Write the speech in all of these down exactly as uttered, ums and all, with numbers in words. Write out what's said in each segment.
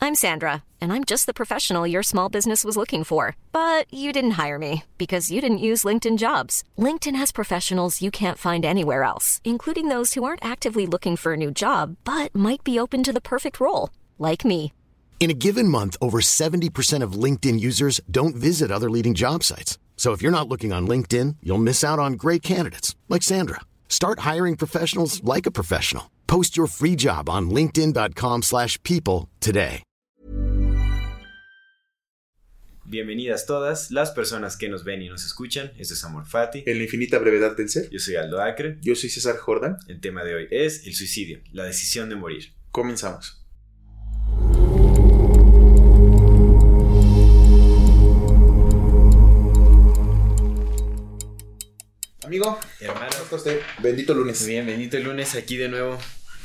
I'm Sandra, and I'm just the professional your small business was looking for. But you didn't hire me because you didn't use LinkedIn Jobs. LinkedIn has professionals you can't find anywhere else, including those who aren't actively looking for a new job, but might be open to the perfect role, like me. In a given month, over seventy percent of LinkedIn users don't visit other leading job sites. So if you're not looking on LinkedIn, you'll miss out on great candidates like Sandra. Start hiring professionals like a professional. Post your free job on linkedin dot com slash people today. Bienvenidas todas las personas que nos ven y nos escuchan. Esto es Amor Fati. En la infinita brevedad del ser. Yo soy Aldo Acre. Yo soy César Jordan. El tema de hoy es el suicidio, la decisión de morir. Comenzamos. Amigo, hermano, ¿cómo está usted? Bendito lunes. Muy bien, bendito lunes aquí de nuevo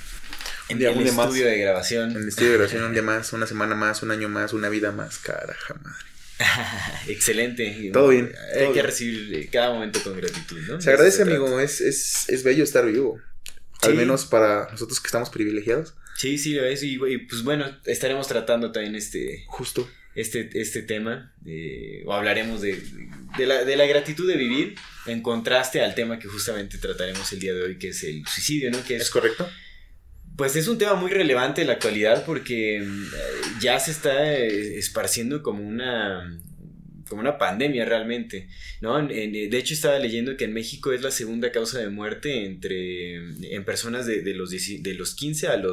en un día, el un día estudio más. de grabación. En el estudio de grabación, un día más, una semana más, un año más, una vida más. Caraja madre. Excelente. Todo bien. Hay todo que bien. recibir cada momento con gratitud, ¿no? Se agradece, se amigo. trata. Es, es, es bello estar vivo. Al Sí. menos para nosotros que estamos privilegiados. Sí, sí, lo es. Y, y pues bueno, estaremos tratando también este, Justo. este, este tema. De, o hablaremos de, de, la, de la gratitud de vivir en contraste al tema que justamente trataremos el día de hoy, que es el suicidio, ¿no? Que es, ¿Es correcto? Pues es un tema muy relevante en la actualidad porque eh, ya se está eh, esparciendo como una, como una pandemia realmente, ¿no? En, en, de hecho estaba leyendo que en México es la segunda causa de muerte entre en personas de, de, los, de los quince a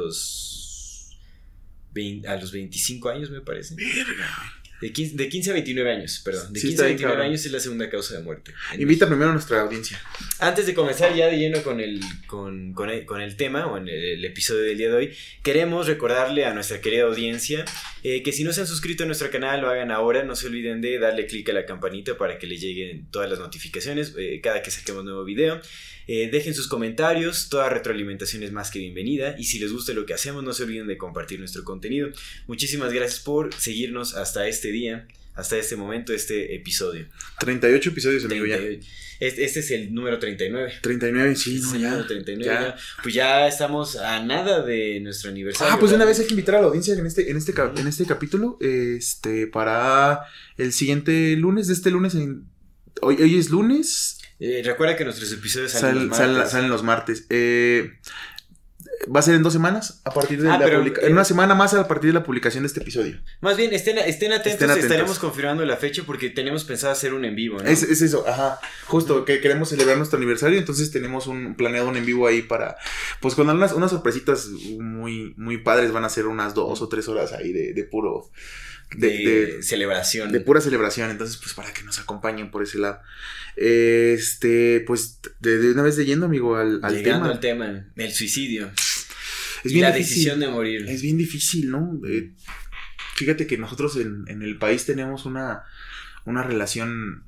los veinte, a los veinticinco años, me parece. Verga. De quince, de quince a veintinueve años, perdón. De Sí, quince está a bien, veintinueve cabrón. años es la segunda causa de muerte. Invita primero a nuestra audiencia. Antes de comenzar ya de lleno con el, con, con el, con el tema o en el, el episodio del día de hoy, queremos recordarle a nuestra querida audiencia eh, que si no se han suscrito a nuestro canal, lo hagan ahora. No se olviden de darle clic a la campanita para que les lleguen todas las notificaciones eh, cada que saquemos nuevo video. Eh, dejen sus comentarios, toda retroalimentación es más que bienvenida. Y si les gusta lo que hacemos, no se olviden de compartir nuestro contenido. Muchísimas gracias por seguirnos hasta este día. Hasta este momento, este episodio. treinta y ocho episodios, amigo, treinta ya. y ocho. Este, este es el número treinta y nueve. treinta y nueve, sí, Este es no, el ya. número treinta y nueve. ya. Ya. Pues ya estamos a nada de nuestro aniversario. Ah, pues de una ¿verdad? vez hay que invitar a la audiencia en este, en este, cap- en este capítulo, este, para el siguiente lunes, de este lunes, en, hoy, hoy es lunes, Eh, recuerda que nuestros episodios salen sal- los sal- martes. salen los martes, eh, va a ser en dos semanas, a partir de Ah, la pero, publica- eh, en una semana más a partir de la publicación de este episodio. Más bien, estén, estén, atentos, Estén atentos. estaremos confirmando la fecha porque tenemos pensado hacer un en vivo, ¿no? Es, es eso, ajá, justo, que queremos celebrar nuestro aniversario, entonces tenemos un planeado un en vivo ahí para, pues con unas, unas sorpresitas muy, muy padres, van a ser unas dos o tres horas ahí de, de puro... de, de, de celebración. De pura celebración, entonces pues para que nos acompañen por ese lado. Este, pues de, de una vez de yendo, amigo, al, al Llegando tema. al tema, el suicidio. Es y bien la difícil, decisión de morir. Es bien difícil, ¿no? Eh, fíjate que nosotros en, en el país tenemos una, una relación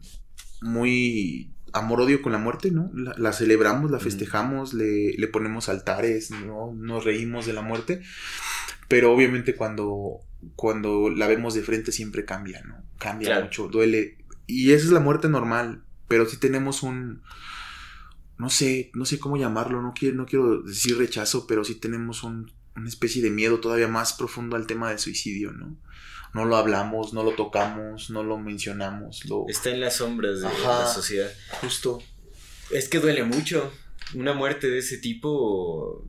muy amor-odio con la muerte, ¿no? La, la celebramos, la festejamos, mm. le, le ponemos altares, ¿no? Nos reímos de la muerte, pero obviamente cuando, cuando la vemos de frente siempre cambia, ¿no? Cambia claro. mucho, duele. Y esa es la muerte normal, pero sí tenemos un... No sé, no sé cómo llamarlo, no quiero, no quiero decir rechazo, pero sí tenemos un, una especie de miedo todavía más profundo al tema del suicidio, ¿no? No lo hablamos, no lo tocamos, no lo mencionamos. Lo... Está en las sombras de Ajá, la sociedad. Justo. Es que duele mucho. Una muerte de ese tipo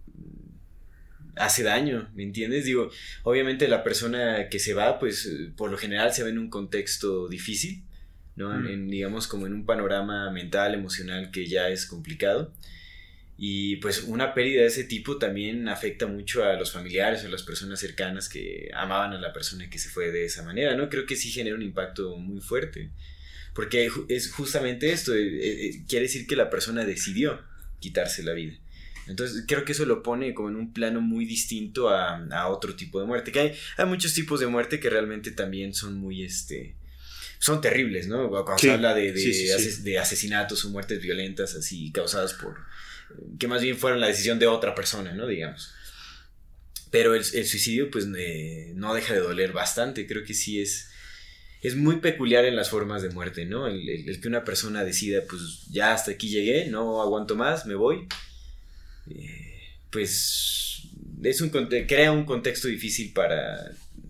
hace daño, ¿me entiendes? Digo, obviamente la persona que se va, pues por lo general se ve en un contexto difícil, ¿no? Mm. En, digamos, como en un panorama mental, emocional que ya es complicado. Y pues una pérdida de ese tipo también afecta mucho a los familiares o a las personas cercanas que amaban a la persona que se fue de esa manera, ¿no? Creo que sí genera un impacto muy fuerte. Porque es justamente esto, eh, eh, quiere decir que la persona decidió quitarse la vida. Entonces creo que eso lo pone como en un plano muy distinto a, a otro tipo de muerte. Que hay, hay muchos tipos de muerte que realmente también son muy, este... son terribles, ¿no? Cuando sí, se habla de, de, sí, sí, ases- sí. de asesinatos o muertes violentas así causadas por... que más bien fueron la decisión de otra persona, ¿no? Digamos. Pero el, el suicidio pues eh, no deja de doler bastante. Creo que sí es... es muy peculiar en las formas de muerte, ¿no? El, el, el que una persona decida, pues ya hasta aquí llegué, no aguanto más, me voy. Eh, pues es un crea un contexto difícil para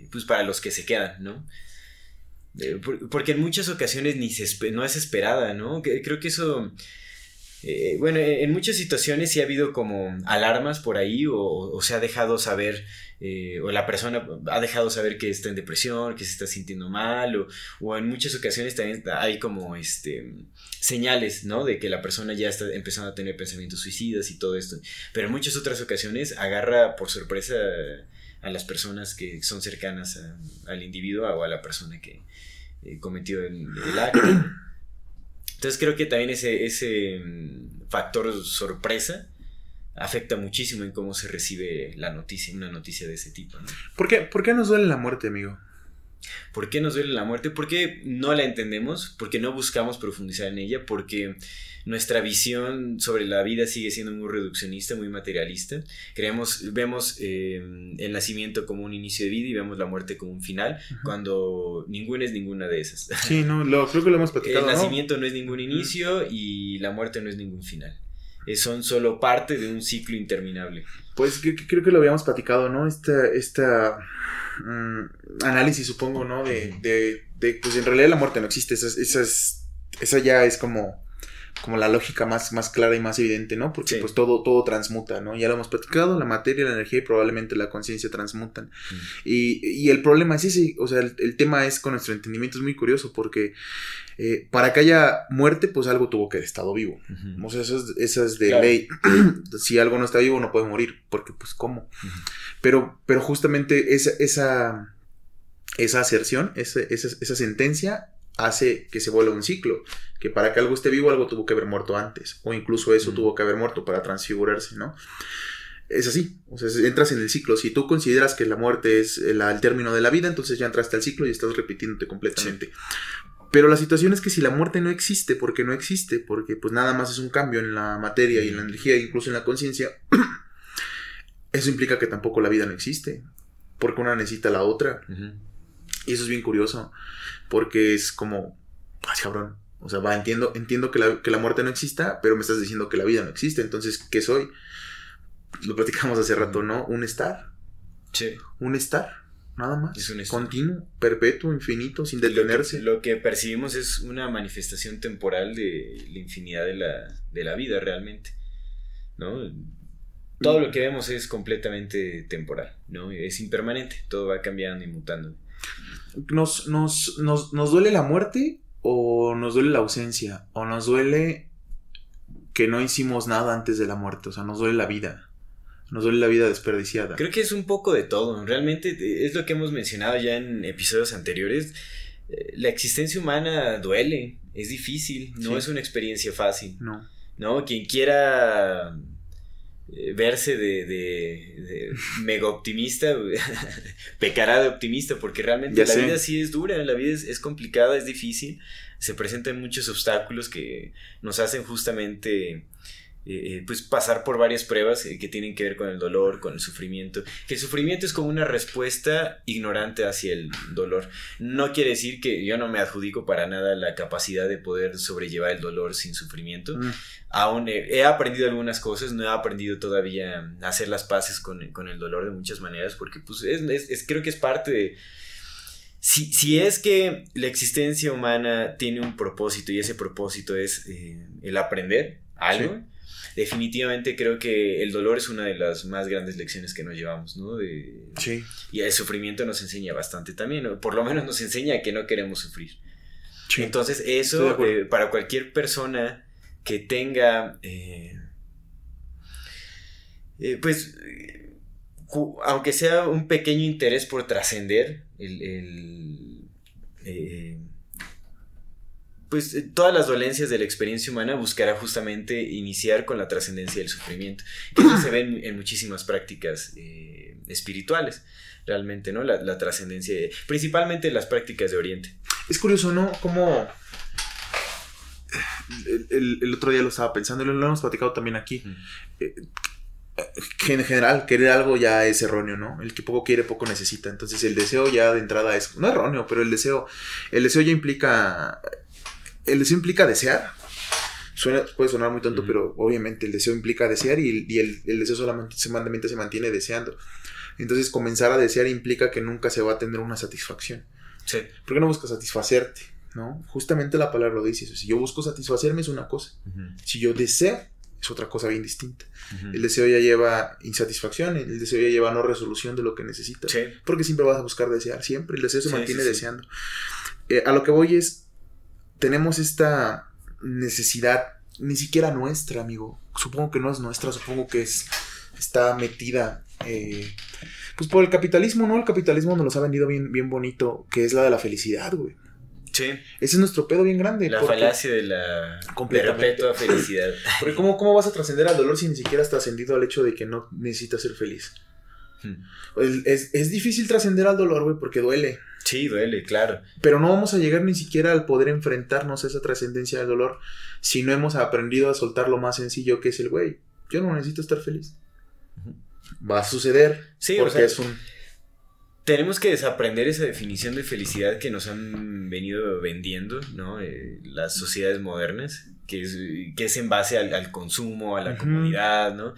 pues para los que se quedan, ¿no? Eh, por, porque en muchas ocasiones ni se no es esperada, ¿no? Que, creo que eso... Eh, bueno, en muchas situaciones sí ha habido como alarmas por ahí o, o se ha dejado saber eh, o la persona ha dejado saber que está en depresión, que se está sintiendo mal o, o en muchas ocasiones también hay como este señales, ¿no? De que la persona ya está empezando a tener pensamientos suicidas y todo esto, pero en muchas otras ocasiones agarra por sorpresa a, a las personas que son cercanas a, al individuo o a la persona que eh, cometió el, el acto. Entonces creo que también ese, ese factor sorpresa afecta muchísimo en cómo se recibe la noticia, una noticia de ese tipo, ¿no? ¿Por qué, ¿Por qué nos duele la muerte, amigo? ¿Por qué nos duele la muerte? Porque no la entendemos, porque no buscamos profundizar en ella, porque nuestra visión sobre la vida sigue siendo muy reduccionista, muy materialista. Creemos, vemos eh, el nacimiento como un inicio de vida y vemos la muerte como un final, uh-huh. cuando ninguna es ninguna de esas. Sí, no, lo, creo que lo hemos platicado. El nacimiento no, no es ningún inicio y la muerte no es ningún final. Son solo parte de un ciclo interminable. Pues que, que, creo que lo habíamos platicado, ¿no? Esta, esta um, análisis, supongo, ¿no? De, de, de, pues en realidad la muerte no existe. Esa, esa, es, esa ya es como, como la lógica más, más clara y más evidente, ¿no? Porque sí. pues todo, todo transmuta, ¿no? Ya lo hemos platicado, la materia, la energía y probablemente la conciencia transmutan. Mm. Y, y el problema es ese, o sea, el, el tema es con nuestro entendimiento es muy curioso porque eh, para que haya muerte, pues algo tuvo que haber estado vivo. Uh-huh. O sea, eso es, eso es de claro. ley. Si algo no está vivo, no puede morir, porque pues ¿cómo? Uh-huh. Pero, pero justamente esa, esa, esa aserción, esa, esa, esa sentencia hace que se vuelva un ciclo, que para que algo esté vivo, algo tuvo que haber muerto antes, o incluso eso uh-huh. tuvo que haber muerto para transfigurarse, ¿no? Es así, o sea, entras en el ciclo. Si tú consideras que la muerte es el, el término de la vida, entonces ya entraste al ciclo y estás repitiéndote completamente. Sí. Pero la situación es que si la muerte no existe, porque no existe, porque pues nada más es un cambio en la materia y en la energía, incluso en la conciencia, eso implica que tampoco la vida no existe, porque una necesita la otra. Uh-huh. Y eso es bien curioso, porque es como, ay, cabrón, o sea, va, entiendo, entiendo que la, que la muerte no exista, pero me estás diciendo que la vida no existe, entonces, ¿qué soy? Lo platicamos hace rato, ¿no? Un estar. Sí. Un estar. Nada más. Es un continuo, perpetuo, infinito, sin detenerse. Lo que, lo que percibimos es una manifestación temporal de la infinidad de la, de la vida realmente, ¿no? Todo lo que vemos es completamente temporal, ¿no? Es impermanente, todo va cambiando y mutando. ¿Nos, nos, nos, nos duele la muerte o nos duele la ausencia? ¿O nos duele que no hicimos nada antes de la muerte? O sea, nos duele la vida. Nos duele la vida desperdiciada. Creo que es un poco de todo. Realmente es lo que hemos mencionado ya en episodios anteriores. La existencia humana duele, es difícil, no sí. es una experiencia fácil. No. No, quien quiera verse de, de, de mega optimista pecará de optimista, porque realmente ya la sé. vida sí es dura, la vida es, es complicada, es difícil. Se presentan muchos obstáculos que nos hacen justamente Eh, pues pasar por varias pruebas eh, que tienen que ver con el dolor, con el sufrimiento. Que el sufrimiento es como una respuesta ignorante hacia el dolor. No quiere decir que yo no me adjudico para nada la capacidad de poder sobrellevar el dolor sin sufrimiento. Mm. Aún he, he aprendido algunas cosas, no he aprendido todavía a hacer las paces con, con el dolor de muchas maneras, porque pues es, es, es, creo que es parte de... Si, si es que la existencia humana tiene un propósito y ese propósito es eh, el aprender algo, sí. definitivamente creo que el dolor es una de las más grandes lecciones que nos llevamos, ¿no? De, sí. Y el sufrimiento nos enseña bastante también, ¿no? Por lo menos nos enseña que no queremos sufrir. Sí. Entonces eso, eh, para cualquier persona que tenga, eh, eh, pues, eh, aunque sea un pequeño interés por trascender, el... el eh, pues todas las dolencias de la experiencia humana buscará justamente iniciar con la trascendencia del sufrimiento, que eso se ve en, en muchísimas prácticas eh, espirituales, realmente, ¿no? La, la trascendencia, principalmente las prácticas de Oriente. Es curioso, ¿no? Como el, el, el otro día lo estaba pensando, lo, lo hemos platicado también aquí. Mm. Eh, que en general querer algo ya es erróneo, ¿no? El que poco quiere, poco necesita. Entonces el deseo ya de entrada es, no erróneo, pero el deseo, el deseo ya implica... El deseo implica desear. Suena, puede sonar muy tonto, mm. pero obviamente el deseo implica desear y, y el, el deseo solamente se, se mantiene deseando. Entonces comenzar a desear implica que nunca se va a tener una satisfacción. Sí. ¿Por qué no buscas satisfacerte? ¿No? Justamente la palabra lo dice eso. Si yo busco satisfacerme es una cosa. Uh-huh. Si yo deseo es otra cosa bien distinta. Uh-huh. El deseo ya lleva insatisfacción, el deseo ya lleva no resolución de lo que necesitas. Sí. Porque siempre vas a buscar desear, siempre. El deseo se sí, mantiene sí, deseando. Sí. Eh, a lo que voy es, tenemos esta necesidad, ni siquiera nuestra, amigo. Supongo que no es nuestra, supongo que es está metida eh, pues por el capitalismo, ¿no? El capitalismo nos los ha vendido bien, bien bonito, que es la de la felicidad, güey. Sí. Ese es nuestro pedo bien grande. La falacia de la perpetua felicidad. Porque ¿cómo, ¿cómo vas a trascender al dolor si ni siquiera has trascendido al hecho de que no necesitas ser feliz? Hmm. Es, es, es difícil trascender al dolor, güey, porque duele. Sí, duele, claro. Pero no vamos a llegar ni siquiera al poder enfrentarnos a esa trascendencia del dolor si no hemos aprendido a soltar lo más sencillo que es el güey. Yo no necesito estar feliz. Uh-huh. Va a suceder. Sí, porque o sea, es un... tenemos que desaprender esa definición de felicidad que nos han venido vendiendo, ¿no? Eh, las sociedades modernas, que es, que es en base al, al consumo, a la uh-huh. comodidad, ¿no?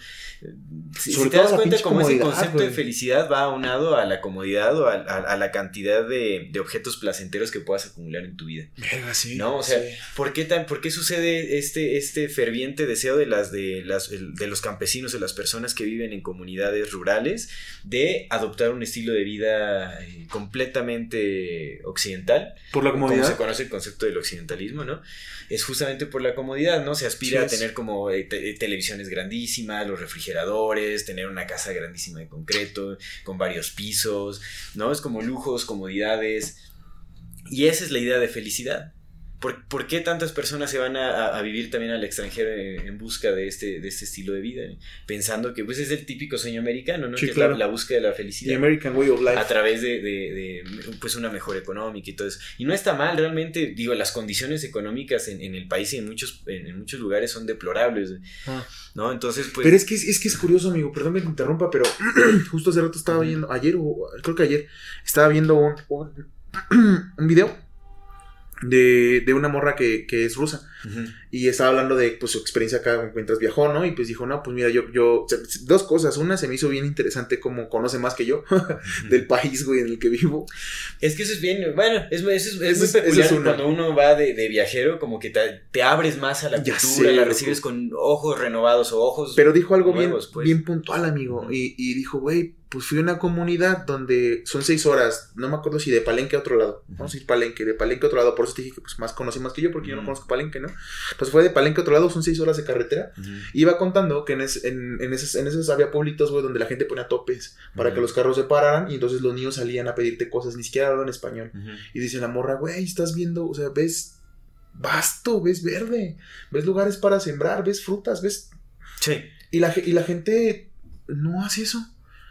Si, si te das cuenta cómo ese concepto wey. de felicidad va aunado a la comodidad o a, a, a la cantidad de, de objetos placenteros que puedas acumular en tu vida. Verga, sí, ¿no? O sea, sí. ¿por qué tan, por qué sucede este, este ferviente deseo de las de las de los campesinos, de las personas que viven en comunidades rurales, de adoptar un estilo de vida eh, completamente occidental? Por la comodidad. Como se conoce el concepto del occidentalismo, ¿no? Es justamente por la comodidad, ¿no? Se aspira sí, a tener como eh, te- televisiones grandísimas, los refrigeradores, tener una casa grandísima de concreto, con varios pisos, ¿no? Es como lujos, comodidades. Y esa es la idea de felicidad. ¿Por, ¿por qué tantas personas se van a, a vivir también al extranjero en, en busca de este, de este estilo de vida? Pensando que pues es el típico sueño americano, ¿no? Sí, que claro. es la, la búsqueda de la felicidad. The American way of life. A través de, de, de pues una mejora económica y todo eso. Y no está mal, realmente, digo, las condiciones económicas en, en el país y en muchos, en, en muchos lugares son deplorables, ah. ¿no? Entonces, pues... Pero es que es, es que es curioso, amigo, perdón que te interrumpa, pero justo hace rato estaba uh-huh. viendo, ayer o creo que ayer, estaba viendo un, un, un video de, de una morra que, que es rusa. Uh-huh. Y estaba hablando de pues su experiencia acá mientras viajó, ¿no? Y pues dijo, no, pues mira, yo, yo, dos cosas. Una, se me hizo bien interesante como conoce más que yo uh-huh. del país, güey, en el que vivo. Es que eso es bien, bueno, es, es, es, es muy peculiar es cuando uno va de, de viajero, como que te, te abres más a la ya cultura, sé, la recibes loco. Con ojos renovados o ojos Pero dijo algo nuevos, bien, pues. bien puntual, amigo, uh-huh. y, y dijo, güey, pues fui a una comunidad donde son seis horas, no me acuerdo si de Palenque a otro lado, uh-huh. vamos a ir Palenque, de Palenque a otro lado, por eso te dije que pues más conocí más que yo, porque uh-huh. yo no conozco Palenque, ¿no? Entonces fue de Palenque a otro lado, son seis horas de carretera, uh-huh. iba contando que en, es, en, en, esos, en esos había pueblitos, güey, donde la gente ponía topes para uh-huh. que los carros se pararan, y entonces los niños salían a pedirte cosas, ni siquiera hablaban español, uh-huh. y dice la morra, güey, estás viendo, o sea, ves basto, ves verde, ves lugares para sembrar, ves frutas, ves... Sí. Y la, y la gente no hace eso.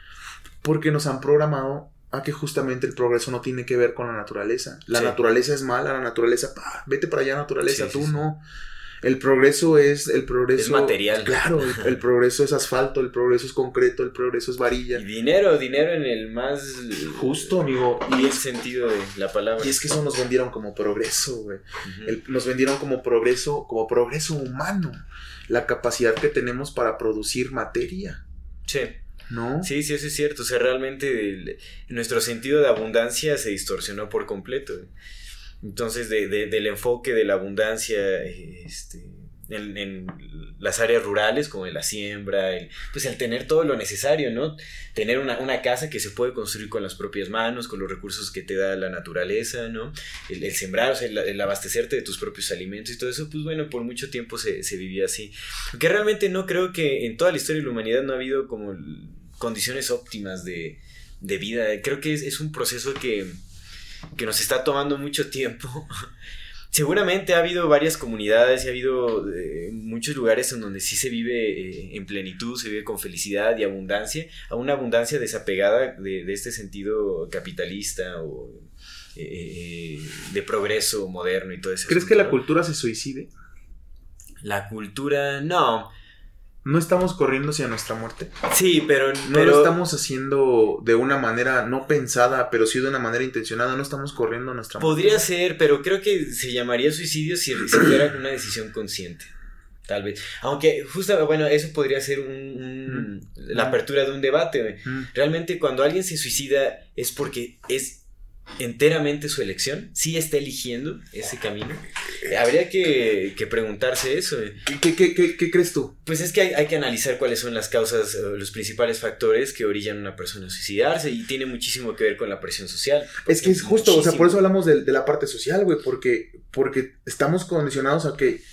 Porque nos han programado a que justamente el progreso no tiene que ver con la naturaleza. La sí. naturaleza es mala, la naturaleza, pa, vete para allá naturaleza, sí, tú sí, no. Sí. El progreso es, el progreso... Es material. Claro, el, el progreso es asfalto, el progreso es concreto, el progreso es varilla. Y dinero, dinero en el más... Justo, amigo. Y el sentido de la palabra. Y es que eso nos vendieron como progreso, güey. Uh-huh. El, nos vendieron como progreso, como progreso humano. La capacidad que tenemos para producir materia. Sí. ¿No? Sí, sí, eso es cierto. O sea, realmente el, nuestro sentido de abundancia se distorsionó por completo. Entonces, de, de, del enfoque de la abundancia este, en, en las áreas rurales, como de la siembra, el, pues el tener todo lo necesario, ¿no? Tener una, una casa que se puede construir con las propias manos, con los recursos que te da la naturaleza, ¿no? El, el sembrar, o sea, el, el abastecerte de tus propios alimentos y todo eso, pues bueno, por mucho tiempo se, se vivía así. Aunque realmente no creo que en toda la historia de la humanidad no ha habido como... condiciones óptimas de, de vida. Creo que es, es un proceso que, que nos está tomando mucho tiempo. Seguramente ha habido varias comunidades y ha habido eh, muchos lugares en donde sí se vive eh, en plenitud, se vive con felicidad y abundancia, a una abundancia desapegada de, de este sentido capitalista o eh, de progreso moderno y todo eso. ¿Crees que la cultura se suicide? La cultura, no. ¿No estamos corriendo hacia nuestra muerte? Sí, pero... No pero... lo estamos haciendo de una manera no pensada, pero sí de una manera intencionada. No estamos corriendo a nuestra Podría muerte. ser, pero creo que se llamaría suicidio si, si fuera una decisión consciente. Tal vez. Aunque, justo, bueno, eso podría ser un, un, mm. la apertura de un debate. Mm. Realmente, cuando alguien se suicida es porque es enteramente su elección. Sí está eligiendo ese camino. Habría que, que preguntarse eso. ¿Qué, qué, qué, qué crees tú? Pues es que hay, hay que analizar cuáles son las causas, los principales factores que orillan a una persona a suicidarse, y tiene muchísimo que ver con la presión social. Es que es justo, muchísimo. O sea, por eso hablamos de, de la parte social, güey, porque, porque estamos condicionados a que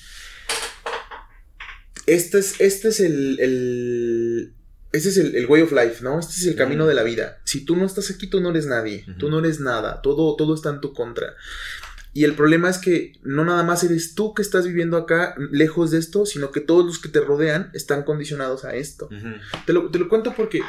este es, este es el, el este es el, el way of life, ¿no? Este es el camino uh-huh. de la vida. Si tú no estás aquí, tú no eres nadie, uh-huh. tú no eres nada, todo, todo está en tu contra. Y el problema es que no nada más eres tú que estás viviendo acá lejos de esto, sino que todos los que te rodean están condicionados a esto. Uh-huh. Te lo, te lo cuento porque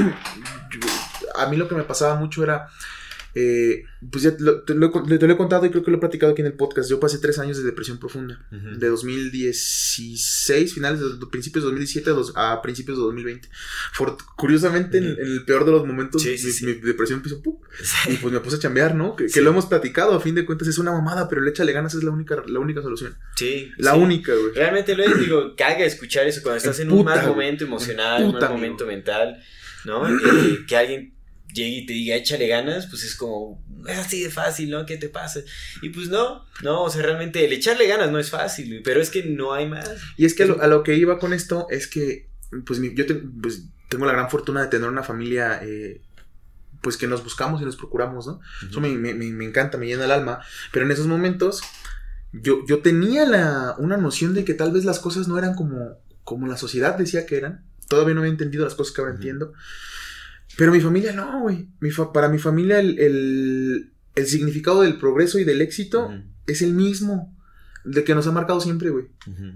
a mí lo que me pasaba mucho era... Eh, pues ya te lo, te, lo, te lo he contado y creo que lo he platicado aquí en el podcast. Yo pasé tres años de depresión profunda, uh-huh. de dos mil dieciséis, finales de, de principios de dos mil diecisiete a, dos, a principios de dos mil veinte. For, curiosamente, uh-huh. en, en el peor de los momentos, sí, sí, mi, sí. mi depresión empezó ¡pum! Sí. Y pues me puse a chambear, ¿no? Que, sí. que lo hemos platicado, a fin de cuentas es una mamada, pero el échale ganas es la única, la única solución. Sí. La sí. única, güey. Realmente lo es, digo, caga escuchar eso cuando estás en, en puta, un mal momento emocional, en un mal momento mental, ¿no? Eh, que alguien llegue y te diga échale ganas, pues es como es así de fácil, ¿no? ¿Qué te pasa? Y pues no, no, o sea, realmente el echarle ganas no es fácil, pero es que no hay más. Y es que a lo, a lo que iba con esto es que pues mi, yo te, pues, tengo la gran fortuna de tener una familia eh, pues que nos buscamos y nos procuramos, ¿no? Uh-huh. Eso me, me, me encanta, me llena el alma, pero en esos momentos yo, yo tenía la, una noción de que tal vez las cosas no eran como, como la sociedad decía que eran. Todavía no había entendido las cosas que ahora uh-huh. entiendo. Pero mi familia no, güey. Mi fa- para mi familia el, el, el significado del progreso y del éxito uh-huh. es el mismo. De que nos ha marcado siempre, güey. Uh-huh.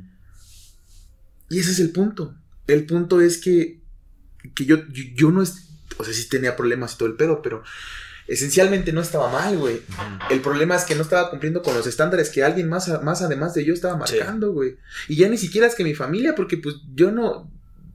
Y ese es el punto. El punto es que, que yo, yo, yo no... Es, o sea, sí tenía problemas y todo el pedo, pero esencialmente no estaba mal, güey. Uh-huh. El problema es que no estaba cumpliendo con los estándares que alguien más, más además de yo estaba marcando, güey. Sí. Y ya ni siquiera es que mi familia, porque pues yo no...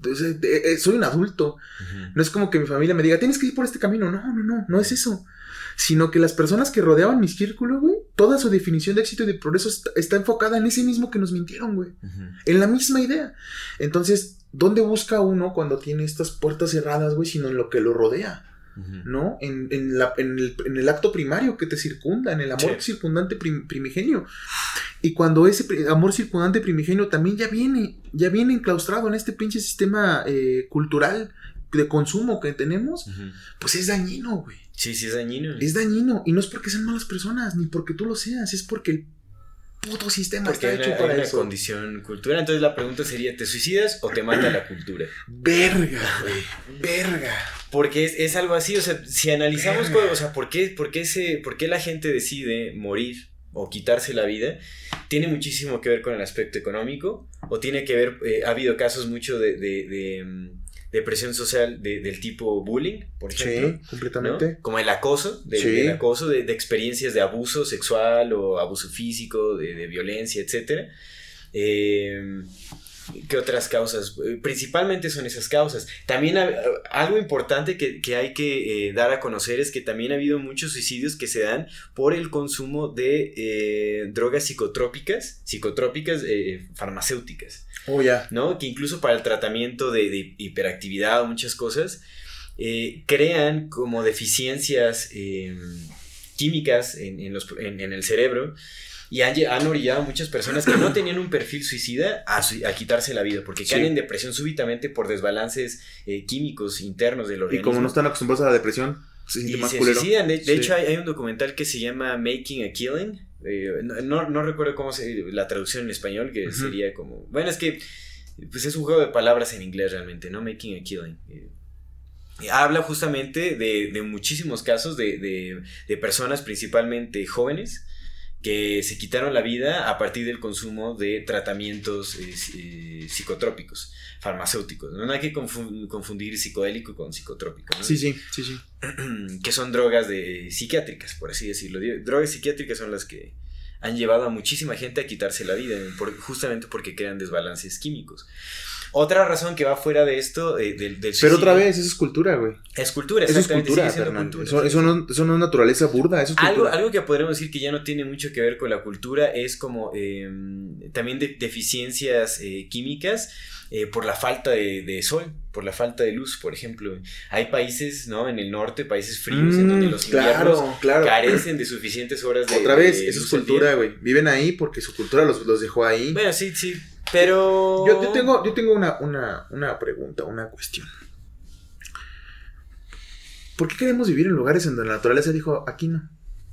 soy un adulto. Uh-huh. No es como que mi familia me diga tienes que ir por este camino, no, no, no, no es eso, sino que las personas que rodeaban mi círculo, güey, toda su definición de éxito y de progreso está, está enfocada en ese mismo que nos mintieron, güey, uh-huh. en la misma idea. Entonces, ¿dónde busca uno cuando tiene estas puertas cerradas, güey? Sino en lo que lo rodea, uh-huh. ¿no? En, en, la, en, el, en el acto primario que te circunda, en el amor sí. circundante prim, primigenio. Y cuando ese amor circundante primigenio también ya viene, ya viene enclaustrado en este pinche sistema eh, cultural de consumo que tenemos, uh-huh. pues es dañino, güey. Sí, sí es dañino. Es dañino, y no es porque sean malas personas, ni porque tú lo seas, es porque el puto sistema porque está hay hecho una, para hay una eso. condición cultural. Entonces la pregunta sería, ¿te suicidas o te mata la cultura? Verga, güey, verga. Porque es, es algo así, o sea, si analizamos, cómo, o sea, ¿por qué, por qué se, por qué la gente decide morir o quitarse la vida? Tiene muchísimo que ver con el aspecto económico, o tiene que ver, eh, ha habido casos mucho de, de, de, de presión social de, del tipo bullying, por ejemplo. Sí, completamente. ¿No? Como el acoso, de, sí. del acoso, de, de experiencias de abuso sexual o abuso físico, de, de violencia, etcétera. Eh... ¿Qué otras causas? Principalmente son esas causas. También ha, algo importante que, que hay que eh, dar a conocer es que también ha habido muchos suicidios que se dan por el consumo de eh, drogas psicotrópicas, psicotrópicas eh, farmacéuticas. Oh, ya. ¿No? Que incluso para el tratamiento de, de hiperactividad o muchas cosas eh, crean como deficiencias eh, químicas en, en, los, en, en el cerebro. Y han, han orillado a muchas personas que no tenían un perfil suicida a, su, a quitarse la vida, porque caen sí. en depresión súbitamente por desbalances eh, químicos internos del organismo. Y como no están acostumbrados a la depresión, se siente más culero. suicidan. De, de sí. hecho, hay, hay un documental que se llama Making a Killing. Eh, no, no recuerdo cómo se la traducción en español, que uh-huh. sería como... Bueno, es que pues es un juego de palabras en inglés realmente, ¿no? Making a Killing. Eh, habla justamente de, de muchísimos casos de, de, de personas, principalmente jóvenes, que se quitaron la vida a partir del consumo de tratamientos eh, eh, psicotrópicos, farmacéuticos. No hay que confu- confundir psicodélico con psicotrópico, ¿no? Sí, sí, sí, sí. Que son drogas de psiquiátricas, por así decirlo. Drogas psiquiátricas son las que han llevado a muchísima gente a quitarse la vida, por, justamente porque crean desbalances químicos. Otra razón que va fuera de esto, eh, del, del Pero otra vez, eso es cultura, güey. Es cultura, eso es cultura, sigue siendo Fernando. cultura. Eso, eso, no, eso no es naturaleza burda, eso es algo, cultura. algo que podríamos decir que ya no tiene mucho que ver con la cultura es como eh, también de, deficiencias eh, químicas eh, por la falta de, de sol, por la falta de luz, por ejemplo. Hay países, ¿no? En el norte, países fríos, mm, en donde los inviernos claro, claro. carecen de suficientes horas de Otra vez, de eso es cultura, güey. Viven ahí porque su cultura los, los dejó ahí. Bueno, sí, sí. Pero... Yo, yo tengo, yo tengo una, una, una pregunta, una cuestión. ¿Por qué queremos vivir en lugares en donde la naturaleza dijo, aquí no?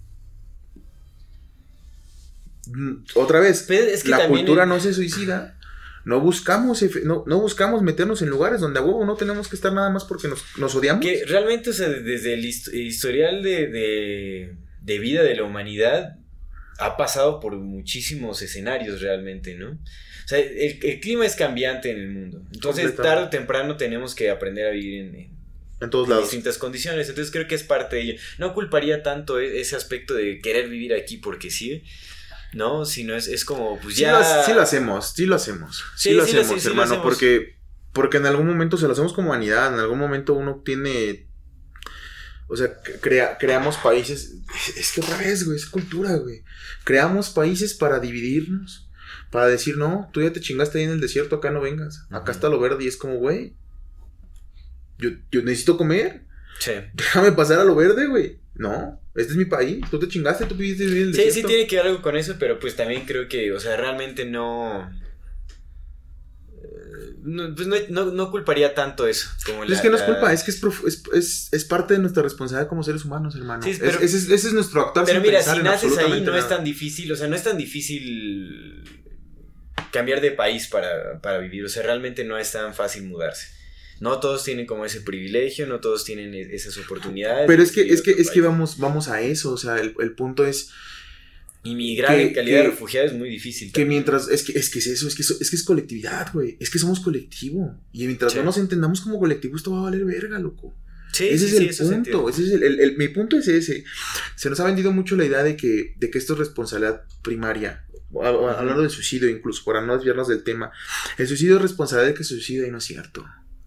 Otra vez, es que la cultura el... no se suicida. No buscamos, no, no buscamos meternos en lugares donde a huevo no tenemos que estar nada más porque nos, nos odiamos. Que realmente, o sea, desde el historial de, de, de vida de la humanidad ha pasado por muchísimos escenarios realmente, ¿no? O sea, el, el clima es cambiante en el mundo. Entonces, tarde o temprano tenemos que aprender a vivir en, en, en todos en lados. distintas condiciones. Entonces, creo que es parte de ello. No culparía tanto ese aspecto de querer vivir aquí porque sí, ¿no? Sino es, es como, pues sí ya... Lo, sí lo hacemos, sí lo hacemos. Sí, sí lo sí, hacemos, sí, hermano, sí lo hacemos. Porque, porque en algún momento se lo hacemos como humanidad. En algún momento uno tiene... O sea, crea, creamos países... Es que otra vez, güey, es cultura, güey. Creamos países para dividirnos. Para decir, no, tú ya te chingaste ahí en el desierto, acá no vengas. Acá uh-huh. está lo verde y es como, güey, yo, yo necesito comer. Sí. Déjame pasar a lo verde, güey. No, este es mi país, tú te chingaste, tú pidiste vivir en el sí, desierto. Sí, sí tiene que ver algo con eso, pero pues también creo que, o sea, realmente no... No, pues no, no, no culparía tanto eso. Como la, es que no es culpa, es que es, prof, es, es, es parte de nuestra responsabilidad como seres humanos, hermano. Sí, pero, es, ese, es, ese es nuestro actuar. Pero mira, si naces ahí no nada. Es tan difícil, o sea, no es tan difícil cambiar de país para, para vivir, o sea, realmente no es tan fácil mudarse. No todos tienen como ese privilegio, no todos tienen esas oportunidades. Pero es que, es que, es que vamos, vamos a eso, o sea, el, el punto es... Inmigrar en calidad que, de refugiado es muy difícil. Que también. mientras, es que, es que es eso, es que, es que es colectividad, güey. Es que somos colectivo. Y mientras sí. no nos entendamos como colectivo, esto va a valer verga, loco. Sí, ese sí, es el sí, punto. Ese es el, el, el, mi punto es ese. Se nos ha vendido mucho la idea de que, de que esto es responsabilidad primaria. A, a, uh-huh. Hablando del suicidio, incluso, para no desviarnos del tema. El suicidio es responsabilidad de que se suicida y no es cierto.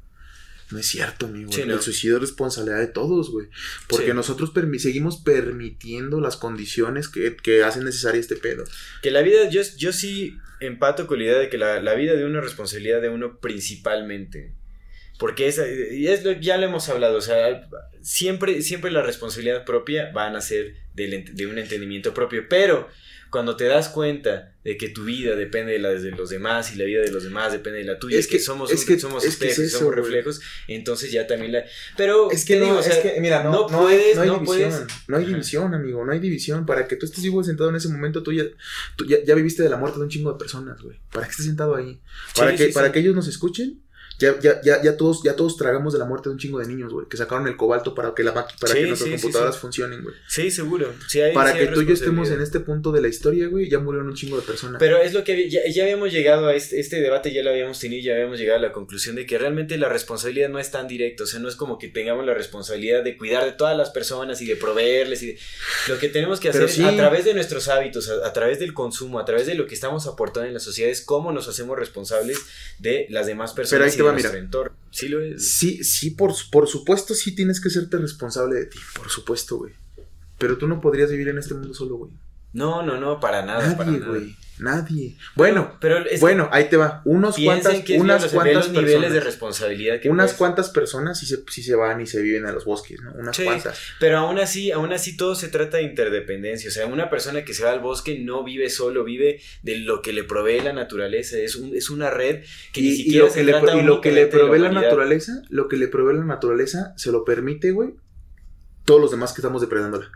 No es cierto, amigo. Sí, no. El suicidio es responsabilidad de todos, güey. Porque sí. nosotros permi- seguimos permitiendo las condiciones que, que hacen necesario este pedo. Que la vida, yo, yo sí empato con la idea de que la, la vida de uno es responsabilidad de uno principalmente. Porque esa, y es lo, ya lo hemos hablado, o sea, siempre, siempre la responsabilidad propia va a nacer de, de un entendimiento propio. Pero cuando te das cuenta de que tu vida depende de la de los demás y la vida de los demás depende de la tuya, es que, que somos, es que, somos es espejos, que es eso, somos reflejos, güey. Entonces ya también la... Pero es que no, digo, o sea, es que, mira, no, no, no puedes, no hay, no hay división, puedes... no hay división, amigo, no hay división. Para que tú estés vivo sentado en ese momento, tú ya, tú ya, ya viviste de la muerte de un chingo de personas, güey. Para que estés sentado ahí, para sí, que, sí, para sí. que ellos nos escuchen. Ya, ya, ya, ya todos, ya todos tragamos de la muerte de un chingo de niños, güey, que sacaron el cobalto para que la para sí, que nuestras sí, computadoras sí, sí. funcionen, güey. Sí, seguro. Sí, hay, para sí que tú y yo estemos en este punto de la historia, güey, ya murieron un chingo de personas. Pero es lo que ya, ya habíamos llegado a este, este debate, ya lo habíamos tenido, ya habíamos llegado a la conclusión de que realmente la responsabilidad no es tan directa, o sea, no es como que tengamos la responsabilidad de cuidar de todas las personas y de proveerles y de... Lo que tenemos que hacer sí. a través de nuestros hábitos, a, a través del consumo, a través de lo que estamos aportando en la sociedad es cómo nos hacemos responsables de las demás personas y de va, nuestro mira. entorno. Sí lo es. Sí, sí, por, por supuesto sí tienes que serte responsable de ti, por supuesto, güey. Pero tú no podrías vivir en este mundo solo, güey. No, no, no, para nada, nadie, para nada. Güey, nadie. Bueno, pero, pero bueno, ahí te va. Unos cuantas, que unas los, cuantas los personas. niveles de responsabilidad que unas puedes. cuantas personas sí se, sí se van y se viven a los bosques, ¿no? Unas sí, cuantas. Pero aún así, aún así todo se trata de interdependencia. O sea, una persona que se va al bosque no vive solo, vive de lo que le provee la naturaleza. Es un, es una red que y, ni siquiera y lo se que le, trata Y lo que le provee la, la naturaleza, lo que le provee la naturaleza se lo permite, güey, todos los demás que estamos depredándola.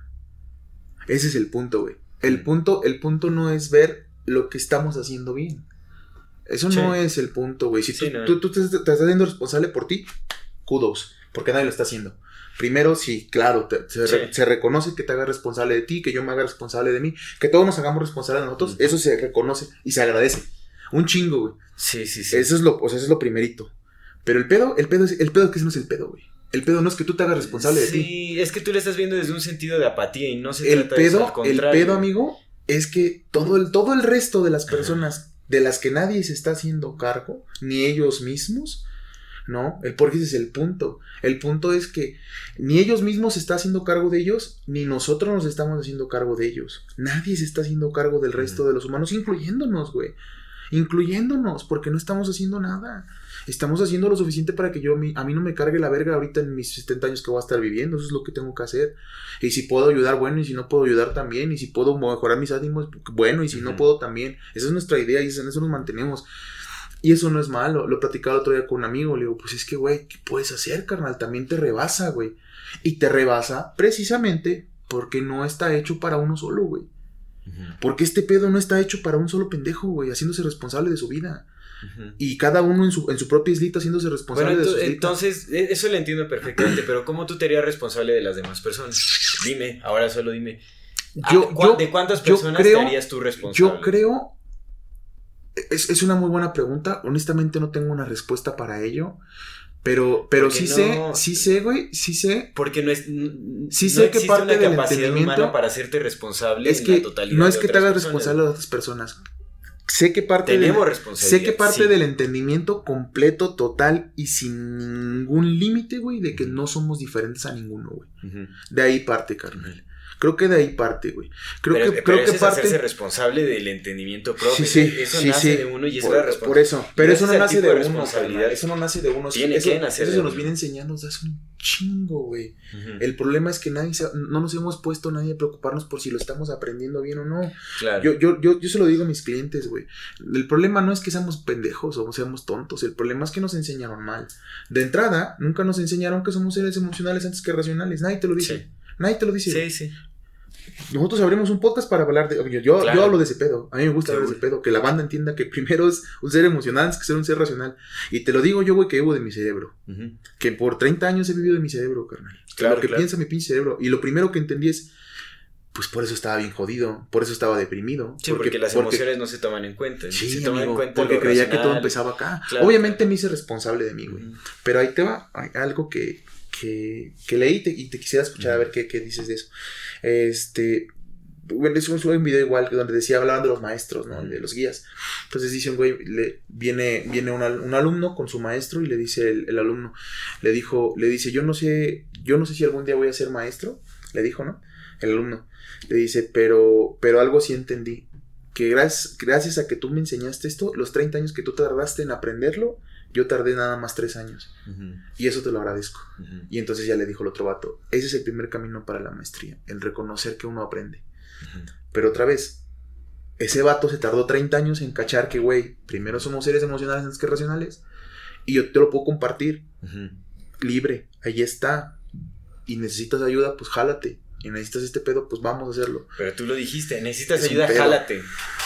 Ese es el punto, güey. El punto, el punto no es ver lo que estamos haciendo bien. Eso sí. no es el punto, güey. Si sí, tú, no. tú, tú te, te estás haciendo responsable por ti, kudos, porque nadie lo está haciendo. Primero, sí, claro, te, se, sí. re, se reconoce que te hagas responsable de ti, que yo me haga responsable de mí, que todos nos hagamos responsables de nosotros. Uh-huh. Eso se reconoce y se agradece. Un chingo, güey. Sí, sí, sí. Eso es lo, o sea, eso es lo primerito. Pero el pedo, el pedo es, el pedo es que ese no es el pedo, güey. El pedo no es que tú te hagas responsable sí, de ti. Sí, es que tú le estás viendo desde un sentido de apatía y no se el trata pedo, de eso, al contrario. El pedo, amigo, es que todo el, todo el resto de las personas de las que nadie se está haciendo cargo, ni ellos mismos, ¿no? El porque ese es el punto. El punto es que ni ellos mismos se están haciendo cargo de ellos, ni nosotros nos estamos haciendo cargo de ellos. Nadie se está haciendo cargo del resto de los humanos, incluyéndonos, güey. Incluyéndonos, porque no estamos haciendo nada. Estamos haciendo lo suficiente para que yo a mí, a mí no me cargue la verga ahorita en mis setenta años que voy a estar viviendo. Eso es lo que tengo que hacer. Y si puedo ayudar, bueno, y si no puedo ayudar también. Y si puedo mejorar mis ánimos, bueno, y si uh-huh. no puedo también. Esa es nuestra idea y en eso nos mantenemos. Y eso no es malo. Lo he platicado el otro día con un amigo. Le digo, pues es que, güey, ¿qué puedes hacer, carnal? También te rebasa, güey. Y te rebasa precisamente porque no está hecho para uno solo, güey. Uh-huh. Porque este pedo no está hecho para un solo pendejo, güey, haciéndose responsable de su vida. Uh-huh. Y cada uno en su, en su propia islita haciéndose responsable bueno, ent- de su islita. Entonces, eso lo entiendo perfectamente, pero ¿cómo tú te harías responsable de las demás personas? Dime, ahora solo dime. Yo, ¿cu- yo, ¿De cuántas personas creo, te harías tú responsable? Yo creo... Es, es una muy buena pregunta. Honestamente no tengo una respuesta para ello. Pero, pero sí no, sé, sí sé, güey, sí sé. Porque no es, sí sé no que parte una del capacidad entendimiento humana para hacerte responsable es en que la totalidad no es de que te hagas personas. responsable de otras personas. Sé que parte tenemos del, responsabilidad. Sé que parte sí. del entendimiento completo, total y sin ningún límite, güey, de que uh-huh. no somos diferentes a ninguno, güey. Uh-huh. De ahí parte, carnal. Creo que de ahí parte, güey. Creo pero, que, pero creo eso que es parte... hacerse responsable del entendimiento propio. Sí, sí, eso sí, nace sí. de uno y es por, la responsabilidad. Por eso. Pero eso no nace de, de uno, responsabilidad. Eso no nace de uno. Tiene eso, que nacer eso de se uno. nos viene enseñando desde hace un chingo, güey. Uh-huh. El problema es que nadie se, no nos hemos puesto nadie a preocuparnos por si lo estamos aprendiendo bien o no. Claro. Yo, yo, yo, yo se lo digo a mis clientes, güey. El problema no es que seamos pendejos o seamos tontos. El problema es que nos enseñaron mal. De entrada, nunca nos enseñaron que somos seres emocionales antes que racionales. Nadie te lo dice. Sí. Nadie te lo dice. Sí, sí. Nosotros abrimos un podcast para hablar de... Yo, yo, claro. yo hablo de ese pedo. A mí me gusta sí, hablar de ese pedo. Que la banda entienda que primero es un ser emocional antes que ser un ser racional. Y te lo digo yo, güey, que vivo de mi cerebro. Uh-huh. Que por treinta años he vivido de mi cerebro, carnal. Claro, lo que claro. piensa mi pinche cerebro. Y lo primero que entendí es... Pues por eso estaba bien jodido. Por eso estaba deprimido. Sí, porque, porque las porque, emociones no se toman en cuenta. Sí, se toman amigo, en cuenta porque creía racional. que todo empezaba acá. Claro, Obviamente claro. me hice responsable de mí, güey. Uh-huh. Pero ahí te va hay algo que, que, que leí te, y te quisiera escuchar uh-huh. a ver qué, qué dices de eso. Este... Bueno, es un video igual que donde decía, hablaban de los maestros, ¿no? De los guías. Entonces dice un güey, le, viene, viene un, un alumno con su maestro y le dice el, el alumno, le dijo, le dice, yo no sé, yo no sé si algún día voy a ser maestro, le dijo, ¿no? El alumno, le dice, pero, pero algo sí entendí, que gracias, gracias a que tú me enseñaste esto, los treinta años que tú tardaste en aprenderlo, yo tardé nada más tres años. Uh-huh. Y eso te lo agradezco. Uh-huh. Y entonces ya le dijo el otro vato, ese es el primer camino para la maestría, el reconocer que uno aprende. Uh-huh. Pero otra vez, ese vato se tardó treinta años en cachar que, güey, primero somos seres emocionales antes que racionales. Y yo te lo puedo compartir. Uh-huh. Libre, ahí está. Y necesitas ayuda, pues jálate. Y necesitas este pedo, pues vamos a hacerlo. Pero tú lo dijiste, necesitas es ayuda, jálate.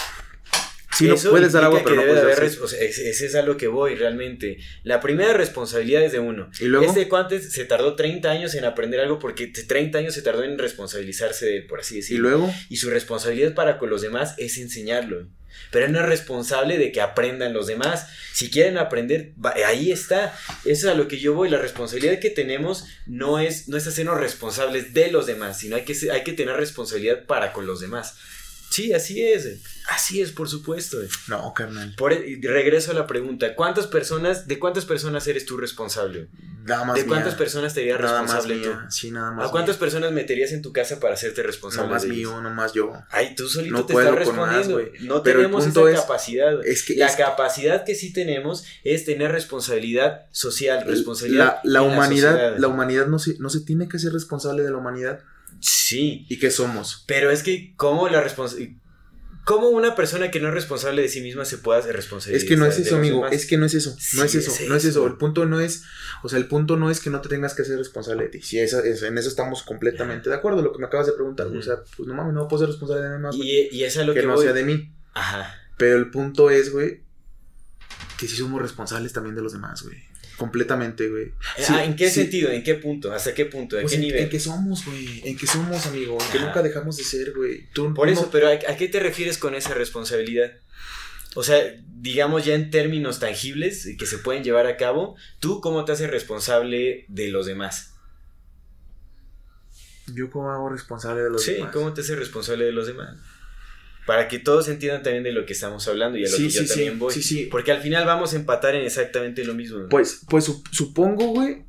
Sí, no puedes dar agua, pero no puedes dar res- o sea, ese, ese es a lo que voy realmente. La primera responsabilidad es de uno. ¿Y luego? Este cuate se tardó treinta años en aprender algo porque treinta años se tardó en responsabilizarse de él, por así decirlo. ¿Y luego? Y su responsabilidad para con los demás es enseñarlo. Pero él no es responsable de que aprendan los demás. Si quieren aprender, ahí está. Eso es a lo que yo voy. La responsabilidad que tenemos no es, no es hacernos responsables de los demás, sino hay que, hay que tener responsabilidad para con los demás. Sí, así es. Así es, por supuesto. No, carnal. Por, regreso a la pregunta. ¿Cuántas personas, de cuántas personas eres tú responsable? Nada más ¿De cuántas mía. personas te harías nada responsable más tú? Mía. Sí, nada más ¿A cuántas mía. personas meterías en tu casa para hacerte responsable? No más de mío, ellos? no más yo. Ay, tú solito no te estás respondiendo. Más, no Pero tenemos esa es, capacidad. Es que, la es capacidad que sí tenemos es tener responsabilidad social, responsabilidad. La, la humanidad, la, la humanidad no se, no se tiene que hacer responsable de la humanidad. Sí. ¿Y qué somos? Pero es que, ¿cómo la responsabilidad? ¿Cómo una persona que no es responsable de sí misma se puede hacer responsable? Es que no es eso, amigo. Demás? Es que no es eso. No sí, es eso. Es no eso. es eso. El punto no es. O sea, el punto no es que no te tengas que hacer responsable de ti. Si esa, es, en eso estamos completamente de acuerdo. Lo que me acabas de preguntar. Uh-huh. O sea, pues no mames, no puedo ser responsable de nada más. Y, y eso es lo que, que no voy. sea de mí. Ajá. Pero el punto es, güey, que sí somos responsables también de los demás, güey. Completamente, güey. Sí, ah, ¿en qué sí. sentido? ¿En qué punto? ¿Hasta qué punto? ¿En pues qué en, nivel? En que somos, güey. En que somos, amigo. En que Ajá. nunca dejamos de ser, güey. Tú, Por tú eso, no... pero ¿a, ¿a qué te refieres con esa responsabilidad? O sea, digamos ya en términos tangibles que se pueden llevar a cabo, ¿tú cómo te haces responsable de los demás? ¿Yo cómo hago responsable de los sí, demás? Sí, ¿cómo te haces responsable de los demás? para que todos entiendan también de lo que estamos hablando y a lo Sí, que yo sí, también sí, voy. sí, sí. Porque al final vamos a empatar en exactamente lo mismo, ¿no? Pues, pues su- supongo, güey,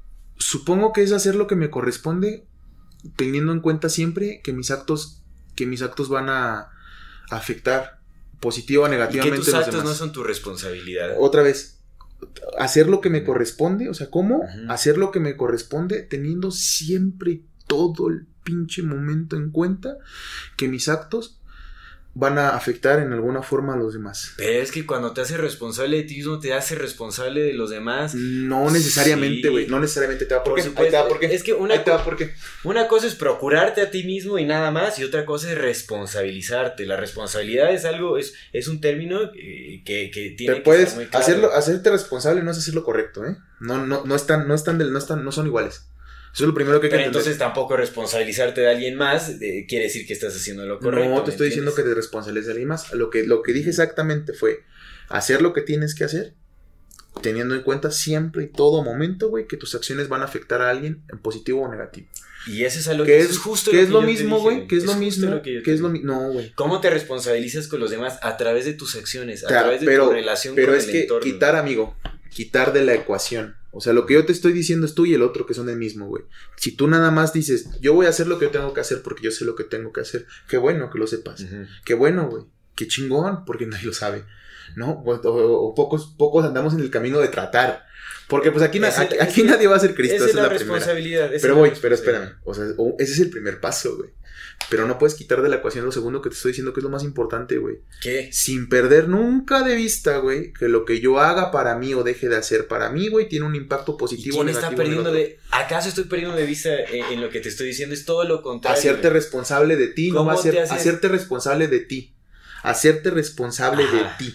supongo que es hacer lo que me corresponde, teniendo en cuenta siempre que mis actos, que mis actos van a afectar positiva o Y que negativamente tus a los actos demás. no son tu responsabilidad. Otra vez, hacer lo que me corresponde, o sea, ¿cómo? Ujú. Hacer lo que me corresponde teniendo siempre y todo el pinche momento en cuenta que mis actos van a afectar en alguna forma a los demás. Pero es que cuando te haces responsable de ti mismo, te haces responsable de los demás. No necesariamente, Sí. güey, no necesariamente te va. ¿Por Por qué? supuesto. Ahí te va, ¿por qué? Es que una Ahí te va, co- ¿por qué? Una cosa es procurarte a ti mismo y nada más, y otra cosa es responsabilizarte. La responsabilidad es algo, es, es un término eh, que, que tiene Te que puedes estar muy claro. hacerlo, hacerte responsable no es hacer lo correcto, ¿eh? No, no, no están, no están, del, no están, no son iguales. Eso es lo primero que hay que Pero entender. entonces tampoco responsabilizarte de alguien más eh, quiere decir que estás haciendo lo correcto. No te ¿me estoy diciendo que entiendes? te responsabilices de alguien más. Lo que, lo que dije exactamente fue hacer lo que tienes que hacer, teniendo en cuenta siempre y todo momento, güey, que tus acciones van a afectar a alguien en positivo o negativo. Y eso es algo Que eso es, justo que lo es que lo yo te mismo, dije, güey, que es, lo justo mismo, lo que yo que te es lo dije. mismo. No, güey. ¿Cómo te responsabilizas con los demás? A través de tus acciones, a Ta- través de pero, tu relación pero con es el que entorno. quitar, amigo, quitar de la ecuación. O sea, lo que yo te estoy diciendo es tú y el otro que son el mismo, güey. Si tú nada más dices, yo voy a hacer lo que yo tengo que hacer porque yo sé lo que tengo que hacer, qué bueno que lo sepas. Ujú. Qué bueno, güey. Qué chingón, porque nadie lo sabe. ¿No? O, o- o pocos, pocos andamos en el camino de tratar. Porque pues aquí, na- Ese- aquí, ese- aquí nadie va a ser Cristo, Esa esa es la, primera. responsabilidad. esa Pero es la voy, pero responsabilidad. espérame. O sea, o- ese es el primer paso, güey. Pero no puedes quitar de la ecuación lo segundo que te estoy diciendo que es lo más importante, güey. ¿Qué? Sin perder nunca de vista, güey, que lo que yo haga para mí o deje de hacer para mí, güey, tiene un impacto ¿Y positivo o quién está negativo. en el perdiendo otro. de... ¿Acaso estoy perdiendo de vista en, en lo que te estoy diciendo? Es todo lo contrario. Hacerte güey. responsable de ti, no ¿Cómo va a ser te haces? hacerte responsable de ti. Hacerte responsable Ajá. de ti.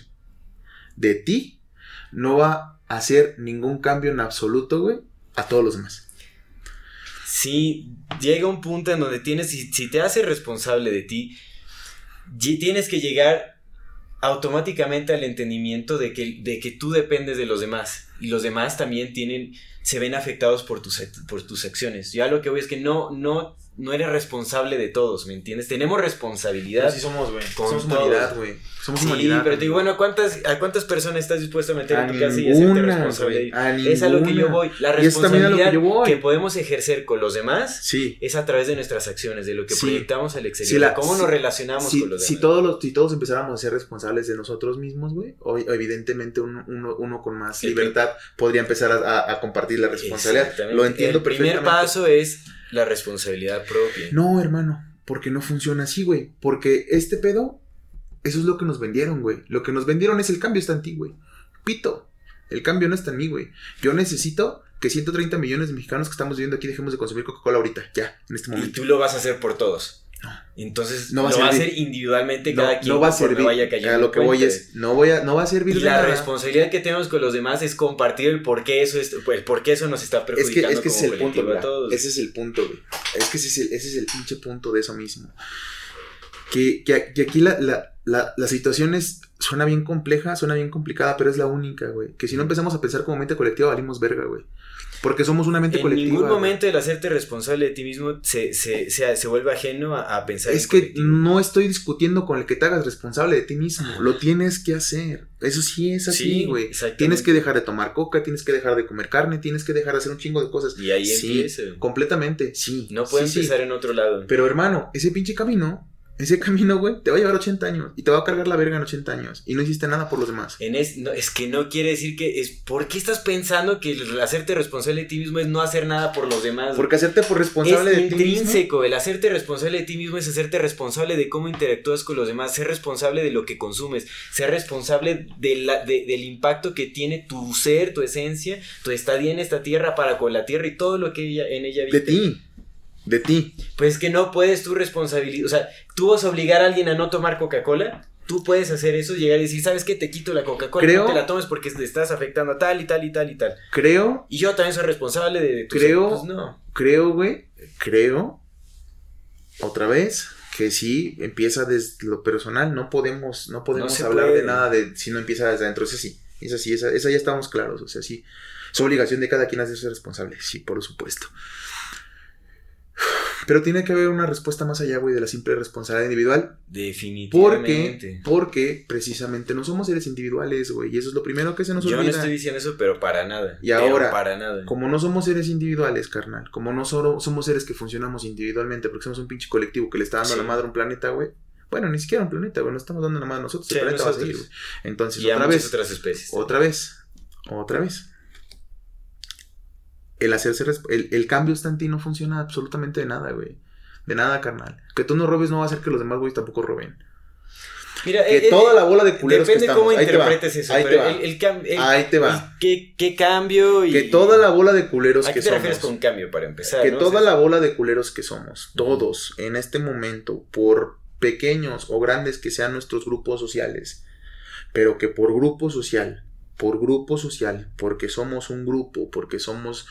De ti no va a hacer ningún cambio en absoluto, güey, a todos los demás. Sí, llega un punto en donde tienes, si, si te haces responsable de ti, y tienes que llegar automáticamente al entendimiento de que, de que tú dependes de los demás. Y los demás también tienen, se ven afectados por tus, act- por tus acciones. Yo a lo que voy es que no, no, no eres responsable de todos, ¿me entiendes? Tenemos responsabilidad. somos, güey. Con Somos todos. humanidad, güey. Somos Sí, humanidad. pero te digo, amigo. bueno, ¿cuántas, ¿a cuántas personas estás dispuesto a meter A en tu casa y hacerte ninguna, responsable? güey, a Es a lo que yo ninguna. voy. La Y es también a lo que responsabilidad yo voy. que podemos ejercer con los demás Sí. es a través de nuestras acciones, de lo que Sí. proyectamos al exterior, Si la- de cómo si- nos relacionamos Si, con los si demás. todos los, si todos empezáramos a ser responsables de nosotros mismos, güey, o- evidentemente uno, uno, uno con más El libertad podría empezar a, a- a compartir la responsabilidad. Exactamente. Lo entiendo El primer perfectamente. paso es la responsabilidad propia. No, hermano, porque no funciona así, güey. Porque este pedo, eso es lo que nos vendieron, güey. Lo que nos vendieron es el cambio está en ti, güey. Pito, el cambio no está en mí, güey. Yo necesito que ciento treinta millones de mexicanos que estamos viviendo aquí dejemos de consumir Coca-Cola ahorita, ya, en este Y momento. tú lo vas a hacer por todos. No. Entonces No va a lo va a servir. hacer individualmente No, cada quien no va a conforme servir. vaya cayendo A lo que en voy cuenta. es, no, voy a, no va a servir Y de la nada. responsabilidad que tenemos con los demás es compartir el por qué eso, es, el por qué eso nos está Es que, perjudicando es que ese como es el punto, colectivo mira. a todos. Ese es el punto, güey. Es que ese es el, ese es el pinche punto de eso mismo. Que, que, que aquí la, la, la, la situación es, suena bien compleja, suena bien complicada, pero es la única, güey. Que si no empezamos a pensar como mente colectiva, valimos verga, güey. Porque somos una mente En colectiva. ningún güey. momento el hacerte responsable de ti mismo se, se, se, se vuelve ajeno a, a pensar Es en que colectivo. no estoy discutiendo con el que te hagas responsable de ti mismo. Lo tienes que hacer. Eso sí es así, Sí, güey. exactamente. Tienes que dejar de tomar coca, tienes que dejar de comer carne, tienes que dejar de hacer un chingo de cosas. Y ahí Sí, empieza. completamente, sí. No puede Sí, sí. empezar en otro lado. Pero hermano, ese pinche camino, ese camino, güey, te va a llevar ochenta años y te va a cargar la verga en ochenta años y no hiciste nada por los demás. En es, no, es que no quiere decir que es. ¿Por qué estás pensando que el hacerte responsable de ti mismo es no hacer nada por los demás? Porque hacerte por responsable es de ti mismo. intrínseco. El hacerte responsable de ti mismo es hacerte responsable de cómo interactúas con los demás, ser responsable de lo que consumes, ser responsable de la, de, del impacto que tiene tu ser, tu esencia, tu estadía en esta tierra para con la tierra y todo lo que ella, en ella De habita. ti. De ti. Pues es que no puedes tú responsabilizar, o sea, tú vas a obligar a alguien a no tomar Coca-Cola. Tú puedes hacer eso, llegar y decir, ¿sabes qué? Te quito la Coca-Cola, Creo- no te la tomes porque te estás afectando a tal y tal y tal y tal. Creo, Y yo también soy responsable de, de tus Creo- actos. No. creo, güey, creo, otra vez, que sí empieza desde lo personal. No podemos, no podemos No se hablar puede. de nada de si no empieza desde adentro. Esa sí, esa sí, esa, esa ya estamos claros. O sea, sí, es obligación de cada quien hacerse responsable. Sí, por supuesto. Pero tiene que haber una respuesta más allá, güey, de la simple responsabilidad individual. Definitivamente. Porque, porque precisamente no somos seres individuales, güey. Y eso es lo primero que se nos Yo olvida. no estoy diciendo eso, pero para nada. Y ahora, para nada. Como no somos seres individuales, carnal, como no solo somos seres que funcionamos individualmente, porque somos un pinche colectivo que le está dando Sí. a la madre a un planeta, güey. Bueno, ni siquiera un planeta, güey, no estamos dando la madre a nosotros. Sí, El planeta nosotros. va a seguir, güey. Entonces, Y a otra muchas vez. otras especies. Otra vez. Otra vez. El hacerse resp- el, el cambio está en ti, no funciona absolutamente de nada, güey. De nada, carnal. Que tú no robes no va a hacer que los demás güeyes tampoco roben. Mira, Que eh, toda eh, la bola de culeros que depende estamos. cómo Ahí te va. interpretes eso. Ahí te pero va. el, el cam- el- Ahí te va. el- ¿qué, qué cambio? Y, Que toda la bola de culeros ¿A que qué te somos. refieres con cambio para empezar? Que ¿no? toda O sea, la bola de culeros que somos, todos, en este momento, por pequeños o grandes que sean nuestros grupos sociales, pero que por grupo social, por grupo social, porque somos un grupo, porque somos,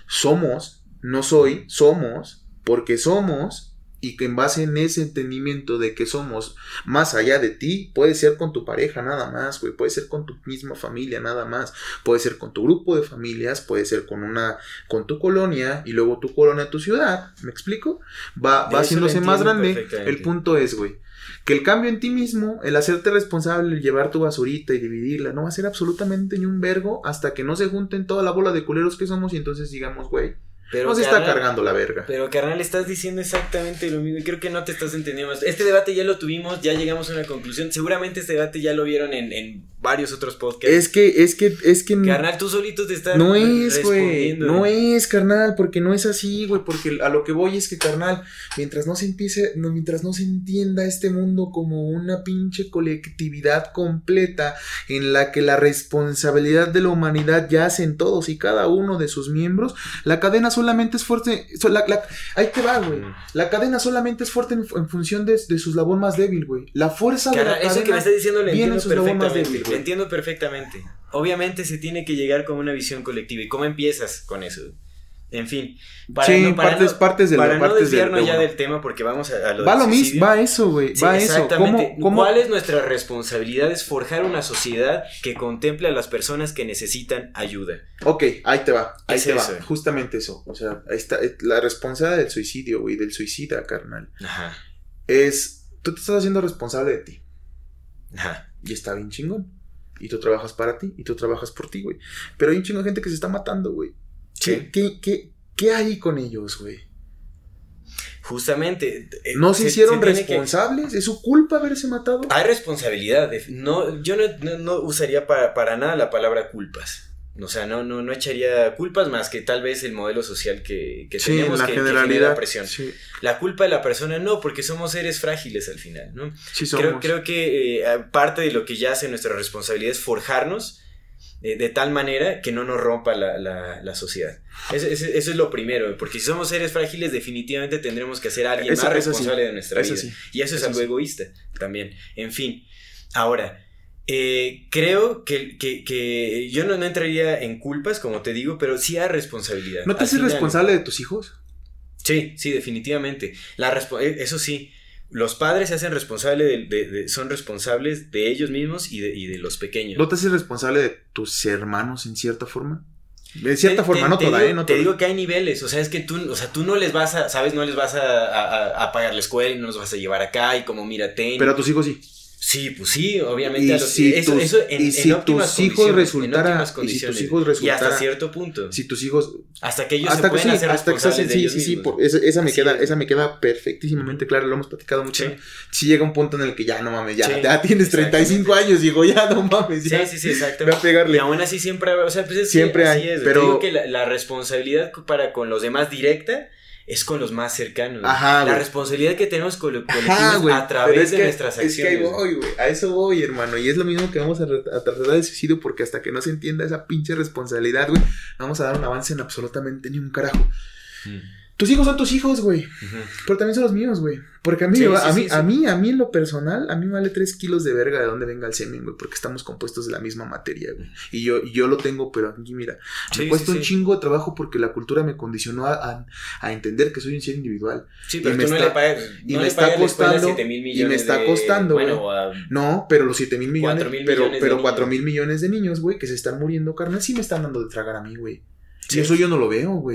somos, no soy, somos, porque somos, y que en base en ese entendimiento de que somos más allá de ti, puede ser con tu pareja nada más, güey, puede ser con tu misma familia nada más, puede ser con tu grupo de familias, puede ser con una, con tu colonia, y luego tu colonia, tu ciudad, ¿me explico? Va, De va eso haciéndose lo más entiendo grande. perfectamente. El punto es, güey, que el cambio en ti mismo, el hacerte responsable, el llevar tu basurita y dividirla, no va a ser absolutamente ni un vergo hasta que no se junten toda la bola de culeros que somos y entonces digamos, güey, pero nos está carnal, cargando la verga. Pero carnal, estás diciendo exactamente lo mismo y creo que no te estás entendiendo más. Este debate ya lo tuvimos, ya llegamos a una conclusión. Seguramente este debate ya lo vieron en, en varios otros podcasts. Es que, es que, es que... Carnal, tú solito te estás No es, güey, respondiendo. no es, carnal, porque no es así, güey, porque a lo que voy es que, carnal, mientras no se empiece, no, mientras no se entienda este mundo como una pinche colectividad completa en la que la responsabilidad de la humanidad yace en todos y cada uno de sus miembros, la cadena solamente es fuerte, so, la, la, ahí te va, güey, Mm. la cadena solamente es fuerte en, en función de, de su eslabón más débil, güey, la fuerza Carnal, de la eso cadena que me estás diciendo lo viene en entiendo su eslabón más perfectamente. débil, Lo güey. entiendo perfectamente. Obviamente se tiene que llegar con una visión colectiva. ¿Y cómo empiezas con eso? En fin, para Sí, no, para partes- no, partes de lo- para no partes de- desviarnos de ya uno. del tema porque vamos a, a lo Va del lo mismo, suicidio. va eso, güey, Sí, va eso. exactamente. ¿Cómo, cómo? ¿Cuál es nuestra responsabilidad? Es forjar una sociedad que contemple a las personas que necesitan ayuda. Ok, ahí te va, ahí Es te eso. va, justamente eso. O sea, ahí está, eh, la responsabilidad del suicidio, güey, del suicida, carnal, Ajá. es, tú te estás haciendo responsable de ti, Ajá. y está bien chingón, y tú trabajas para ti, y tú trabajas por ti, güey, pero hay un chingo de gente que se está matando, güey. Sí. ¿Qué, qué, qué, qué hay con ellos, güey? Justamente. eh, ¿No se, hicieron tiene que- responsables? ¿Es su culpa haberse matado? Hay responsabilidad. de- No, yo no, no, no usaría para, para nada la palabra culpas. O sea, no, no, no echaría culpas más que tal vez el modelo social que, que Sí, tenemos la que, que generalidad. genera presión. Sí, La culpa de la persona no, porque somos seres frágiles al final, ¿no? sí somos. Creo, creo que eh, parte de lo que ya hace nuestra responsabilidad es forjarnos eh, de tal manera que no nos rompa la, la, la sociedad. Eso, eso, eso es lo primero, porque si somos seres frágiles definitivamente tendremos que ser alguien Eso- más eso responsable sí, de nuestra eso vida. sí, Y eso es eso algo sí. egoísta también. En fin, ahora... Eh, creo que, que, que yo no, no entraría en culpas, como te digo, pero sí hay responsabilidad. ¿No te Al haces final- responsable de tus hijos? Sí, sí, definitivamente. La respo- eh, eso sí, los padres se hacen responsables de, de- de- son responsables de ellos mismos y de, y de los pequeños. ¿No te haces responsable de tus hermanos en cierta forma? De cierta Te- forma, te- no te toda, digo, ¿eh? No te toda. digo que hay niveles, o sea, es que tú, o sea, tú no les vas a, ¿sabes? No les vas a, a, a pagar la escuela y no los vas a llevar acá y como mira, ten. Pero a tus hijos sí. Sí, pues sí, obviamente. Y a los, si eso, tus- eso en, y en si óptimas tus hijos condiciones, resultara- en óptimas y si tus condiciones. hijos Y hasta resultara- cierto punto. Si tus hijos... Hasta que ellos hasta se que pueden sí, hacer hasta que se responsables hacen, de sí, ellos sí, sí, mismos. por- esa, esa me Así queda, es. esa me queda perfectísimamente clara, lo hemos platicado mucho. Sí. ¿no? Sí llega un punto en el que ya no mames, ya, Sí, ya tienes treinta y cinco años, digo, ya no mames, Sí, ya. sí, sí, exacto. Ve a pegarle. Y aún así siempre, o sea, pues es que Siempre así hay, es, pero- te digo que la, la responsabilidad para con los demás directa es con los más cercanos. Ajá, La güey. responsabilidad que tenemos con lo Ajá, colectivos güey, a pero través es de que- nuestras acciones. Es que ahí voy, güey, a eso voy, hermano, y es lo mismo que vamos a, re- a tratar del suicidio, porque hasta que no se entienda esa pinche responsabilidad, güey, no vamos a dar un avance en absolutamente ni un carajo. Mm. Tus hijos son tus hijos, güey, Ujú. pero también son los míos, güey, porque a mí, Sí, me va- sí, a, mí sí, sí. a mí, a mí en lo personal, a mí me vale tres kilos de verga de dónde venga el semen, güey, porque estamos compuestos de la misma materia, güey, y yo, y yo lo tengo, pero aquí, mira, me Sí, cuesta sí, un sí. chingo de trabajo porque la cultura me condicionó a, a, a entender que soy un ser individual. Sí, Y pero me tú no está- le pagas. y no me le está pagas la escuela costando- siete mil y me millones está de- costando, Bueno, güey. a- No, pero los siete mil millones, Cuatro mil pero, millones de pero niños. cuatro mil millones de niños, güey, que se están muriendo, carnal, sí me están dando de tragar a mí, güey. Sí. Y eso yo no lo veo, güey.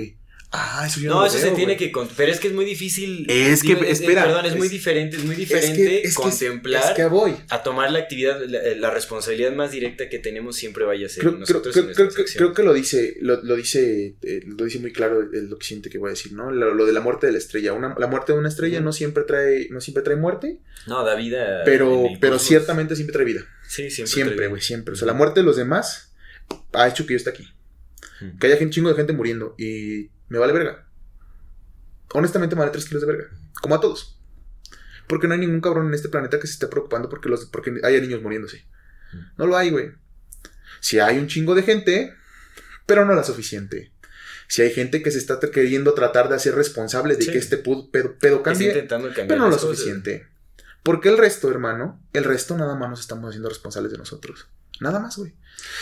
Ah, eso yo no, no eso lo se veo, tiene güey. que... Con... Pero es que es muy difícil... Es que, digo, es, espera. Perdón, es, es muy diferente, es muy diferente es que, es que contemplar... Es que voy. A tomar la actividad, la, la responsabilidad más directa que tenemos siempre vaya a ser creo, nosotros creo, y creo, nuestras creo, creo que lo dice, lo, lo dice, eh, lo dice muy claro el, el occidente que voy a decir, ¿no? Lo, lo de la muerte de la estrella. Una, la muerte de una estrella uh-huh. no siempre trae, no siempre trae muerte. No, da vida. Pero, pero ciertamente siempre trae vida. Sí, siempre. Siempre, güey, siempre. O sea, la muerte de los demás ha hecho que yo esté aquí. Uh-huh. Que haya un chingo de gente muriendo y me vale verga. Honestamente me vale tres kilos de verga. Como a todos. Porque no hay ningún cabrón en este planeta que se esté preocupando porque, los, porque haya niños muriéndose. No lo hay, güey. Si hay un chingo de gente, pero no la suficiente. Si hay gente que se está queriendo tratar de hacer responsable de sí. que este pedo, pedo cambie, intentando cambiar pero no lo cosas. suficiente. Porque el resto, hermano, el resto nada más nos estamos haciendo responsables de nosotros. Nada más, güey.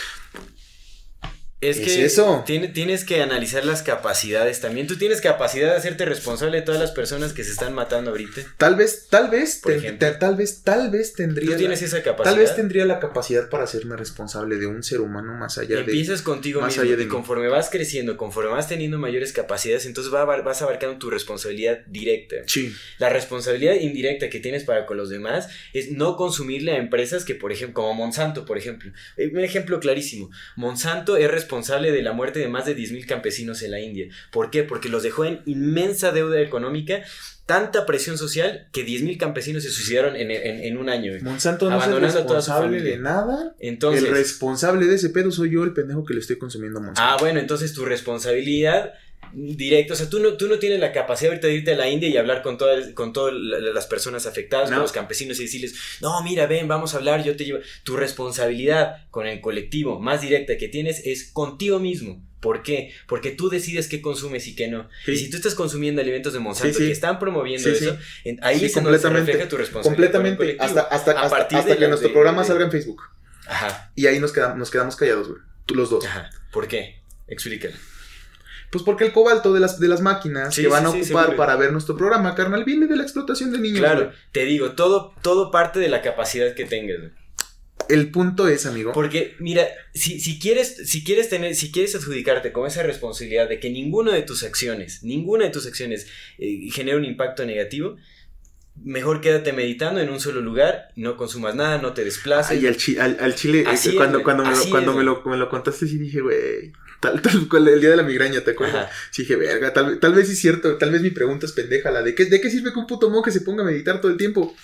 Es que ¿Es eso? Tiene, tienes que analizar las capacidades también. Tú tienes capacidad de hacerte responsable de todas las personas que se están matando ahorita. Tal vez, tal vez, Por te, ejemplo. te, tal vez, tal vez tendría. ¿Tú tienes la, esa capacidad? Tal vez tendría la capacidad para hacerme responsable de un ser humano más allá Empiezas de. Empiezas contigo más mismo allá de y mí. conforme vas creciendo, conforme vas teniendo mayores capacidades, entonces va, vas abarcando tu responsabilidad directa. Sí. La responsabilidad indirecta que tienes para con los demás es no consumirle a empresas que, por ejemplo, como Monsanto, por ejemplo. Un ejemplo clarísimo. Monsanto es responsable de la muerte de más de diez mil campesinos en la India. ¿Por qué? Porque los dejó en inmensa deuda económica, tanta presión social que diez mil campesinos se suicidaron en, en, en un año. Monsanto no es el responsable de nada. Entonces, el responsable de ese pedo soy yo, el pendejo que le estoy consumiendo a Monsanto. Ah, bueno, entonces tu responsabilidad directa, o sea, tú no, tú no tienes la capacidad ahorita de irte a la India y hablar con todas, con todas las personas afectadas, no. con los campesinos y decirles, no, mira, ven, vamos a hablar, yo te llevo. Tu responsabilidad con el colectivo más directa que tienes es contigo mismo. ¿Por qué? Porque tú decides qué consumes y qué no. Sí. Y si tú estás consumiendo alimentos de Monsanto sí, sí. que están promoviendo sí, eso, sí. ahí sí, es donde se refleja tu responsabilidad. Completamente. Hasta, hasta, hasta, hasta que la, nuestro de, programa de, salga en Facebook. Ajá. Y ahí nos quedamos, nos quedamos callados, güey. Tú los dos. Ajá. ¿Por qué? Explícalo. Pues porque el cobalto de las, de las máquinas sí, que van sí, a ocupar sí, para ver nuestro programa, carnal, viene de la explotación de niños. Claro, güey. Te digo, todo, todo parte de la capacidad que tengas, güey. El punto es, amigo. Porque, mira, si, si quieres, si quieres tener, si quieres adjudicarte con esa responsabilidad de que ninguna de tus acciones, ninguna de tus acciones eh, genere un impacto negativo, mejor quédate meditando en un solo lugar, no consumas nada, no te desplaces. Y al, chi, al, al chile, así cuando, es, cuando, me, lo, cuando me, lo, me lo contaste, sí dije, güey, tal, tal cual, el día de la migraña, ¿te acuerdas? Ajá. Sí dije, verga, tal, tal vez sí es cierto, tal vez mi pregunta es pendeja, la de, ¿qué, ¿de qué sirve que un puto monje se ponga a meditar todo el tiempo?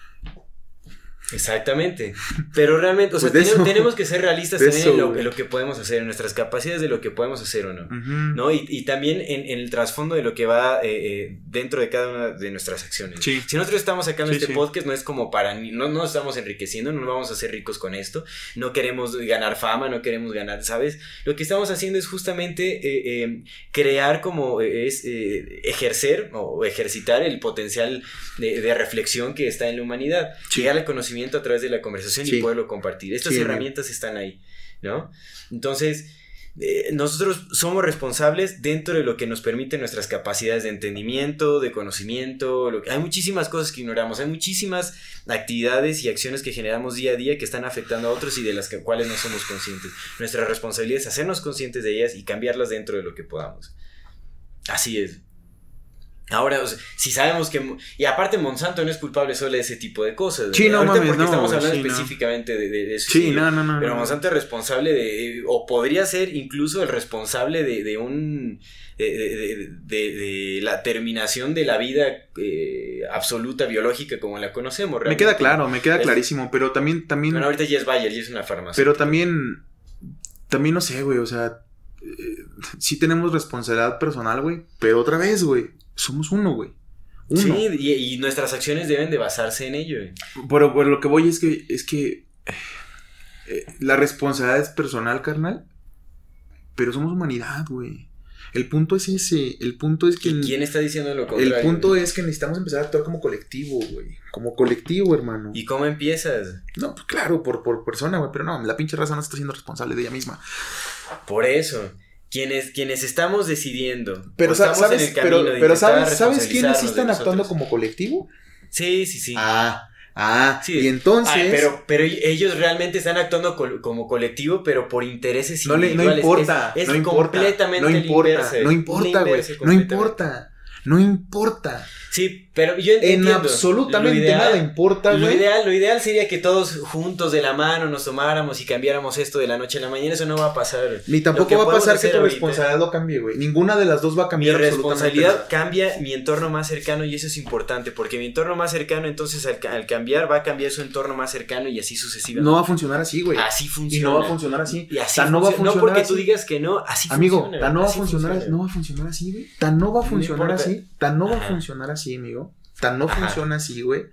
Exactamente, pero realmente, o sea, pues tenemos, tenemos que ser realistas también eso, en, lo, en lo que podemos hacer, en nuestras capacidades de lo que podemos hacer o no, uh-huh. ¿no? Y, y también en, en el trasfondo de lo que va eh, eh, dentro de cada una de nuestras acciones. Sí. Si nosotros estamos sacando sí, este sí. podcast, no es como para, no, no nos estamos enriqueciendo, no vamos a ser ricos con esto, no queremos ganar fama, no queremos ganar, ¿sabes? Lo que estamos haciendo es justamente eh, eh, crear como eh, es eh, ejercer o ejercitar el potencial de, de reflexión que está en la humanidad, sí. llegar al conocimiento a través de la conversación sí. y poderlo compartir. Estas sí, herramientas man. están ahí, ¿no? Entonces, eh, nosotros somos responsables dentro de lo que nos permiten nuestras capacidades de entendimiento, de conocimiento. Lo que, hay muchísimas cosas que ignoramos, hay muchísimas actividades y acciones que generamos día a día que están afectando a otros y de las que, cuales no somos conscientes. Nuestra responsabilidad es hacernos conscientes de ellas y cambiarlas dentro de lo que podamos. Así es. Ahora, o sea, si sabemos que... Y aparte Monsanto no es culpable solo de ese tipo de cosas. Sí, no, ahorita mames, porque no, estamos hablando sí, específicamente no. de, de, de eso. Sí, no, no, no. Pero no. Monsanto es responsable de... O podría ser incluso el responsable de, de un... De, de, de, de la terminación de la vida eh, absoluta biológica como la conocemos. Realmente. Me queda claro, me queda es, clarísimo, pero también... también bueno, ahorita ya es Bayer, ya es una farmacia. Pero también... También no sé, güey, o sea... Eh, sí tenemos responsabilidad personal, güey, pero otra vez, güey, somos uno, güey. Uno. Sí, y, y nuestras acciones deben de basarse en ello, güey. Pero, pero lo que voy es que es que eh, la responsabilidad es personal, carnal, pero somos humanidad, güey. El punto es ese, el punto es que... ¿Y quién está diciendo lo contrario? El punto es que necesitamos empezar a actuar como colectivo, güey. Como colectivo, hermano. ¿Y cómo empiezas? No, pues claro, por, por persona, güey, pero no, la pinche raza no está siendo responsable de ella misma. Por eso... Quienes, quienes estamos decidiendo. Pero estamos sabes, en el camino pero, de pero sabes, ¿sabes quiénes sí de están actuando como colectivo? Sí, sí, sí. Ah, Ah, Sí. y entonces... Ah, pero, pero ellos realmente están actuando col- como colectivo, pero por intereses no, le, no individuales. importa, es, es no importa, completamente no importa, el inverso. no importa, güey, no importa, no importa. Sí, pero yo En entiendo. absolutamente Lo ideal- nada importa, Lo güey. ideal, lo ideal sería que todos juntos de la mano nos tomáramos y cambiáramos esto de la noche a la mañana. Eso no va a pasar. Ni tampoco Lo que va a podemos pasar que hacer tu ahorita- responsabilidad lo cambie, güey. Ninguna de las dos va a Mi cambiar absolutamente responsabilidad nada. cambia mi entorno más cercano y eso es importante porque mi entorno más cercano entonces al, al cambiar va a cambiar su entorno más cercano y así sucesivamente. No va a funcionar así, güey. Así funciona. Y no va a funcionar así. Y así Tan no va a funciona. funcionar No porque así. tú digas que no, así Amigo, funciona. tan no va a así funcionar, funciona. no va a funcionar así, güey. Tan no va a No funcionar importa. así. Tan no va a Ajá. funcionar así, amigo. Tan no Ajá. funciona así, güey.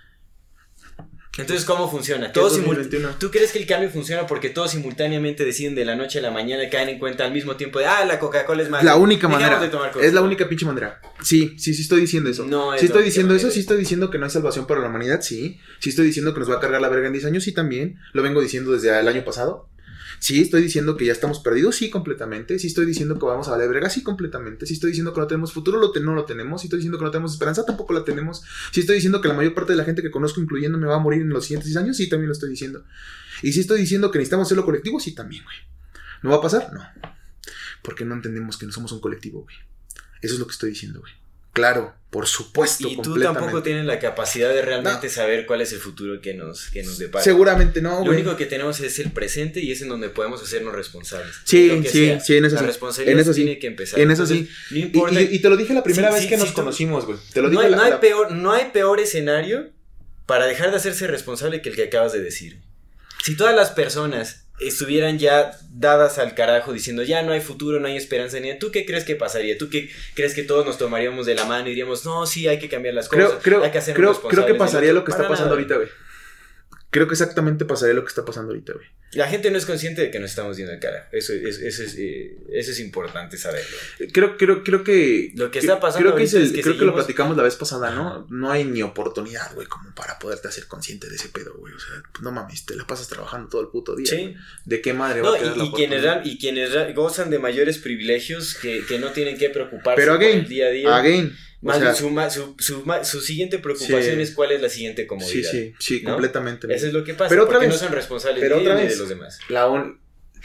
Entonces, ¿cómo funciona? ¿Qué es Todos dos mil simul- veintiuno? ¿Tú crees que el cambio funciona porque todos simultáneamente deciden de la noche a la mañana y caen en cuenta al mismo tiempo de, ah, la Coca-Cola es mala? La única Dejemos manera. de tomar Es Coca-Cola. la única pinche manera. Sí, sí, sí estoy diciendo eso. No es sí la estoy única diciendo eso, manera. sí estoy diciendo que no hay salvación para la humanidad, sí. Sí estoy diciendo que nos va a cargar la verga en diez años, sí también. Lo vengo diciendo desde el año pasado. Sí, estoy diciendo que ya estamos perdidos, sí, completamente. Sí estoy diciendo que vamos a valer verga, sí, completamente. Sí estoy diciendo que no tenemos futuro, lo te- no lo tenemos. Sí estoy diciendo que no tenemos esperanza, tampoco la tenemos. Sí estoy diciendo que la mayor parte de la gente que conozco, incluyéndome, va a morir en los siguientes diez años, sí, también lo estoy diciendo. Y sí estoy diciendo que necesitamos hacerlo colectivo, sí, también, güey. ¿No va a pasar? No. Porque no entendemos que no somos un colectivo, güey. Eso es lo que estoy diciendo, güey. Claro, por supuesto, Y tú completamente. tampoco tienes la capacidad de realmente No. saber cuál es el futuro que nos, que nos depara. Seguramente no, Lo güey. único que tenemos es el presente y es en donde podemos hacernos responsables. Sí, Lo que sí, sea. sí, en eso la sí. responsabilidad En eso sí. tiene que empezar. En eso Entonces, sí. No Y, importa. y- y te lo dije la primera Sí, vez sí, que sí, nos tú- conocimos, güey. Te lo no, dije hay, la, no, hay la- peor, no hay peor escenario para dejar de hacerse responsable que el que acabas de decir. Si todas las personas estuvieran ya dadas al carajo diciendo ya no hay futuro, no hay esperanza ni nada, ¿tú qué crees que pasaría? ¿Tú qué crees que todos nos tomaríamos de la mano y diríamos no, sí, hay que cambiar las Creo, cosas, creo, hay que hacernos creo, responsables creo que del pasaría otro"? lo que está Para pasando nada. ahorita, güey. Creo que exactamente pasaría lo que está pasando ahorita, güey. La gente no es consciente de que nos estamos yendo al carajo. Eso, es, eso, es, eh, eso es importante saberlo. Creo, creo, creo que... Lo que está pasando Creo que, es ahorita el- es que creo que lo seguimos- platicamos la vez pasada, ¿no? No hay ni oportunidad, güey, como para poderte hacer consciente de ese pedo, güey. O sea, pues, no mames, te la pasas trabajando todo el puto día. Sí. güey. ¿De qué madre va No, a quedar y, la y quienes, oportunidad? ra- y quienes ra- gozan de mayores privilegios que, que no tienen que preocuparse Pero por again, el día a día. again, o Más sea, bien, su, ma- su, su, ma- su siguiente preocupación Sí. es cuál es la siguiente sí, comodidad. sí, sí, ¿no? completamente. Eso es lo que pasa, Pero otra porque vez, no son responsables pero ni otra de, ni vez, de los demás. La on-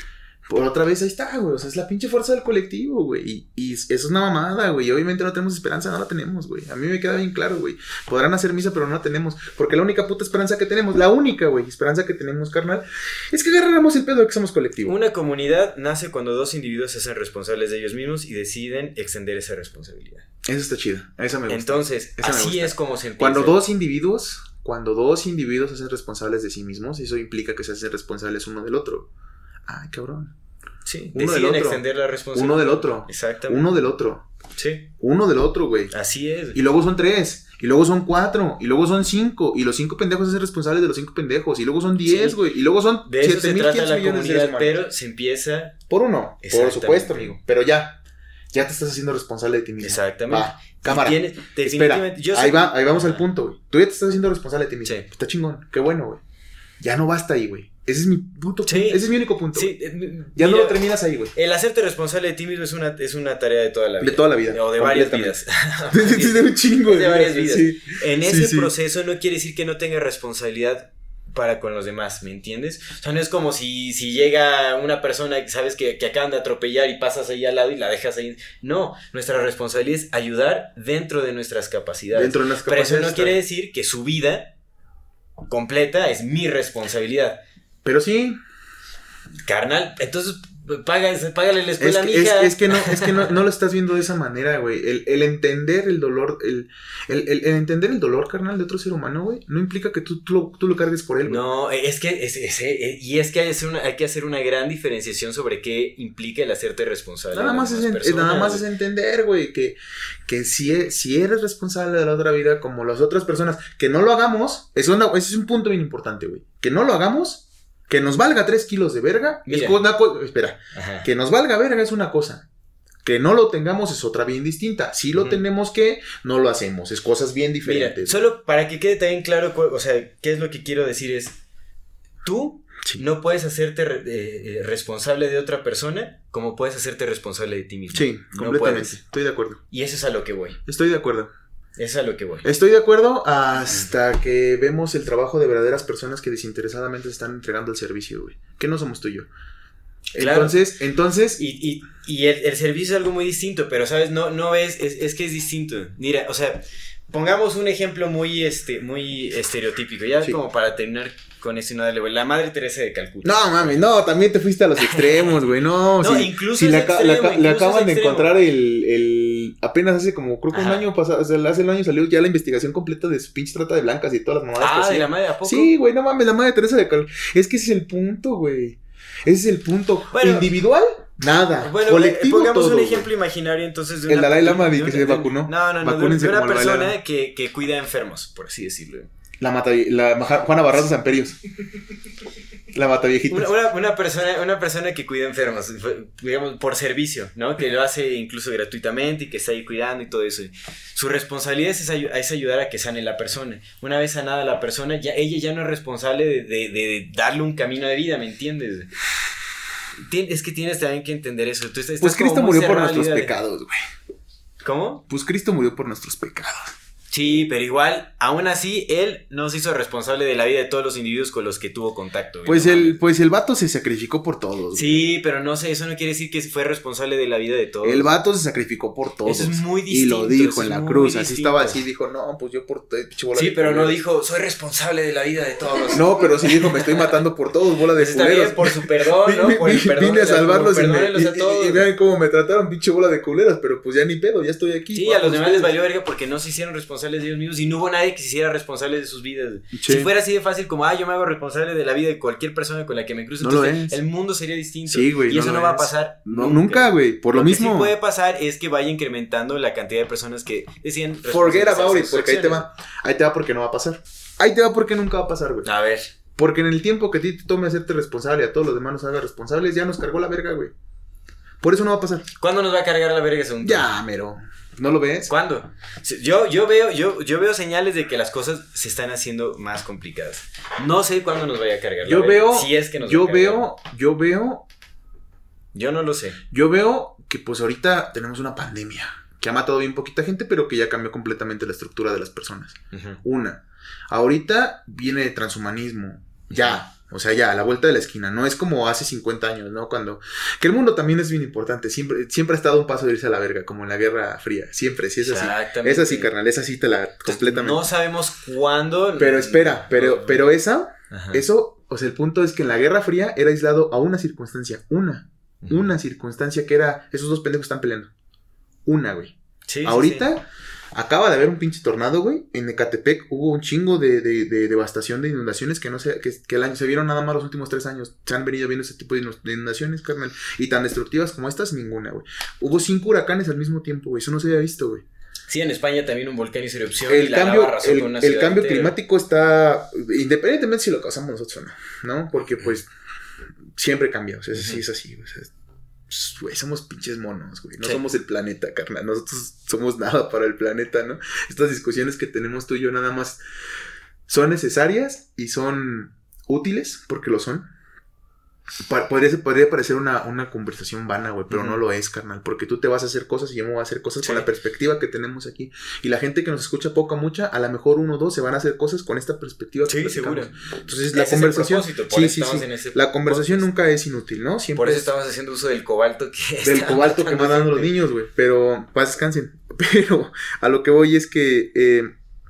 Por otra vez ahí está, güey. O sea, es la pinche fuerza del colectivo, güey. Y, y eso es una mamada, güey. Y obviamente no tenemos esperanza, no la tenemos, güey. A mí me queda bien claro, güey. Podrán hacer misa, pero no la tenemos. Porque la única puta esperanza que tenemos, la única, güey, esperanza que tenemos, carnal, es que agarráramos el pedo de que somos colectivo. Una comunidad nace cuando dos individuos se hacen responsables de ellos mismos y deciden extender esa responsabilidad. Eso está chida. Esa me gusta. Entonces, Esa me así gusta. es como se empieza. Cuando dos individuos, cuando dos individuos se hacen responsables de sí mismos, eso implica que se hacen responsables uno del otro. Ay, cabrón. Sí, uno del deciden otro. extender la responsabilidad. Uno del otro. Exactamente. Uno del otro. Sí, Uno del otro, güey. así es. Y luego son tres, y luego son cuatro, y luego son cinco, y los cinco pendejos se hacen responsables de los cinco pendejos, y luego son diez, Sí. güey, y luego son De eso siete se mil trata quinientos la millones de seres comunidad, humanos. pero se empieza... Por uno, por Exactamente. supuesto, amigo, pero ya, ya te estás haciendo responsable de ti mismo. Exactamente. Va, cámara. Y tienes- Espera, definitivamente, yo ahí sé- va, ahí vamos al punto, güey. Tú ya te estás haciendo responsable de ti mismo. Sí. Está chingón, qué bueno, güey. Ya no basta ahí, güey. Ese es mi punto, Sí. ese es mi único punto. Sí, güey. eh, Ya no mira, lo terminas ahí, güey. El hacerte responsable de ti mismo es una, es una tarea de toda la vida. De toda la vida, O de varias completamente. vidas. de un chingo Es de varias vidas. Sí. En Sí, ese sí. proceso no quiere decir que no tenga responsabilidad para con los demás, ¿me entiendes? O sea, no es como si, si llega una persona que sabes que, que acaban de atropellar y pasas ahí al lado y la dejas ahí. No, nuestra responsabilidad es ayudar dentro de nuestras capacidades. Dentro de las Pero eso capacidades no está. quiere decir que su vida completa es mi responsabilidad. Pero sí. Carnal, entonces paga, págale la Es escuela a que, mi es, hija. es que no, es que no, no lo estás viendo de esa manera, güey. El, el entender el dolor, el, el, el, el entender el dolor, carnal, de otro ser humano, güey, no implica que tú, tú, lo, tú lo cargues por él, güey. No, es que es, es- eh, y es que hay, que hacer una, hay que hacer una gran diferenciación sobre qué implica el hacerte responsable. Nada de más, las es, en- demás nada más personas. es entender, güey, que, que si, e- si eres responsable de la otra vida como las otras personas, que no lo hagamos, es una, ese es un punto bien importante, güey. Que no lo hagamos, que nos valga tres kilos de verga, es Mira. una cosa, espera, Ajá. que nos valga verga es una cosa. Que no lo tengamos es otra bien distinta. Si lo Ujú. tenemos que, no lo hacemos. Es cosas bien Mira, diferentes. solo para que quede también claro, cu- o sea, qué es lo que quiero decir es, tú Sí. no puedes hacerte re- eh, eh, responsable de otra persona como puedes hacerte responsable de ti mismo. Sí, No completamente. puedes. Estoy de acuerdo. Y eso es a lo que voy. Estoy de acuerdo. Eso es a lo que voy. Estoy de acuerdo hasta que vemos el trabajo de verdaderas personas que desinteresadamente se están entregando el servicio, güey. Que no somos tú y yo. Claro. Entonces, entonces... Y, y, y el, el servicio es algo muy distinto, pero, ¿sabes? No, no es, es, es que es distinto. Mira, o sea, pongamos un ejemplo muy, este, muy estereotípico, ya sí. Como para terminar con eso y no darle, güey. La Madre Teresa de Calcuta. No, mami, no, también te fuiste a los extremos, güey. No, no si, incluso si es le, extremo, le, incluso le acaban es de extremo. encontrar el, el... Apenas hace como, creo que Ajá. un año pasado, o sea, hace el año salió ya la investigación completa de su pinche trata de blancas y todas las mamadas. Ah, que ¿de la madre a poco? Sí, güey, no mames, la Madre Teresa de Calcuta. Es que ese es el punto, güey. Ese es el punto. Bueno, individual, nada. Bueno, colectivo, pongamos todo, un ejemplo güey. imaginario entonces de una... El Dalai Lama de, de que una, se vacunó. No, no, no, Vacúnense de una como persona que, que cuida enfermos, por así decirlo. La mata, la Juana Barraza Samperios. La mata viejita. Una, una, una, persona, una persona que cuida enfermos, digamos, por servicio, ¿no? Que lo hace incluso gratuitamente y que está ahí cuidando y todo eso. Su responsabilidad es, es ayudar a que sane la persona. Una vez sanada la persona, ya, ella ya no es responsable de, de, de darle un camino de vida, ¿me entiendes? Es que tienes también que entender eso. Tú estás, pues Cristo murió por nuestros de... pecados, güey. ¿Cómo? Pues Cristo murió por nuestros pecados. Sí, pero igual, aún así, él no se hizo responsable de la vida de todos los individuos con los que tuvo contacto. Pues ¿no? el pues el vato se sacrificó por todos. Sí, pero no sé, eso no quiere decir que fue responsable de la vida de todos. El vato se sacrificó por todos. Eso es muy distinto. Y lo dijo en la cruz, distinto. Así estaba, así dijo, no, pues yo por... Bola sí, de pero culeros. No dijo, soy responsable de la vida de todos. No, pero sí dijo, me estoy matando por todos, bola de pues culeros. Está bien, por su perdón, ¿no? Por el perdón. Vine a salvarlos y, me, a todos. Y, y, y vean cómo me trataron, pinche bola de culeros, pero pues ya ni pedo, ya estoy aquí. Sí, a los demás les valió verga porque no se hicieron responsables de ellos mismos y no hubo nadie que se hiciera responsable de sus vidas. Sí. Si fuera así de fácil como, ah, yo me hago responsable de la vida de cualquier persona con la que me cruzo, no entonces el mundo sería distinto. Sí, güey. Y eso no, no va a pasar. No, nunca, güey. Por lo, lo mismo. Lo que sí puede pasar es que vaya incrementando la cantidad de personas que decían. Forget about it, porque ahí te va. Ahí te va porque no va a pasar. Ahí te va porque nunca va a pasar, güey. A ver. Porque en el tiempo que a ti te tome hacerte responsable y a todos los demás nos haga responsables, ya nos cargó la verga, güey. Por eso no va a pasar. ¿Cuándo nos va a cargar la verga según tú? Ya, mero. ¿No lo ves? ¿Cuándo? Yo, yo, veo, yo, yo veo señales de que las cosas se están haciendo más complicadas. No sé cuándo nos vaya a cargar yo la veo, verga. Si es que nos yo va a cargar. veo, yo veo. Yo no lo sé. Yo veo que pues ahorita tenemos una pandemia que ha matado bien poquita gente, pero que ya cambió completamente la estructura de las personas. Uh-huh. Una. Ahorita viene el transhumanismo. Ya. O sea, ya, a la vuelta de la esquina. No es como hace cincuenta años, ¿no? Cuando... Que el mundo también es bien importante. Siempre, siempre ha estado un paso de irse a la verga, como en la Guerra Fría. Siempre, sí, es así. Exactamente. Es así, carnal. Es así, te la... Entonces, completamente. No sabemos cuándo... Pero espera, pero, no. pero esa... Ajá. Eso, o sea, el punto es que en la Guerra Fría era aislado a una circunstancia. Una. Uh-huh. Una circunstancia que era... Esos dos pendejos están peleando. Una, güey. Sí, ahorita... Sí, sí. Acaba de haber un pinche tornado, güey. En Ecatepec hubo un chingo de, de, de devastación de inundaciones que no sé, que, que el año se vieron nada más los últimos tres años. Se han venido viendo ese tipo de inundaciones, carnal. Y tan destructivas como estas, ninguna, güey. Hubo cinco huracanes al mismo tiempo, güey. Eso no se había visto, güey. Sí, en España también un volcán hizo erupción. El y la cambio, lava arrasó el, con una el ciudad cambio entera. climático está, independientemente si lo causamos nosotros o no, ¿no? Porque pues siempre cambia, o sea, uh-huh. sí es así, o sea, güey, somos pinches monos, güey. No sí. somos el planeta, carnal. Nosotros somos nada para el planeta, ¿no? Estas discusiones que tenemos tú y yo nada más son necesarias y son útiles, porque lo son. Pa- podría, podría parecer una, una conversación vana, güey, pero uh-huh. no lo es, carnal. Porque tú te vas a hacer cosas y yo me voy a hacer cosas sí. con la perspectiva que tenemos aquí. Y la gente que nos escucha poca, mucha, a lo mejor uno o dos se van a hacer cosas con esta perspectiva que sí, seguro. Entonces ese la conversación por sí, eso sí, sí. en ese la conversación podcast. nunca es inútil, ¿no? Siempre por eso es... estamos haciendo uso del cobalto que del cobalto que van dando los niños, güey. Pero paz descansen. Pero a lo que voy es que eh,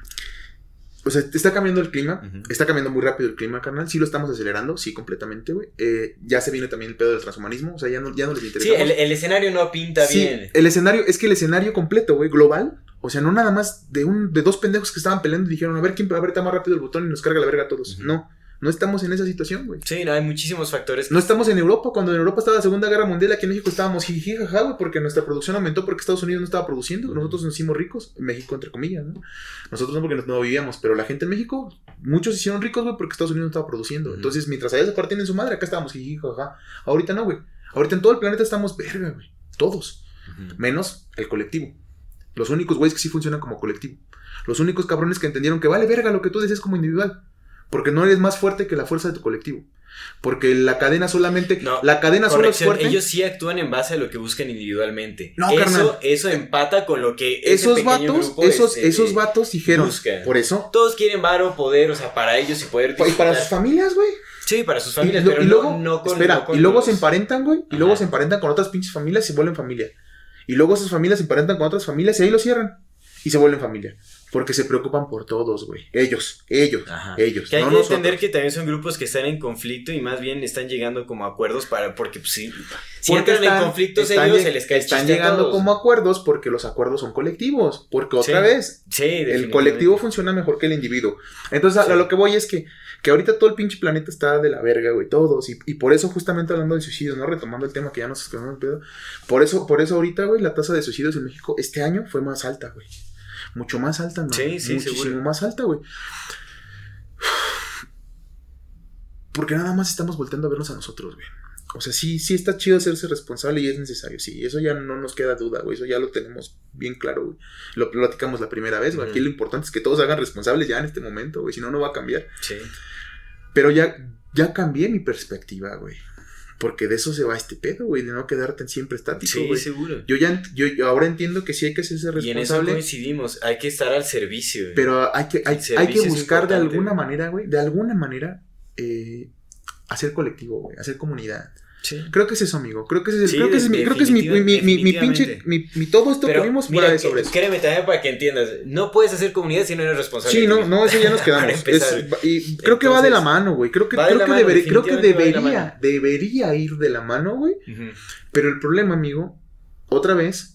o sea, está cambiando el clima, uh-huh. está cambiando muy rápido el clima, carnal. Sí lo estamos acelerando, sí, completamente, güey. Eh, ya se viene también el pedo del transhumanismo, o sea, ya no, ya no les interesa. Sí, el, el escenario no pinta sí, bien. El escenario, es que el escenario completo, güey, global, o sea, no nada más de un de dos pendejos que estaban peleando y dijeron, a ver quién aprieta más rápido el botón y nos carga la verga a todos. Uh-huh. No. No estamos en esa situación, güey. Sí, no, hay muchísimos factores. No estamos en Europa. Cuando en Europa estaba la Segunda Guerra Mundial, aquí en México estábamos jiji, jaja, güey, porque nuestra producción aumentó porque Estados Unidos no estaba produciendo. Nosotros nos hicimos ricos, en México, entre comillas, ¿no? Nosotros no porque no, no vivíamos, pero la gente en México, muchos se hicieron ricos, güey, porque Estados Unidos no estaba produciendo. Uh-huh. Entonces, mientras allá se partían en su madre, acá estábamos jiji, jaja. Ahorita no, güey. Ahorita en todo el planeta estamos verga, güey. Todos. Uh-huh. Menos el colectivo. Los únicos güeyes que sí funcionan como colectivo. Los únicos cabrones que entendieron que vale verga lo que tú deseas como individual. Porque no eres más fuerte que la fuerza de tu colectivo. Porque la cadena solamente... No, la cadena solo es fuerte. Ellos sí actúan en base a lo que buscan individualmente. No, eso, carnal. Eso empata con lo que esos vatos, esos, este, esos vatos dijeron. Buscan. Por eso. Todos quieren varo, poder, o sea, para ellos y poder disfrutar. Y para sus familias, güey. Sí, para sus familias, y, pero y luego, no, no con... Espera, no con y luego los... se emparentan, güey. Y Ajá. luego se emparentan con otras pinches familias y se vuelven familia. Y luego esas familias se emparentan con otras familias y ahí lo cierran. Y se vuelven familia. Porque se preocupan por todos, güey. Ellos, ellos, Ajá. ellos. Que hay no que nosotros. entender que también son grupos que están en conflicto y más bien están llegando como acuerdos para... Porque, pues sí, si Porque entran están, en conflictos están ellos, lleg- se les cae el Están chiste a llegando todos. como acuerdos porque los acuerdos son colectivos. Porque otra Sí. vez, Sí, el definitivamente. colectivo funciona mejor que el individuo. Entonces, a, Sí. a lo que voy es que, que ahorita todo el pinche planeta está de la verga, güey, todos. Y, y por eso, justamente hablando de suicidios, ¿no? Retomando el tema que ya nos quedamos en pedo. Por eso, por eso ahorita, güey, la tasa de suicidios en México este año fue más alta, güey. Mucho más alta, ¿no? Sí, sí, Muchísimo seguro. más alta, güey. Porque nada más estamos volteando a vernos a nosotros, güey. O sea, sí, sí está chido hacerse responsable y es necesario, sí. Eso ya no nos queda duda, güey. Eso ya lo tenemos bien claro, güey. Lo platicamos la primera vez, güey. Aquí Ujú. lo importante es que todos hagan responsables ya en este momento, güey. Si no, no va a cambiar. Sí. Pero ya, ya cambié mi perspectiva, güey. Porque de eso se va este pedo, güey. De no quedarte siempre estático, Sí, güey. seguro. Yo ya, yo, yo ahora entiendo que sí hay que hacerse Y en eso responsable. coincidimos. Hay que estar al servicio. güey. Pero hay que, hay, El hay servicio que es buscar de importante, alguna güey. manera, güey. De alguna manera, eh, hacer colectivo, güey. Hacer comunidad. Sí. Creo que es eso, amigo. Creo que ese es, Sí, creo que ese es mi, creo que es mi, mi, mi, mi, mi pinche, mi, mi todo esto que Pero vimos mira, fuera de sobre eso. créeme también para que entiendas. No puedes hacer comunidad si no eres responsable. Sí, de ti no, mismo. no, eso ya nos Para quedamos. empezar. Es- y creo que va de la mano, güey. Creo que, va de creo la que, mano, debería, creo que definitivamente va de la debería, mano. debería ir de la mano, güey. Ujú. Pero el problema, amigo, otra vez,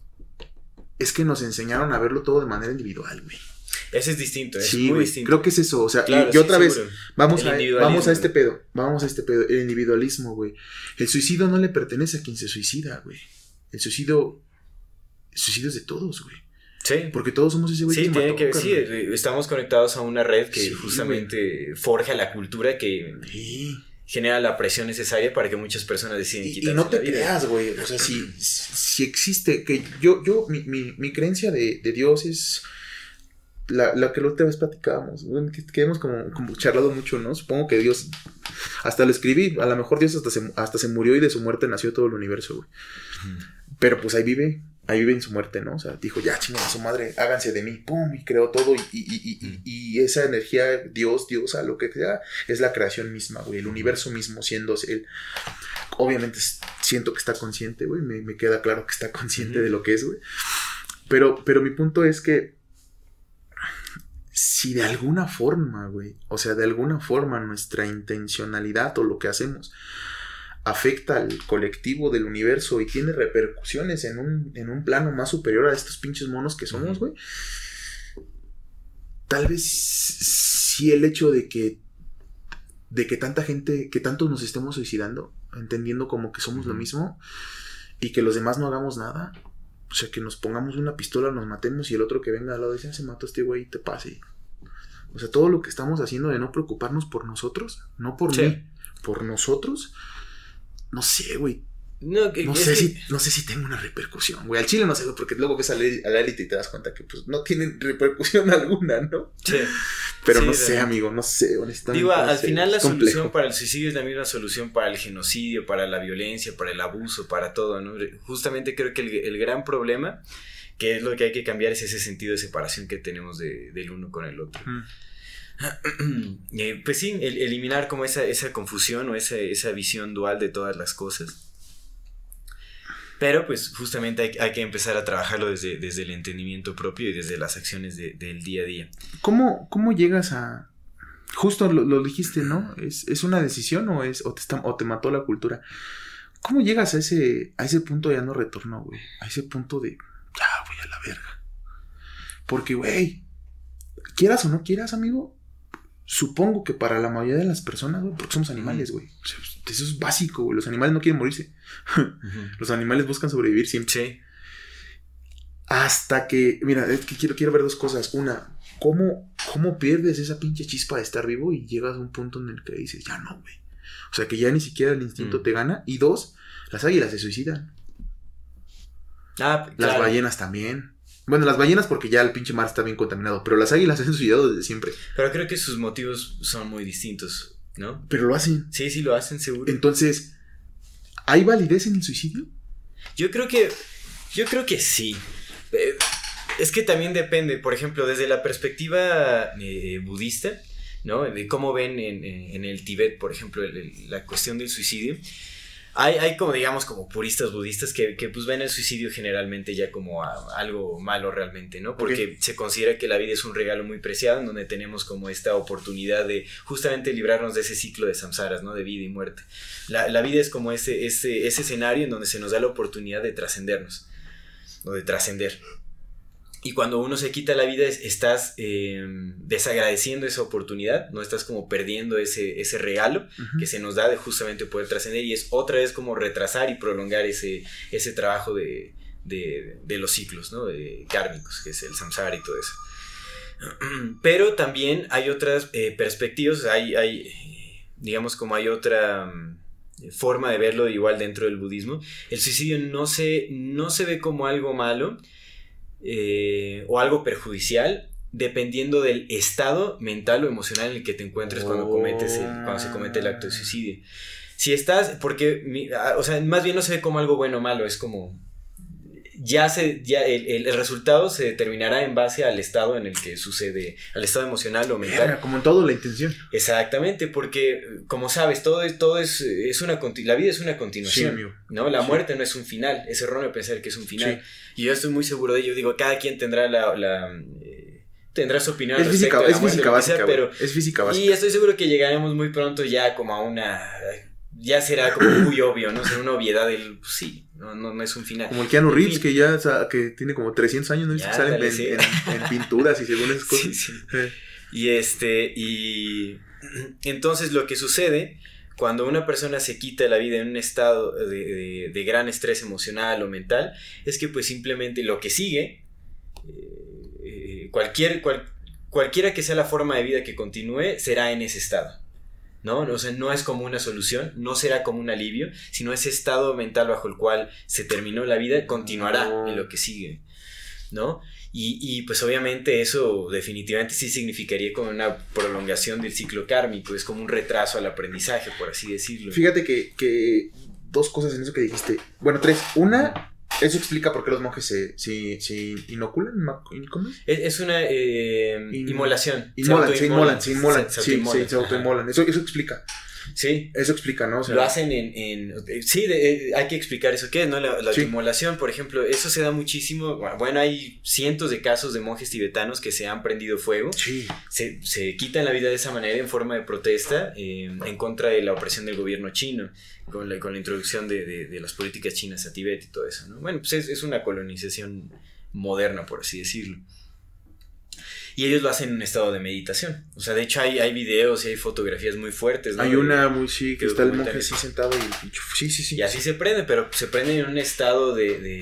es que nos enseñaron a verlo todo de manera individual, güey. Ese es distinto, es Sí, muy güey. distinto. Creo que es eso. O sea, Claro, y, y sí, otra vez, seguro. vamos El a, individualismo, vamos a este güey. pedo. Vamos a este pedo. El individualismo, güey. El suicidio no le pertenece a quien se suicida, güey. El suicidio. El suicidio es de todos, güey. Sí. Porque todos somos ese güey Sí, que se tiene mató, que sí, carnal. eh, estamos conectados a una red que Sí, justamente forja la cultura que Sí. genera la presión necesaria para que muchas personas deciden Y, y quitarse no te la vida. creas, güey. O sea, si, si existe. Que yo, yo, mi, mi, mi creencia de, de Dios es. La, la que la otra vez platicábamos, bueno, que, que hemos como, como charlado mucho, ¿no? Supongo que Dios, hasta lo escribí, a lo mejor Dios hasta se, hasta se murió y de su muerte nació todo el universo, güey. Pero pues ahí vive, ahí vive en su muerte, ¿no? O sea, dijo, ya chingada su madre, háganse de mí, pum, y creó todo, y, y, y, y, y esa energía, Dios, Diosa, lo que sea, es la creación misma, güey, el universo mismo siendo él. Obviamente siento que está consciente, güey, me, me queda claro que está consciente Uh-huh. de lo que es, güey. Pero, pero mi punto es que si de alguna forma, güey, o sea, de alguna forma nuestra intencionalidad o lo que hacemos afecta al colectivo del universo y tiene repercusiones en un, en un plano más superior a estos pinches monos que somos, güey, tal vez sí el hecho de que de que tanta gente, que tanto nos estemos suicidando, entendiendo como que somos lo mismo y que los demás no hagamos nada. O sea, que nos pongamos una pistola, nos matemos y el otro que venga al lado dice, ah, se mató este güey y te pase. O sea, todo lo que estamos haciendo de no preocuparnos por nosotros, no por Sí. mí, por nosotros, no sé, güey. No, que- No es sé que- si, no sé si tengo una repercusión, güey. Al chile no sé, güey, porque luego ves a la, a la élite y te das cuenta que pues no tienen repercusión alguna, ¿no? Sí. Pero Sí, no de- sé, amigo, no sé, honestamente. Digo, no al sé, final la es complejo. solución para el suicidio es la misma solución para el genocidio, para la violencia, para el abuso, para todo, ¿no? Justamente creo que el, el gran problema, que es lo que hay que cambiar, es ese sentido de separación que tenemos de, del uno con el otro. Mm. Eh, pues sí, el, eliminar como esa, esa confusión o esa, esa visión dual de todas las cosas. Pero pues justamente hay, hay que empezar a trabajarlo desde, desde el entendimiento propio y desde las acciones de, del día a día. ¿Cómo, cómo llegas a...? Justo lo, lo dijiste, ¿no? ¿Es, ¿Es una decisión o, es, o, te está, o te mató la cultura? ¿Cómo llegas a ese, a ese punto de ya no retorno, güey? A ese punto de, ya voy a la verga. Porque, güey, quieras o no quieras, amigo, supongo que para la mayoría de las personas, güey, porque somos animales, güey. O sea, eso es básico, güey. Los animales no quieren morirse. Uh-huh. Los animales buscan sobrevivir siempre. Sí. Hasta que, mira, es que quiero, quiero ver dos cosas. Una, ¿cómo, ¿cómo pierdes esa pinche chispa de estar vivo y llegas a un punto en el que dices, ya no, güey? O sea, que ya ni siquiera el instinto Mm. te gana. Y dos, las águilas se suicidan. Ah, Las claro. ballenas también. Bueno, las ballenas porque ya el pinche mar está bien contaminado. Pero las águilas se han suicidado desde siempre. Pero creo que sus motivos son muy distintos. ¿no? Pero lo hacen. Sí, sí, lo hacen, seguro. Entonces, ¿hay validez en el suicidio? Yo creo que, yo creo que sí. Eh, es que también depende, por ejemplo, desde la perspectiva eh, budista, ¿no? De cómo ven en, en el Tíbet, por ejemplo, el, el, la cuestión del suicidio. Hay, hay como, digamos, como puristas budistas que, que pues ven el suicidio generalmente ya como a, algo malo realmente, ¿no? Porque okay. se considera que la vida es un regalo muy preciado en donde tenemos como esta oportunidad de justamente librarnos de ese ciclo de samsaras, ¿no? De vida y muerte. La, la vida es como ese, ese, ese escenario en donde se nos da la oportunidad de trascendernos, o de trascender. Y cuando uno se quita la vida, estás eh, desagradeciendo esa oportunidad, no estás como perdiendo ese, ese regalo uh-huh. que se nos da de justamente poder trascender, y es otra vez como retrasar y prolongar ese, ese trabajo de, de, de los ciclos, ¿no? De kármicos, que es el samsara y todo eso. Pero también hay otras eh, perspectivas, hay, hay, digamos como hay otra um, forma de verlo igual dentro del budismo. El suicidio no se, no se ve como algo malo, Eh, o algo perjudicial, dependiendo del estado mental o emocional en el que te encuentres oh. cuando cometes el, cuando se comete el acto de suicidio. Si estás, porque, o sea, más bien no se ve como algo bueno o malo, es como ya se, ya el, el, el resultado se determinará en base al estado en el que sucede, al estado emocional o mental. Era como en todo, la intención. Exactamente, porque como sabes, todo es, todo es, es una, la vida es una continuación, sí, ¿no? La sí. muerte no es un final, es erróneo pensar que es un final. Sí. Y yo estoy muy seguro de ello, digo, cada quien tendrá la, la eh, tendrá su opinión es respecto física, a la es muerte, física básica, sea, pero, es física básica. Y estoy seguro que llegaremos muy pronto ya como a una, ya será como muy obvio, ¿no? Será una obviedad del, pues, sí, no, no, no es un final. Como el Keanu Reeves, que ya, o sea, que tiene como trescientos años, ¿no? Ya, que salen dale, en, sí. en, en pinturas y según esas cosas. Sí, sí. Y este, y entonces lo que sucede cuando una persona se quita la vida en un estado de, de, de gran estrés emocional o mental, es que pues simplemente lo que sigue, eh, cualquier, cual, cualquiera que sea la forma de vida que continúe, será en ese estado, ¿no? O sea, no es como una solución, no será como un alivio, sino ese estado mental bajo el cual se terminó la vida continuará oh. en lo que sigue, ¿no? Y, y pues obviamente eso definitivamente sí significaría como una prolongación del ciclo kármico, es como un retraso al aprendizaje, por así decirlo. Fíjate que, que dos cosas en eso que dijiste, bueno, tres, una, eso explica por qué los monjes se, se, se inoculan, ¿cómo es? Es, es una eh, In, inmolación. Inmolan, se inmolan, se inmolan, se, sí, se, se autoinmolan, eso, eso explica. Sí. Eso explica, ¿no? O sea, lo hacen en... en sí, de, eh, hay que explicar eso. ¿Qué es, no? La, la sí. autoinmolación, por ejemplo, eso se da muchísimo. Bueno, hay cientos de casos de monjes tibetanos que se han prendido fuego. Sí. Se, se quitan la vida de esa manera en forma de protesta eh, en contra de la opresión del gobierno chino, con la, con la introducción de, de, de las políticas chinas a Tibet y todo eso, ¿no? Bueno, pues es, es una colonización moderna, por así decirlo. Y ellos lo hacen en un estado de meditación. O sea, de hecho hay, hay videos y hay fotografías muy fuertes, ¿no? Hay una muy, sí, que está el monje así sentado y el pincho. Sí, sí, sí. Y así se prende, pero se prende en un estado de, de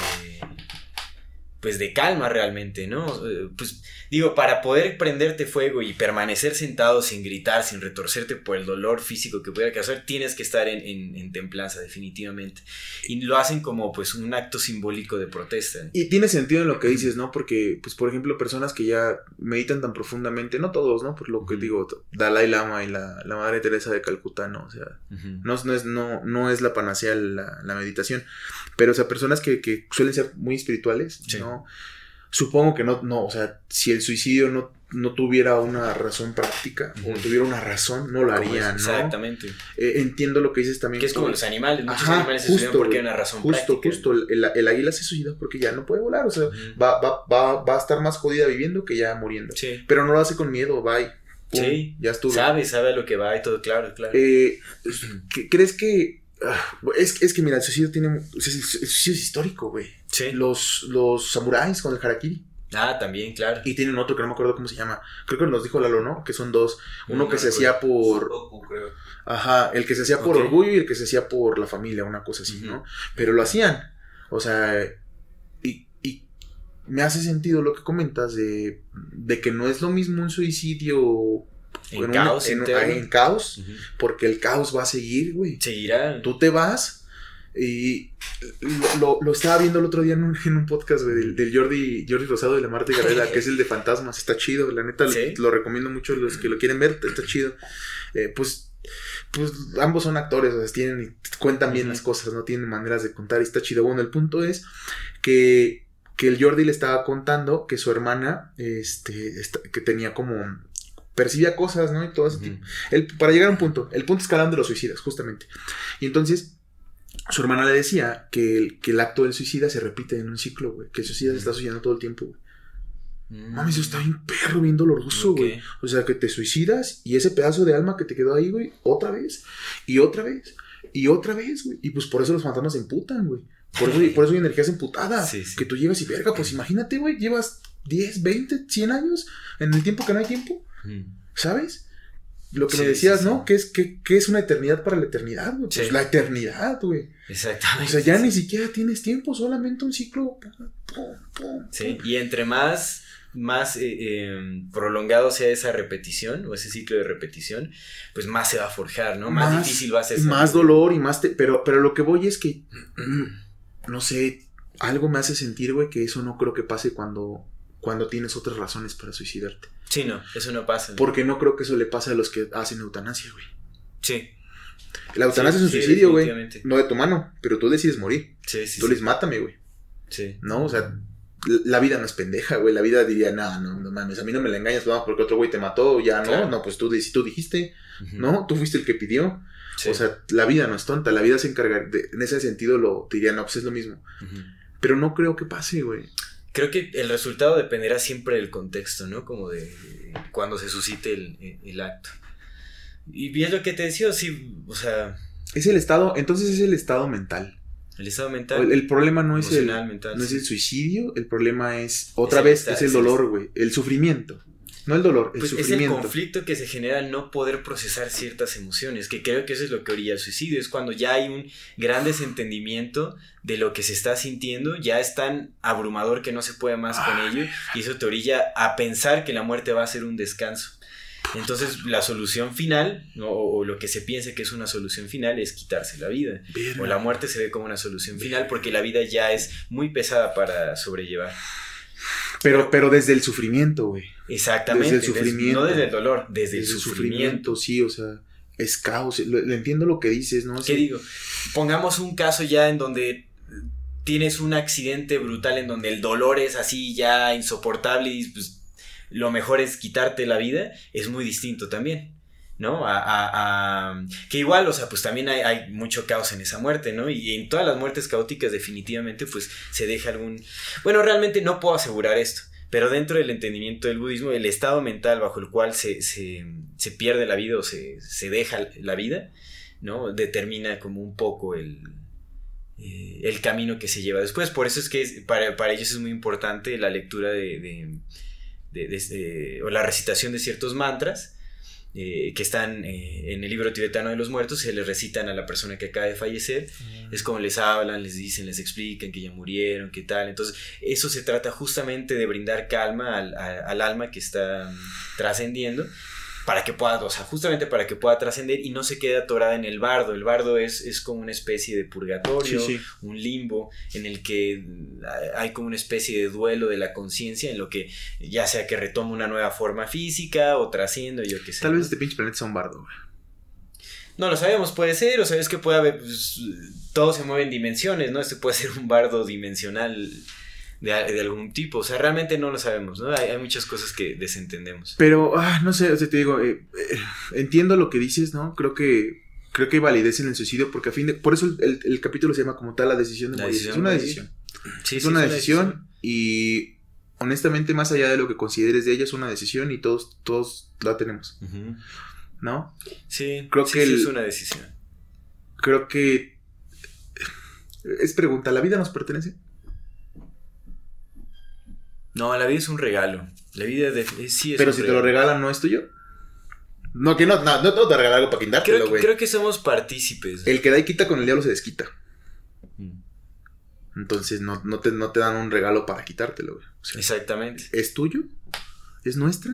pues de calma realmente, ¿no? Pues digo, para poder prenderte fuego y permanecer sentado sin gritar, sin retorcerte por el dolor físico que pudiera causar, tienes que estar en, en, en templanza definitivamente. Y lo hacen como pues un acto simbólico de protesta. Y tiene sentido en lo que dices, ¿no? Porque, pues por ejemplo, personas que ya meditan tan profundamente, no todos, ¿no? Por lo que uh-huh. digo, Dalai Lama y la, la Madre Teresa de Calcuta, ¿no? O sea, uh-huh. no, no, es, no, no es la panacea la, la meditación. Pero, o sea, personas que, que suelen ser muy espirituales, sí. ¿no? Supongo que no, no, o sea, si el suicidio no, no tuviera una razón práctica, uh-huh. o tuviera una razón, no lo harían, ¿no? Exactamente. Eh, entiendo lo que dices también. Que es como los animales, muchos Ajá, animales justo, se suicidan porque hay una razón justo, práctica. Justo, justo, el, el águila se suicida porque ya no puede volar, o sea, uh-huh. va, va, va, va a estar más jodida viviendo que ya muriendo. Sí. Pero no lo hace con miedo, va y pum, sí. ya estuvo. Sabe, sabe a lo que va y todo, claro, claro. Eh, ¿Crees que Es, es que mira, el suicidio tiene. El suicidio es histórico, güey. Sí. Los, los samuráis con el harakiri. Ah, también, claro. Y tienen otro que no me acuerdo cómo se llama. Creo que nos dijo Lalo, ¿no? Que son dos. Uno no, que no se hacía por. Sokoku, creo. Ajá, el que se hacía por okay. orgullo y el que se hacía por la familia, una cosa así, uh-huh. ¿no? Pero lo hacían. O sea. Y, y me hace sentido lo que comentas de, de que no es lo mismo un suicidio. En, en caos, un, en, en caos, uh-huh. porque el caos va a seguir, güey. Seguirá. Tú te vas y lo, lo, lo estaba viendo el otro día en un, en un podcast, güey, del, del Jordi, Jordi Rosado de la Marta y Garela, que es el de fantasmas. Está chido, la neta, ¿sí? lo, lo recomiendo mucho a los que lo quieren ver, está chido. Eh, pues pues ambos son actores, o sea, tienen, cuentan bien uh-huh. las cosas, no tienen maneras de contar y está chido. Bueno, el punto es que, que el Jordi le estaba contando que su hermana, este, esta, que tenía como, percibía cosas, ¿no? Y todo ese uh-huh. tipo. El, para llegar a un punto, el punto escalando de los suicidas, justamente. Y entonces, su hermana le decía que el, que el acto del suicida se repite en un ciclo, güey, que el suicida uh-huh. se está suicidando todo el tiempo, güey. Mami, eso está bien perro, bien doloroso, güey. Okay. O sea, que te suicidas y ese pedazo de alma que te quedó ahí, güey, otra vez, y otra vez, y otra vez, güey. Y pues por eso los fantasmas se emputan, güey. Por eso, por eso hay energías emputadas. Sí, sí. Que tú llegas y verga, pues imagínate, güey, llevas diez, veinte, cien años en el tiempo que no hay tiempo. Mm. ¿Sabes? Lo que sí, me decías, sí, sí. ¿no? ¿Qué es, qué, qué es una eternidad para la eternidad, güey? Pues sí. la eternidad, güey. Exactamente. O sea, ya sí. ni siquiera tienes tiempo, solamente un ciclo. Pum, pum, pum, sí, y entre más... más eh, eh, prolongado sea esa repetición o ese ciclo de repetición, pues más se va a forjar, ¿no? Más, más difícil va a ser. Más dolor y más... Te, pero, pero lo que voy es que, no sé, algo me hace sentir, güey, que eso no creo que pase cuando, cuando tienes otras razones para suicidarte. Sí, no, eso no pasa. ¿no? Porque no creo que eso le pase a los que hacen eutanasia, güey. Sí. La eutanasia sí, es un sí, suicidio, güey. No de tu mano, pero tú decides morir. Sí, sí. Tú sí. les mátame, güey. Sí. No, o sea... La vida no es pendeja, güey. La vida diría, no, no, no mames, a mí no me la engañas, vamos, porque otro güey te mató, ya no, claro. no, pues tú, si tú dijiste, uh-huh. ¿no? Tú fuiste el que pidió. Sí. O sea, la vida no es tonta, la vida se encarga, de, en ese sentido lo diría, no, pues es lo mismo. Uh-huh. Pero no creo que pase, güey. Creo que el resultado dependerá siempre del contexto, ¿no? Como de, de cuando se suscite el, el acto. Y bien lo que te decía, sí, o sea... Es el estado, entonces es el estado mental. El estado mental. El, el problema no es el mental, no sí. es el suicidio, el problema es otra es vez está, es el dolor, güey, el sufrimiento. No el dolor, el pues sufrimiento. Es el conflicto que se genera al no poder procesar ciertas emociones, que creo que eso es lo que orilla el suicidio, es cuando ya hay un gran desentendimiento de lo que se está sintiendo, ya es tan abrumador que no se puede más con ello, y eso te orilla a pensar que la muerte va a ser un descanso. Entonces la solución final, o, o lo que se piensa que es una solución final, es quitarse la vida. Verga. O la muerte se ve como una solución final porque la vida ya es muy pesada para sobrellevar. Pero, pero, pero desde el sufrimiento, güey. Exactamente. Desde el sufrimiento. Desde, no desde el dolor, desde, desde el sufrimiento. sufrimiento. Sí, o sea, es caos. Lo, lo entiendo lo que dices, ¿no? ¿Qué sí. digo? Pongamos un caso ya en donde tienes un accidente brutal, en donde el dolor es así ya insoportable y pues lo mejor es quitarte la vida, es muy distinto también, ¿no? A, a, a, que igual, o sea, pues también hay, hay mucho caos en esa muerte, ¿no? Y en todas las muertes caóticas definitivamente pues se deja algún... Bueno, realmente no puedo asegurar esto, pero dentro del entendimiento del budismo, el estado mental bajo el cual se, se, se pierde la vida o se, se deja la vida, ¿no? Determina como un poco el... Eh, el camino que se lleva después. Por eso es que es, para, para ellos es muy importante la lectura de... de De, de, de, o la recitación de ciertos mantras eh, que están eh, en el libro tibetano de los muertos, se les recitan a la persona que acaba de fallecer, mm. es como les hablan, les dicen, les explican que ya murieron, qué tal. Entonces eso se trata justamente de brindar calma al, a, al alma que está um, trascendiendo, para que pueda, o sea, justamente para que pueda trascender y no se quede atorada en el bardo. El bardo es, es como una especie de purgatorio, sí, sí. un limbo en el que hay como una especie de duelo de la conciencia, en lo que ya sea que retoma una nueva forma física o trasciendo, yo qué sé. Tal ¿no? vez este pinche planeta sea un bardo, güey. No lo sabemos, puede ser, o sabes que puede haber, pues, todo se mueve en dimensiones, ¿no? Este puede ser un bardo dimensional de, de algún tipo, o sea, realmente no lo sabemos, ¿no? Hay, hay muchas cosas que desentendemos. Pero, ah, no sé, o sea, te digo, eh, eh, entiendo lo que dices, ¿no? Creo que creo que hay validez en el suicidio, porque a fin de... Por eso el, el, el capítulo se llama como tal La decisión de la morir. Decisión es una de decisión. Sí, es sí, una es decisión, una decisión y honestamente, más allá de lo que consideres de ella, es una decisión y todos, todos la tenemos. Uh-huh. ¿No? Sí, creo sí, que sí el, es una decisión. Creo que... Es pregunta, ¿la vida nos pertenece? No, la vida es un regalo. La vida de, sí es Pero un si regalo. te lo regalan, ¿no es tuyo? No, que no, no, no te regalar algo para quitártelo, güey. Creo, creo que somos partícipes. El que da y quita con el diablo se desquita. Mm. Entonces no, no, te, no te dan un regalo para quitártelo, güey. O sea, exactamente. ¿Es tuyo? ¿Es nuestra?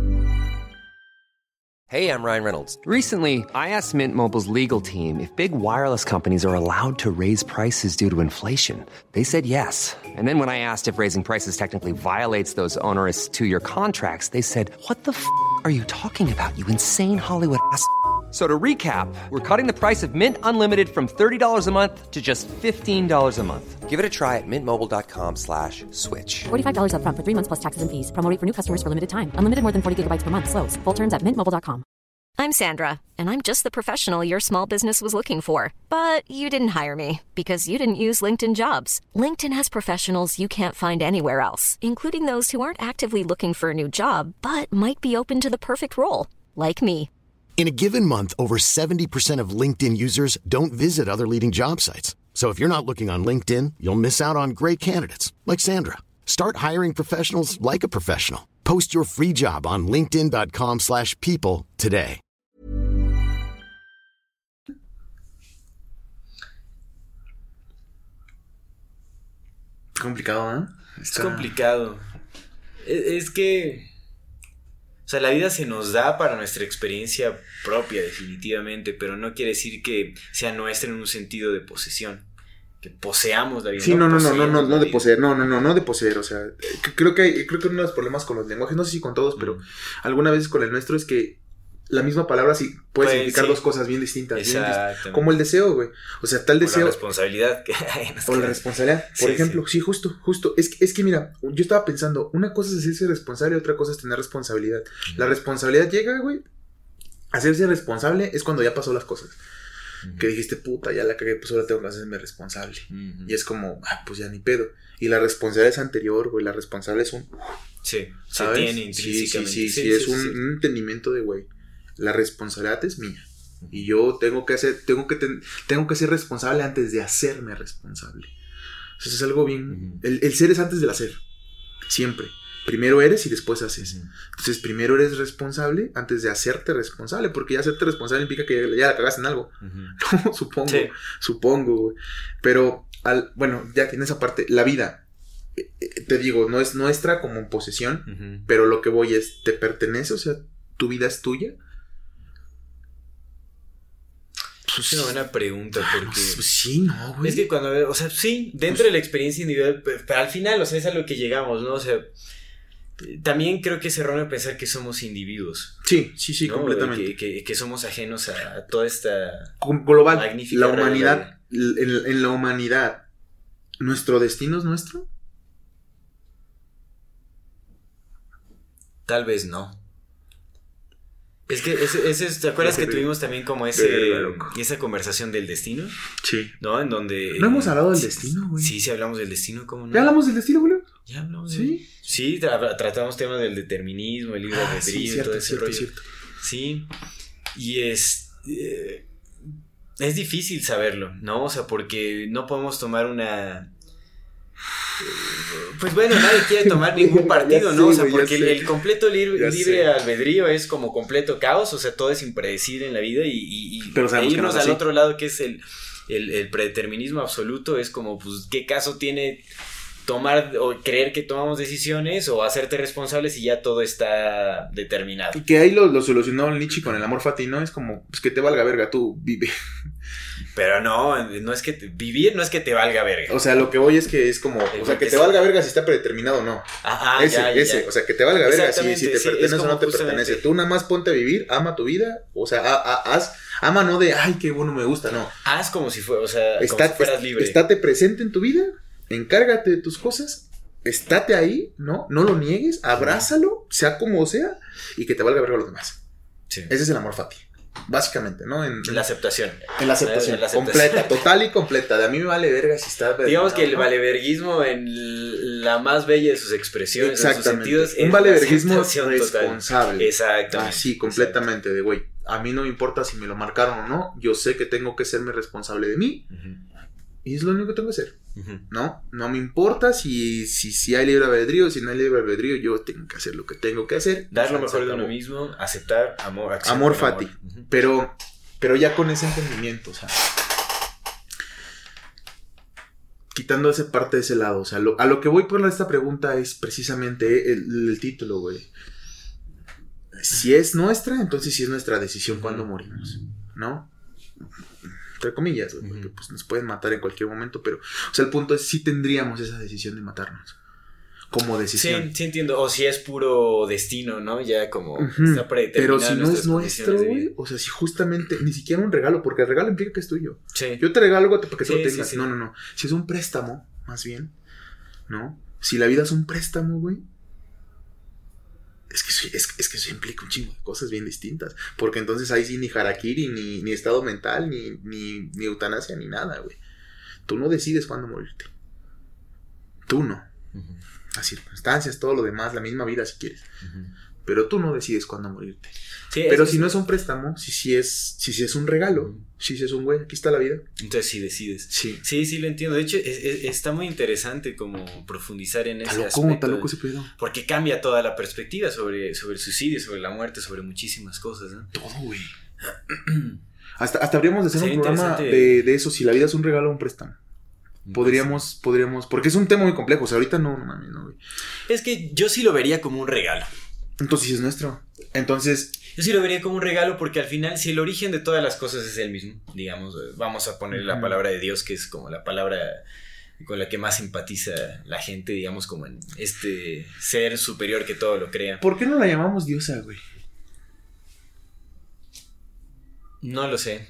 Hey, I'm Ryan Reynolds. Recently, I asked Mint Mobile's legal team if big wireless companies are allowed to raise prices due to inflation. They said yes. And then when I asked if raising prices technically violates those onerous two-year contracts, they said, what the f*** are you talking about, you insane Hollywood ass f- So to recap, we're cutting the price of Mint Unlimited from thirty dollars a month to just fifteen dollars a month. Give it a try at mintmobile.com slash switch. forty-five dollars up front for three months plus taxes and fees. Promo rate for new customers for limited time. Unlimited more than forty gigabytes per month. Slows full terms at mint mobile dot com. I'm Sandra, and I'm just the professional your small business was looking for. But you didn't hire me because you didn't use LinkedIn Jobs. LinkedIn has professionals you can't find anywhere else, including those who aren't actively looking for a new job, but might be open to the perfect role, like me. In a given month, over seventy percent of LinkedIn users don't visit other leading job sites. So if you're not looking on LinkedIn, you'll miss out on great candidates like Sandra. Start hiring professionals like a professional. Post your free job on linkedin dot com slash people today. Complicado, ¿eh? Es complicado. Es, es que... O sea, la vida se nos da para nuestra experiencia propia, definitivamente, pero no quiere decir que sea nuestra en un sentido de posesión. Que poseamos la vida. Sí, no, no, no, no, no, no de poseer, no, no, no, no de poseer, o sea, creo que hay, creo que uno de los problemas con los lenguajes, no sé si con todos, pero mm. algunas veces con el nuestro es que la misma palabra sí puede pues, significar sí. dos cosas bien distintas. Bien distintas. Como el deseo, güey. O sea, tal deseo. O la responsabilidad. Que hay, no o la responsabilidad. Por sí, ejemplo, sí. sí, justo, justo. Es que, es que mira, yo estaba pensando, una cosa es hacerse responsable, otra cosa es tener responsabilidad. Uh-huh. La responsabilidad llega, güey. Hacerse responsable es cuando ya pasó las cosas. Uh-huh. Que dijiste, puta, ya la cagué, pues ahora tengo que hacerme responsable. Uh-huh. Y es como, ah, pues ya ni pedo. Y la responsabilidad es anterior, güey. La responsable es un. Sí, ¿sabes? Se tiene intrínsecamente. Sí, sí, sí, sí, sí, es sí, un, sí. un entendimiento de, güey. La responsabilidad es mía. Y yo tengo que hacer, tengo que ten, tengo que ser responsable antes de hacerme responsable. Eso es algo bien. Uh-huh. El, el ser es antes del hacer. Siempre. Primero eres y después haces. Uh-huh. Entonces, primero eres responsable antes de hacerte responsable. Porque ya hacerte responsable implica que ya la cagaste en algo. Uh-huh. No, supongo. Sí. Supongo. Pero, al, bueno, ya en esa parte, la vida, eh, te digo, no es nuestra como posesión. Uh-huh. Pero lo que voy es, ¿te pertenece? O sea, ¿tu vida es tuya? Es una buena pregunta porque... Pues sí, no, güey. Es que cuando... O sea, sí, dentro pues, de la experiencia individual, pero al final, o sea, es a lo que llegamos, ¿no? O sea, también creo que es erróneo pensar que somos individuos. Sí, sí, sí, ¿no? completamente. Que, que, que somos ajenos a toda esta... Global, magnífica la humanidad, en, en la humanidad, ¿nuestro destino es nuestro? Tal vez no. Es que ese, ese, ¿te acuerdas que tuvimos también como ese esa conversación del destino? Sí. ¿No? En donde... ¿No hemos hablado del destino, güey? Sí, sí hablamos del destino, ¿cómo no? ¿Ya hablamos del destino, güey? Ya hablamos. ¿Sí? De... Sí, tra- tratamos temas del determinismo, el libre albedrío, ah, sí, cierto, todo ese cierto, rollo. Cierto. Sí. Y es... Eh, es difícil saberlo, ¿no? O sea, porque no podemos tomar una... Pues bueno, nadie quiere tomar ningún partido, ¿no? O sea, porque el, el completo libre, libre albedrío es como completo caos, o sea, todo es impredecible en la vida y, y, y Pero e irnos al otro lado que es el, el, el predeterminismo absoluto es como, pues, ¿qué caso tiene tomar o creer que tomamos decisiones o hacerte responsable si ya todo está determinado? Y que ahí lo, lo solucionó Nietzsche con el amor fati, ¿no? Es como, pues que te valga verga, tú vive. Pero no, no es que te, vivir no es que te valga verga. O sea, lo que voy es que es como, o sea, que te valga verga si está predeterminado o no. Ajá, ese, ya, ya, ese, ya. o sea, que te valga verga si, si te sí, pertenece o no te justamente... pertenece. Tú nada más ponte a vivir, ama tu vida, o sea, a, a, haz, ama no de, ay, qué bueno me gusta, no. Haz como si fuera, o sea, Está, como si fueras libre. Estate presente en tu vida, encárgate de tus cosas, estate ahí, ¿no? No lo niegues, abrázalo, sea como sea, y que te valga verga a los demás. Sí. Ese es el amor fati. Básicamente, ¿no? En, en la aceptación. En la aceptación. En la aceptación. Completa, total y completa. De a mí me vale verga si está... Digamos que el valeverguismo en la más bella de sus expresiones, exactamente. En sus sentidos, un valeverguismo responsable. Total. Exactamente. Así, completamente. Exacto. De güey, a mí no me importa si me lo marcaron o no. Yo sé que tengo que serme responsable de mí. Uh-huh. Y es lo único que tengo que hacer. Uh-huh. ¿No? No me importa si, si, si hay libre albedrío, si no hay libre albedrío, yo tengo que hacer lo que tengo que hacer. Dar lo mejor de uno mismo, aceptar, amor, acción. Amor fati. Amor. Uh-huh. Pero, pero ya con ese entendimiento, o sea, quitando esa parte de ese lado, o sea, lo, a lo que voy por esta pregunta es precisamente el, el título, güey. Si es nuestra, entonces sí es nuestra decisión uh-huh. cuando morimos, ¿no? Entre comillas, güey, porque pues nos pueden matar en cualquier momento, pero, o sea, el punto es si tendríamos esa decisión de matarnos. como decisión. Sí, sí entiendo. O si es puro destino, ¿no? Ya como uh-huh. está predeterminado. Pero si no es nuestro, güey, o sea, si justamente, ni siquiera un regalo, porque el regalo implica que es tuyo. Sí. Yo te regalo algo para que tú sí, lo tengas. Sí, sí. No, no, no. Si es un préstamo, más bien, ¿no? Si la vida es un préstamo, güey, es que, es, es que eso implica un chingo de cosas bien distintas. Porque entonces ahí sí ni harakiri, ni, ni estado mental, ni, ni, ni eutanasia, ni nada, güey. Tú no decides cuándo morirte. Tú no. Uh-huh. Las circunstancias, todo lo demás, la misma vida si quieres. Uh-huh. Pero tú no decides cuándo morirte. Sí, pero si sí. no es un préstamo, si sí si es, si, si es un regalo, uh-huh. si si es un güey, aquí está la vida. Entonces sí decides. Sí, sí, sí lo entiendo. De hecho, es, es, está muy interesante como profundizar en ese loco, aspecto. Está loco ese pedo. Porque cambia toda la perspectiva sobre, sobre el suicidio, sobre la muerte, sobre muchísimas cosas, ¿no? Todo, güey. hasta, hasta habríamos de hacer Sería un programa de, de eso, si la vida es un regalo o un préstamo. Podríamos, sí. podríamos, porque es un tema muy complejo, o sea, ahorita no, no mames, no, güey. Es que yo sí lo vería como un regalo. Entonces sí es nuestro. Entonces... Yo sí lo vería como un regalo porque al final, si el origen de todas las cosas es el mismo, digamos, vamos a poner uh-huh. la palabra de Dios, que es como la palabra con la que más simpatiza la gente, digamos, como en este ser superior que todo lo crea. ¿Por qué no la llamamos diosa, güey? No lo sé.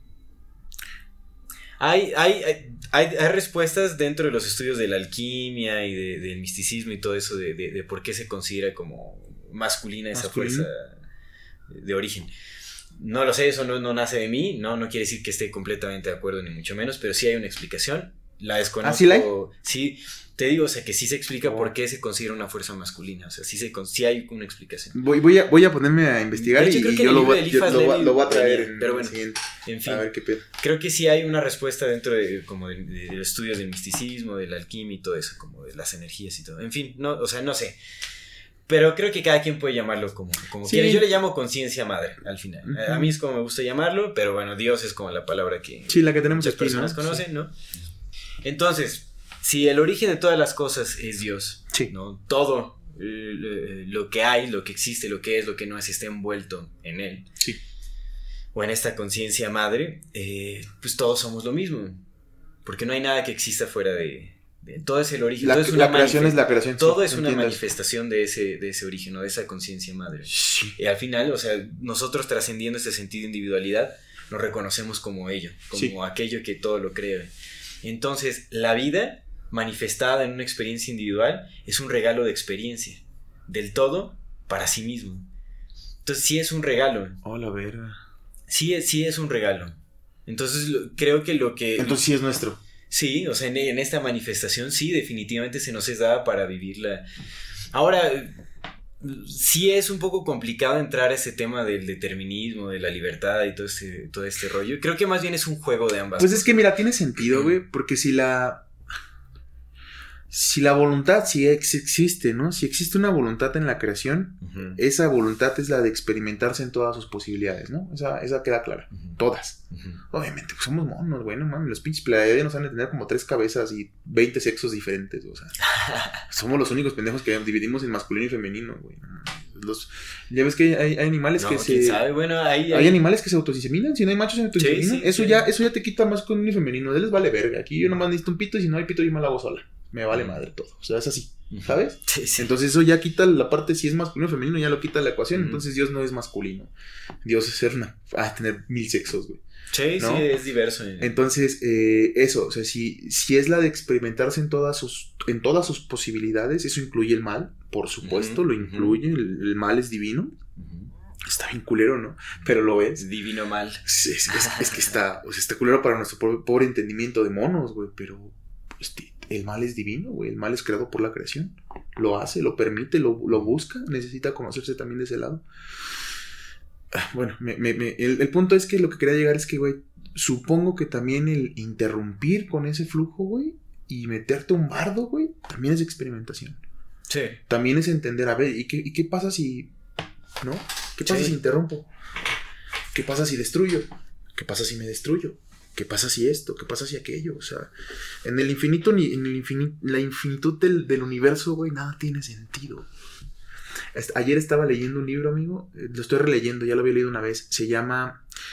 Hay, hay, hay, hay, hay respuestas dentro de los estudios de la alquimia y de, del misticismo y todo eso de, de, de por qué se considera como masculina esa ¿Masculina? fuerza de origen. No lo sé, eso no, no nace de mí, no, no quiere decir que esté completamente de acuerdo ni mucho menos, pero sí hay una explicación. La desconozco. ¿Ah, sí la hay? Sí, te digo, o sea, que sí se explica oh. por qué se considera una fuerza masculina. O sea, sí, se, sí hay una explicación. Voy, voy, a, voy a ponerme a investigar hecho, y yo, lo voy, yo lo, va, lo voy a traer en, pero bueno, en, en fin, a ver qué pedo. Creo que sí hay una respuesta dentro de, como de, de, de los estudios del misticismo, de la alquimia y todo eso, como de las energías y todo. En fin, no, o sea, no sé. Pero creo que cada quien puede llamarlo como, como sí. quiere. Yo le llamo conciencia madre al final. Uh-huh. A mí es como me gusta llamarlo, pero bueno, Dios es como la palabra que sí, la que tenemos muchas aquí, personas ¿no? conocen, sí. ¿no? Entonces, si el origen de todas las cosas es Dios, sí. ¿no? Todo eh, lo que hay, lo que existe, lo que es, lo que no es, está envuelto en él. Sí. O en esta conciencia madre, eh, pues todos somos lo mismo. Porque no hay nada que exista fuera de... de todo es el origen. La, todo es una la creación es la creación. Todo sí, es una entiendes. manifestación de ese, de ese origen, ¿no? De esa conciencia madre. Sí. Y al final, o sea, nosotros trascendiendo ese sentido de individualidad, nos reconocemos como ello, como sí. aquello que todo lo crea. Entonces, la vida manifestada en una experiencia individual es un regalo de experiencia, del todo para sí mismo. Entonces, sí es un regalo. Oh, la verga. Sí, sí es un regalo. Entonces, lo, creo que lo que... Entonces sí es nuestro. Sí, o sea, en, en esta manifestación sí, definitivamente se nos es dada para vivirla. Ahora, sí es un poco complicado entrar a ese tema del determinismo, de la libertad y todo este, todo este rollo. Creo que más bien es un juego de ambas Pues cosas. Es que mira, tiene sentido, güey, porque si la... Si la voluntad sí existe, ¿no? Si existe una voluntad en la creación, uh-huh. esa voluntad es la de experimentarse en todas sus posibilidades, ¿no? Esa, esa queda clara. Uh-huh. Todas. Uh-huh. Obviamente, pues somos monos, güey, no mames. Los pinches pleiadianos han de tener como tres cabezas y veinte sexos diferentes, o sea. Somos los únicos pendejos que dividimos en masculino y femenino, güey. Los, ya ves que hay, hay animales no, que ¿quién se... sabe? Bueno, hay, hay... hay animales que se autoinseminan. Si no hay machos, se autoinseminan. Sí, sí, eso, sí. Ya, eso ya te quita masculino y femenino. De les vale verga. Aquí yo nomás necesito un pito y si no hay pito yo me lo hago sola. Me vale madre todo. O sea, es así. ¿Sabes? Sí, sí. Entonces eso ya quita la parte si es masculino o femenino, ya lo quita la ecuación. Uh-huh. Entonces Dios no es masculino. Dios es ser una... Ah, tener mil sexos, güey. Sí, ¿no? Sí, es diverso. Eh. Entonces, eh, eso, o sea, si, si es la de experimentarse en todas sus, en todas sus posibilidades, eso incluye el mal, por supuesto, uh-huh, lo incluye, uh-huh. el, el mal es divino. Uh-huh. Está bien culero, ¿no? Pero lo es. Divino mal. Es, es, es, es que está, o sea, está culero para nuestro pobre, pobre entendimiento de monos, güey, pero pues, el mal es divino, güey, el mal es creado por la creación. Lo hace, lo permite, lo, lo busca, necesita conocerse también de ese lado. Bueno, me, me, me, el, el punto es que lo que quería llegar es que, güey, supongo que también el interrumpir con ese flujo, güey, y meterte un bardo, güey, también es experimentación. Sí. También es entender, a ver, ¿y qué, y qué pasa si, no? ¿Qué pasa sí. si interrumpo? ¿Qué pasa si destruyo? ¿Qué pasa si me destruyo? ¿Qué pasa si esto? ¿Qué pasa si aquello? O sea, en el infinito, ni en el infinito, la infinitud del, del universo, güey, nada tiene sentido. Ayer estaba leyendo un libro, amigo, lo estoy releyendo, ya lo había leído una vez, se llama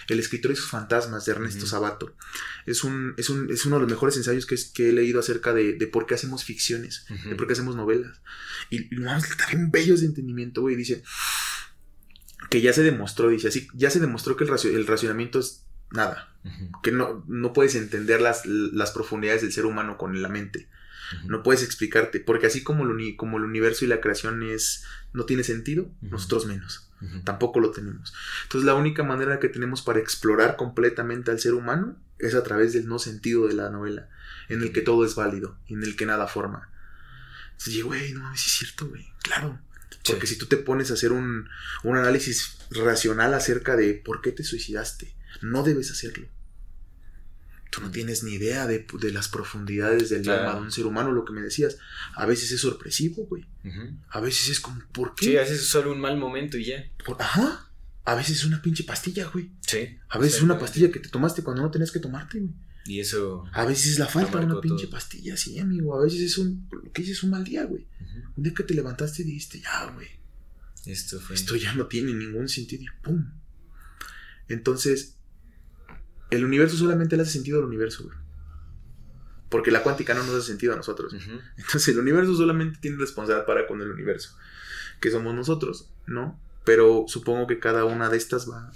El escritor y sus fantasmas de Ernesto Uh-huh. Sabato. Es un, es un, es uno de los mejores ensayos que, es, que he leído acerca de, de por qué hacemos ficciones, Uh-huh. de por qué hacemos novelas. Y, y no, está bien bello ese entendimiento, güey. Dice que ya se demostró, dice así, ya se demostró que el, racio, el racionamiento es nada. Uh-huh. Que no, no puedes entender las, las profundidades del ser humano con la mente. Uh-huh. No puedes explicarte, porque así como el, uni, como el universo y la creación es, no tiene sentido, uh-huh. nosotros menos. Uh-huh. Tampoco lo tenemos. Entonces la única manera que tenemos para explorar completamente al ser humano es a través del no sentido de la novela, en el que todo es válido y en el que nada forma. Entonces, güey, no mames, sí es cierto, güey, claro. Porque sí. Si tú te pones a hacer un, un análisis racional acerca de por qué te suicidaste, no debes hacerlo. Tú no tienes ni idea de, de las profundidades del claro. alma de un ser humano, lo que me decías. A veces es sorpresivo, güey. Uh-huh. A veces es como, ¿por qué? Sí, a veces es solo un mal momento y ya. Por, ajá. A veces es una pinche pastilla, güey. Sí. A veces es una pastilla que te tomaste cuando no tenías que tomarte, güey. Y eso... A veces es la falta de una pinche todo. pastilla, sí, amigo. A veces es un... Lo que dices es un mal día, güey. Uh-huh. Un día que te levantaste y dijiste, ya, güey. Esto fue... Esto ya no tiene ningún sentido y ¡pum! Entonces... El universo solamente le hace sentido al universo, güey. Porque la cuántica no nos hace sentido a nosotros. Uh-huh. Entonces el universo solamente tiene responsabilidad para con el universo. Que somos nosotros, ¿no? Pero supongo que cada una de estas va...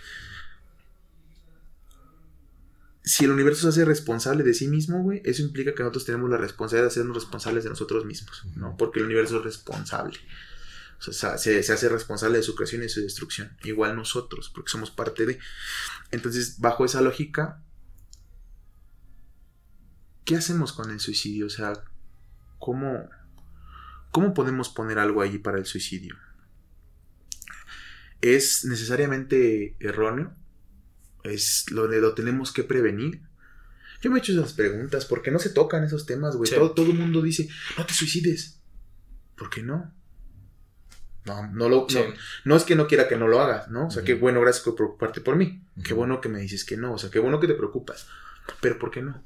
Si el universo se hace responsable de sí mismo, güey, eso implica que nosotros tenemos la responsabilidad de hacernos responsables de nosotros mismos, ¿no? Porque el universo es responsable. O sea, se, se hace responsable de su creación y de su destrucción. Igual nosotros, porque somos parte de... Entonces, bajo esa lógica, ¿qué hacemos con el suicidio? O sea, ¿cómo, cómo podemos poner algo allí para el suicidio? ¿Es necesariamente erróneo? ¿Es lo, lo tenemos que prevenir? Yo me he hecho esas preguntas, porque no se tocan esos temas, güey. Sí. Todo, todo el mundo dice, no te suicides. ¿Por qué no? No, no, lo, sí. no, no es que no quiera que no lo hagas, ¿no? O sea, uh-huh. qué bueno, gracias por preocuparte por mí. Uh-huh. Qué bueno que me dices que no. O sea, qué bueno que te preocupas. Pero ¿por qué no?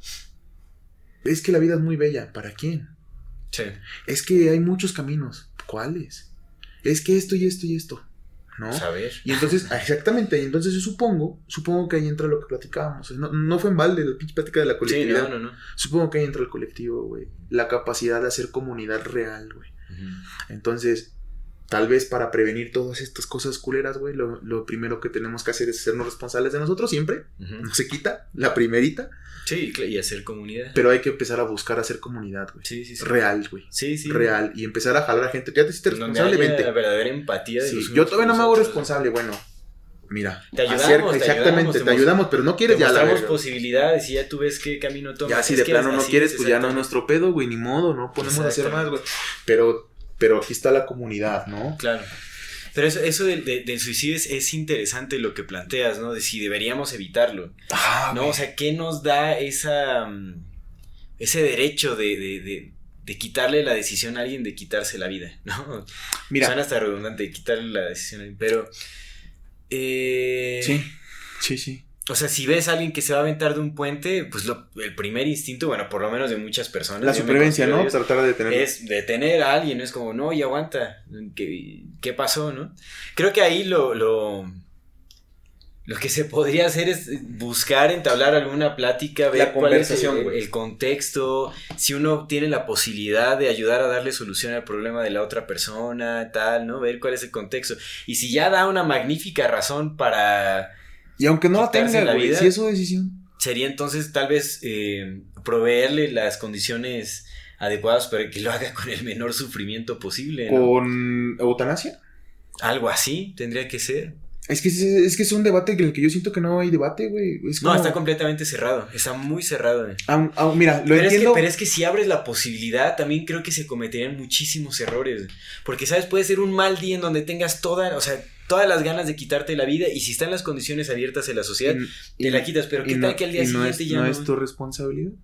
Es que la vida es muy bella. ¿Para quién? Sí. Es que hay muchos caminos. ¿Cuáles? Es que esto y esto y esto, ¿no? Saber. Y entonces, exactamente. Y entonces yo supongo, supongo que ahí entra lo que platicábamos. No, no fue en balde la pinche plática de la colectividad. Sí, no, no, no. Supongo que ahí entra el colectivo, güey. La capacidad de hacer comunidad real, güey. Uh-huh. Entonces... Tal vez para prevenir todas estas cosas culeras, güey, lo, lo primero que tenemos que hacer es hacernos responsables de nosotros siempre. Uh-huh. No se quita, la primerita. Sí, y hacer comunidad. Pero hay que empezar a buscar hacer comunidad, güey. Sí, sí, sí. Real, güey. Sí, sí. Real. Y empezar a jalar a gente. Ya te hiciste responsable, vente. La verdadera empatía de sí, los yo todavía no me hago responsable, bueno. Mira, te ayudamos, acerca, te exactamente, ayudamos, te ayudamos, pero no quieres te ya la mostramos posibilidades y ya tú ves qué camino tomas. Ya si de plano no quieres, pues ya no es nuestro pedo, güey, ni modo, no podemos hacer más, güey. Pero, pero aquí está la comunidad, ¿no? Claro. Pero eso, eso del, de, del suicidio es, es interesante lo que planteas, ¿no? De si deberíamos evitarlo. Ah, ¿no? O sea, ¿qué nos da esa ese derecho de, de, de, de quitarle la decisión a alguien de quitarse la vida, ¿no? Mira. Suena hasta redundante, quitarle la decisión a alguien, pero... Eh, sí, sí, sí. O sea, si ves a alguien que se va a aventar de un puente, pues lo, el primer instinto, bueno, por lo menos de muchas personas... La supervivencia, ¿no? Ellos, tratar de detenerlo. Es detener a alguien, es como, no, y aguanta, ¿qué, qué pasó, no? Creo que ahí lo, lo, lo que se podría hacer es buscar, entablar alguna plática, ver la cuál es el, el contexto, si uno tiene la posibilidad de ayudar a darle solución al problema de la otra persona, tal, ¿no? Ver cuál es el contexto. Y si ya da una magnífica razón para... Y aunque no la tenga, la vida, si es su decisión. Sería entonces tal vez eh, proveerle las condiciones adecuadas para que lo haga con el menor sufrimiento posible, ¿no? ¿Con eutanasia? Algo así tendría que ser. Es que es, es que es un debate en el que yo siento que no hay debate, güey. Como... No, está completamente cerrado. Está muy cerrado. Eh. Ah, ah, mira, lo pero entiendo. Es que, pero es que si abres la posibilidad, también creo que se cometerían muchísimos errores. Porque, ¿sabes? Puede ser un mal día en donde tengas toda, o sea, todas las ganas de quitarte la vida. Y si están las condiciones abiertas en la sociedad, y, te y, la quitas. Pero ¿qué tal no, que al día siguiente no es, ya no? ¿No es tu responsabilidad?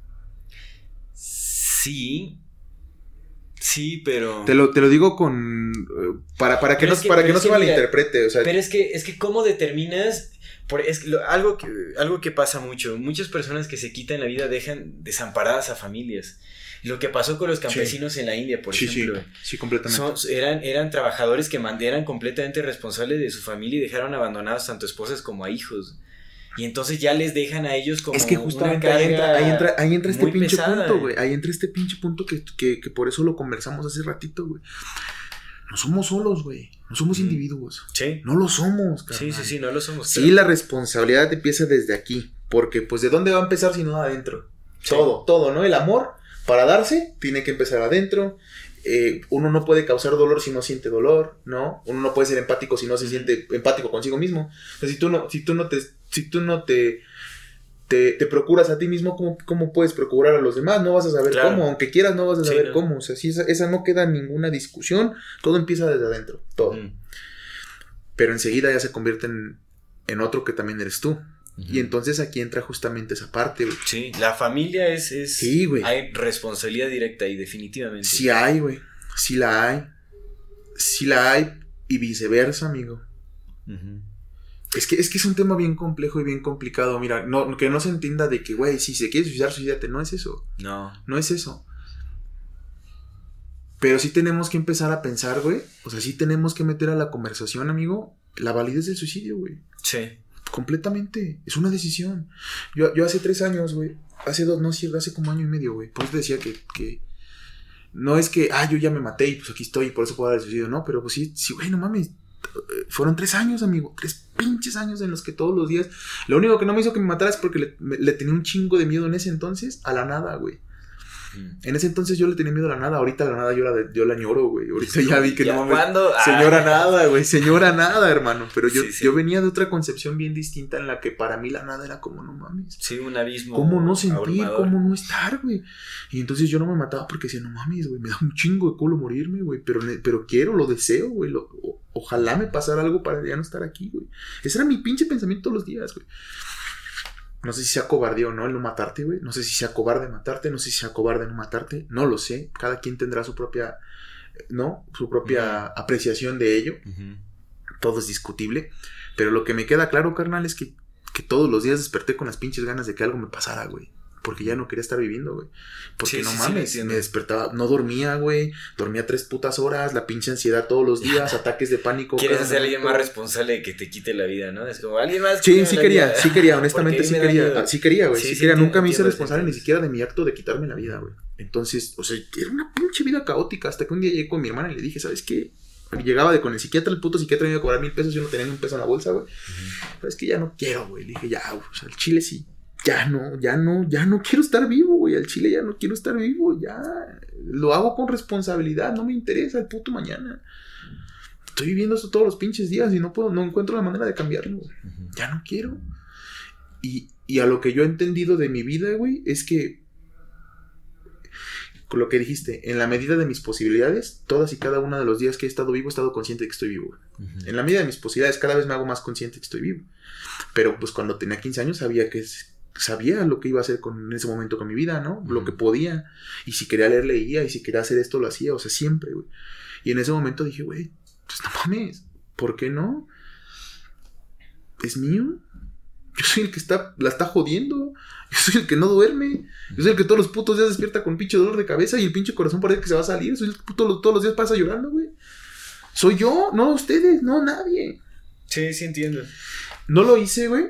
Sí... Sí, pero... Te lo, te lo digo con... Para, para que no, que, para que no se malinterprete, o sea... Pero es que, es que ¿cómo determinas? Por, es lo, algo, que, algo que pasa mucho. Muchas personas que se quitan la vida dejan desamparadas a familias. Lo que pasó con los campesinos sí. en la India, por sí, ejemplo. Sí, sí, completamente. Son, eran, eran trabajadores que eran completamente responsables de su familia y dejaron abandonados tanto esposas como a hijos. Y entonces ya les dejan a ellos como es que justamente una ahí entra, ahí entra, ahí entra este pinche pesada, punto, güey. Ahí entra este pinche punto que, que, que por eso lo conversamos hace ratito, güey. No somos solos, güey. No somos mm. individuos. Sí. No lo somos, carnal. Sí, sí, sí, no lo somos. Sí, pero... la responsabilidad empieza desde aquí. Porque, pues, ¿de dónde va a empezar si no adentro? Sí. Todo, todo, ¿no? El amor, para darse, tiene que empezar adentro. Eh, uno no puede causar dolor si no siente dolor, ¿no? Uno no puede ser empático si no se siente empático consigo mismo. O sea, si tú no, si tú no te, si tú no te, te, te procuras a ti mismo, ¿cómo, ¿cómo puedes procurar a los demás? No vas a saber claro. cómo, aunque quieras no vas a saber sí, ¿no? cómo. O sea, si esa, esa no queda en ninguna discusión, todo empieza desde adentro, todo. Mm. Pero enseguida ya se convierte en, en otro que también eres tú. Uh-huh. Y entonces aquí entra justamente esa parte, güey. Sí, la familia es... es sí, güey. Hay responsabilidad directa ahí, definitivamente. Sí hay, güey. Sí la hay. Sí la hay. Y viceversa, amigo. Uh-huh. Es que, es que es un tema bien complejo y bien complicado. Mira, no, que no se entienda de que, güey, si se quiere suicidar, suicídate. No es eso. No. No es eso. Pero sí tenemos que empezar a pensar, güey. O sea, sí tenemos que meter a la conversación, amigo, la validez del suicidio, güey. Sí. Completamente, es una decisión. Yo, yo hace tres años, güey, hace dos, no es cierto, hace como año y medio, güey. Por eso te decía que, que no es que, ah, yo ya me maté y pues aquí estoy y por eso puedo dar el suicidio, no, pero pues sí, sí, güey, no mames. Fueron tres años, amigo, tres pinches años en los que todos los días, lo único que no me hizo que me matara es porque le, me, le tenía un chingo de miedo en ese entonces a la nada, güey. En ese entonces yo le tenía miedo a la nada. Ahorita la nada yo la, yo la añoro, güey. Ahorita ya vi que ¿Ya no mames. Señora ah. nada, güey. Señora nada, hermano. Pero yo, sí, sí. yo venía de otra concepción bien distinta en la que para mí la nada era como no mames. Sí, un abismo. ¿Cómo no sentir? Abrumador. ¿Cómo no estar, güey? Y entonces yo no me mataba porque decía, no mames, güey. Me da un chingo de culo morirme, güey. Pero, pero quiero, lo deseo, güey. Lo, o, ojalá me pasara algo para ya no estar aquí, güey. Ese era mi pinche pensamiento todos los días, güey. No sé si sea cobardía o no el no matarte, güey. No sé si sea cobarde matarte. No sé si sea cobarde no matarte. No lo sé. Cada quien tendrá su propia, ¿no? Su propia uh-huh. apreciación de ello. Uh-huh. Todo es discutible. Pero lo que me queda claro, carnal, es que, que todos los días desperté con las pinches ganas de que algo me pasara, güey. Porque ya no quería estar viviendo, güey. Porque sí, no sí, mames, sí, me despertaba, no dormía, güey. Dormía tres putas horas, la pinche ansiedad todos los días, ataques de pánico. Quieres hacer a alguien más responsable de que te quite la vida, ¿no? Es como alguien más. Sí, sí quería, vida. sí quería, honestamente sí quería. Sí quería, güey. Sí, sí, sí quería. Nunca me hice responsable ni siquiera de mi acto de quitarme la vida, güey. Entonces, o sea, era una pinche vida caótica. Hasta que un día llegué con mi hermana y le dije, ¿sabes qué? Llegaba de con el psiquiatra, el puto psiquiatra me iba a cobrar mil pesos, yo no tenía ni un peso en la bolsa, güey. Uh-huh. Pero es que ya no quiero, güey. Le dije, ya, güey, o sea, el chile sí. Ya no, ya no, ya no quiero estar vivo, güey. Al chile ya no quiero estar vivo, ya. Lo hago con responsabilidad, no me interesa el puto mañana. Estoy viviendo esto todos los pinches días y no puedo, no encuentro la manera de cambiarlo. Uh-huh. Ya no quiero. Y, y a lo que yo he entendido de mi vida, güey, es que con lo que dijiste, en la medida de mis posibilidades, todas y cada uno de los días que he estado vivo, he estado consciente de que estoy vivo. Uh-huh. En la medida de mis posibilidades, cada vez me hago más consciente de que estoy vivo. Pero pues cuando tenía quince años sabía que es... sabía lo que iba a hacer con, en ese momento con mi vida, ¿no? Uh-huh. Lo que podía. Y si quería leer, leía. Y si quería hacer esto, lo hacía. O sea, siempre, güey. Y en ese momento dije, güey, pues no mames. ¿Por qué no? ¿Es mío? Yo soy el que está, la está jodiendo. Yo soy el que no duerme. Yo soy el que todos los putos días despierta con pinche dolor de cabeza. Y el pinche corazón parece que se va a salir. Soy el que puto, todos los días pasa llorando, güey. Soy yo, no ustedes, no nadie. Sí, sí entiendo. No lo hice, güey.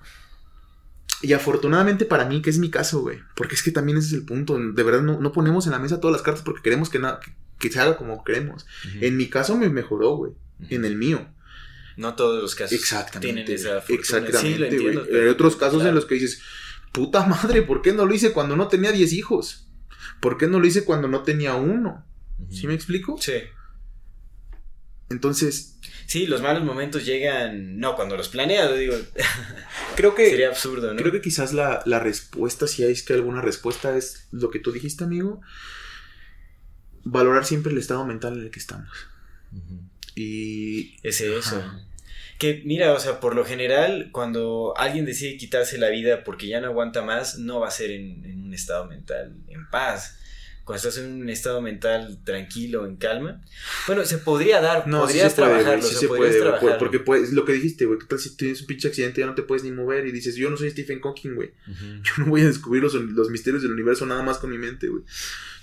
Y afortunadamente para mí, que es mi caso, güey. Porque es que también ese es el punto. De verdad, no, no ponemos en la mesa todas las cartas porque queremos que, na- que, que se haga como queremos. Uh-huh. En mi caso me mejoró, güey. Uh-huh. En el mío. No todos los casos Exactamente, tienen esa fortuna. Exactamente, sí, lo entiendo. Hay otros casos claro. en los que dices, puta madre, ¿por qué no lo hice cuando no tenía diez hijos? ¿Por qué no lo hice cuando no tenía uno? Uh-huh. ¿Sí me explico? Sí. Entonces... Sí, los malos momentos llegan... No, cuando los planeas, digo... Creo que... Sería absurdo, ¿no? Creo que quizás la, la respuesta, si hay que alguna respuesta, es lo que tú dijiste, amigo. Valorar siempre el estado mental en el que estamos. Uh-huh. Y... Es eso. Ajá. Que mira, o sea, por lo general, cuando alguien decide quitarse la vida porque ya no aguanta más, no va a ser en, en un estado mental en paz. Cuando estás en un estado mental tranquilo, en calma, bueno, se podría dar, no, podrías sí trabajarlo, puede, sí se, se podrías puede, trabajarlo. Porque puedes, lo que dijiste, güey, ¿qué tal si tienes un pinche accidente y ya no te puedes ni mover? Y dices, yo no soy Stephen Hawking, güey. Uh-huh. Yo no voy a descubrir los, los misterios del universo nada más con mi mente, güey.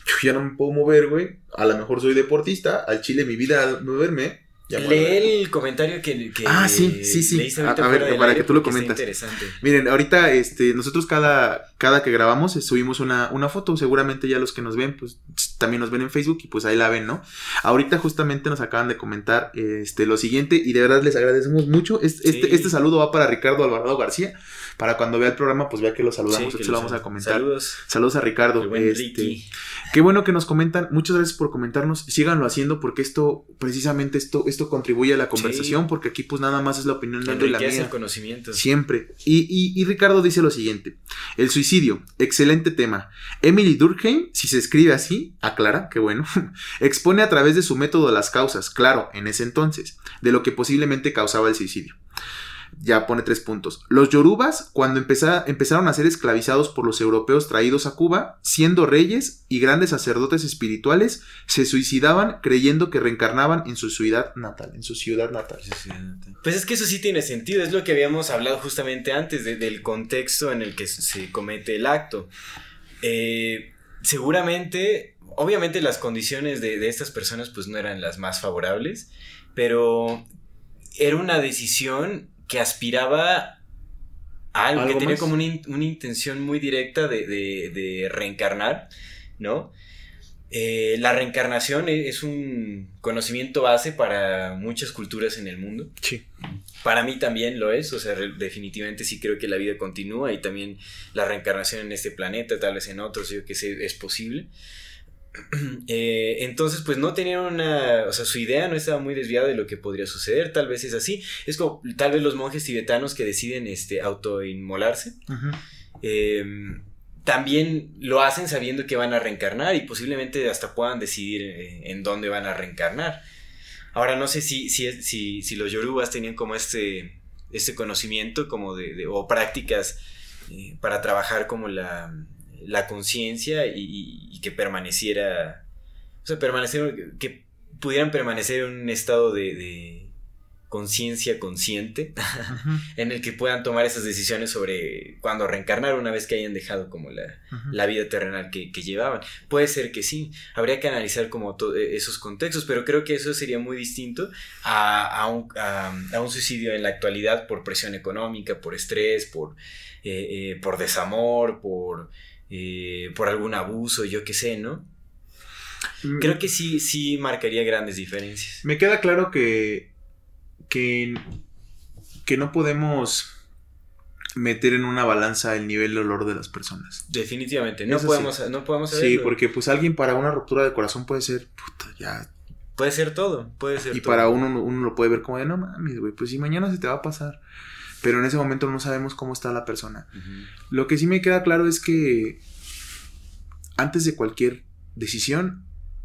yo ya no me puedo mover, güey. A lo mejor soy deportista, al chile mi vida moverme. Lee el comentario que, que ah, sí, sí, sí. A, a ver, para que tú lo comentas. Miren, ahorita este, nosotros cada, cada que grabamos subimos una, una foto. Seguramente ya los que nos ven, pues también nos ven en Facebook y pues ahí la ven, ¿no? Ahorita justamente nos acaban de comentar este, lo siguiente y de verdad les agradecemos mucho. Este, sí. este, este saludo va para Ricardo Alvarado García. Para cuando vea el programa, pues vea que lo saludamos. Sí, que lo vamos a comentar. Saludos. Saludos a Ricardo. Este, qué bueno que nos comentan. Muchas gracias por comentarnos. Síganlo haciendo porque esto, precisamente esto, esto contribuye a la conversación. Sí. Porque aquí pues nada más es la opinión de la mía. el conocimiento. Siempre. Y, y, y Ricardo dice lo siguiente. El suicidio. Excelente tema. Emily Durkheim, si se escribe así, aclara, qué bueno, expone a través de su método las causas, claro, en ese entonces, de lo que posiblemente causaba el suicidio. Ya pone tres puntos. Los yorubas, cuando empezá, empezaron a ser esclavizados por los europeos traídos a Cuba, siendo reyes y grandes sacerdotes espirituales, se suicidaban creyendo que reencarnaban en su ciudad natal. En su ciudad natal. Pues es que eso sí tiene sentido. Es lo que habíamos hablado justamente antes de, del contexto en el que se comete el acto. Eh, seguramente, obviamente las condiciones de, de estas personas pues no eran las más favorables, pero era una decisión que aspiraba a algo, ¿Algo que tenía más? como una, in, una intención muy directa de, de, de reencarnar, ¿no? Eh, la reencarnación es un conocimiento base para muchas culturas en el mundo. Sí. Para mí también lo es, o sea, re- definitivamente sí creo que la vida continúa y también la reencarnación en este planeta, tal vez en otros, yo que sé, es posible. Eh, entonces pues no tenían una, o sea, su idea no estaba muy desviada de lo que podría suceder, tal vez es así, es como tal vez los monjes tibetanos que deciden este, autoinmolarse, uh-huh. eh, también lo hacen sabiendo que van a reencarnar y posiblemente hasta puedan decidir eh, en dónde van a reencarnar. Ahora no sé si, si, si, si los yorubas tenían como este, este conocimiento como de, de o prácticas eh, para trabajar como la la conciencia y, y, y que permaneciera, o sea, permanecer, que pudieran permanecer en un estado de, de conciencia consciente, uh-huh. en el que puedan tomar esas decisiones sobre cuándo reencarnar una vez que hayan dejado como la, uh-huh. la vida terrenal que, que llevaban. Puede ser que sí, habría que analizar como to- esos contextos, pero creo que eso sería muy distinto a, a, un, a, a un suicidio en la actualidad por presión económica, por estrés, por, eh, eh, por desamor, por... Eh, por algún abuso, yo qué sé, ¿no? Creo que sí, sí marcaría grandes diferencias. Me queda claro que, que, que no podemos meter en una balanza el nivel de dolor de las personas. Definitivamente, no podemos, sí. no podemos saberlo. Sí, porque pues alguien para una ruptura de corazón puede ser, puta, ya... Puede ser todo, puede ser y todo. Y para uno, uno lo puede ver como de, no mames, güey, pues si mañana se te va a pasar... Pero en ese momento no sabemos cómo está la persona. Uh-huh. Lo que sí me queda claro es que antes de cualquier decisión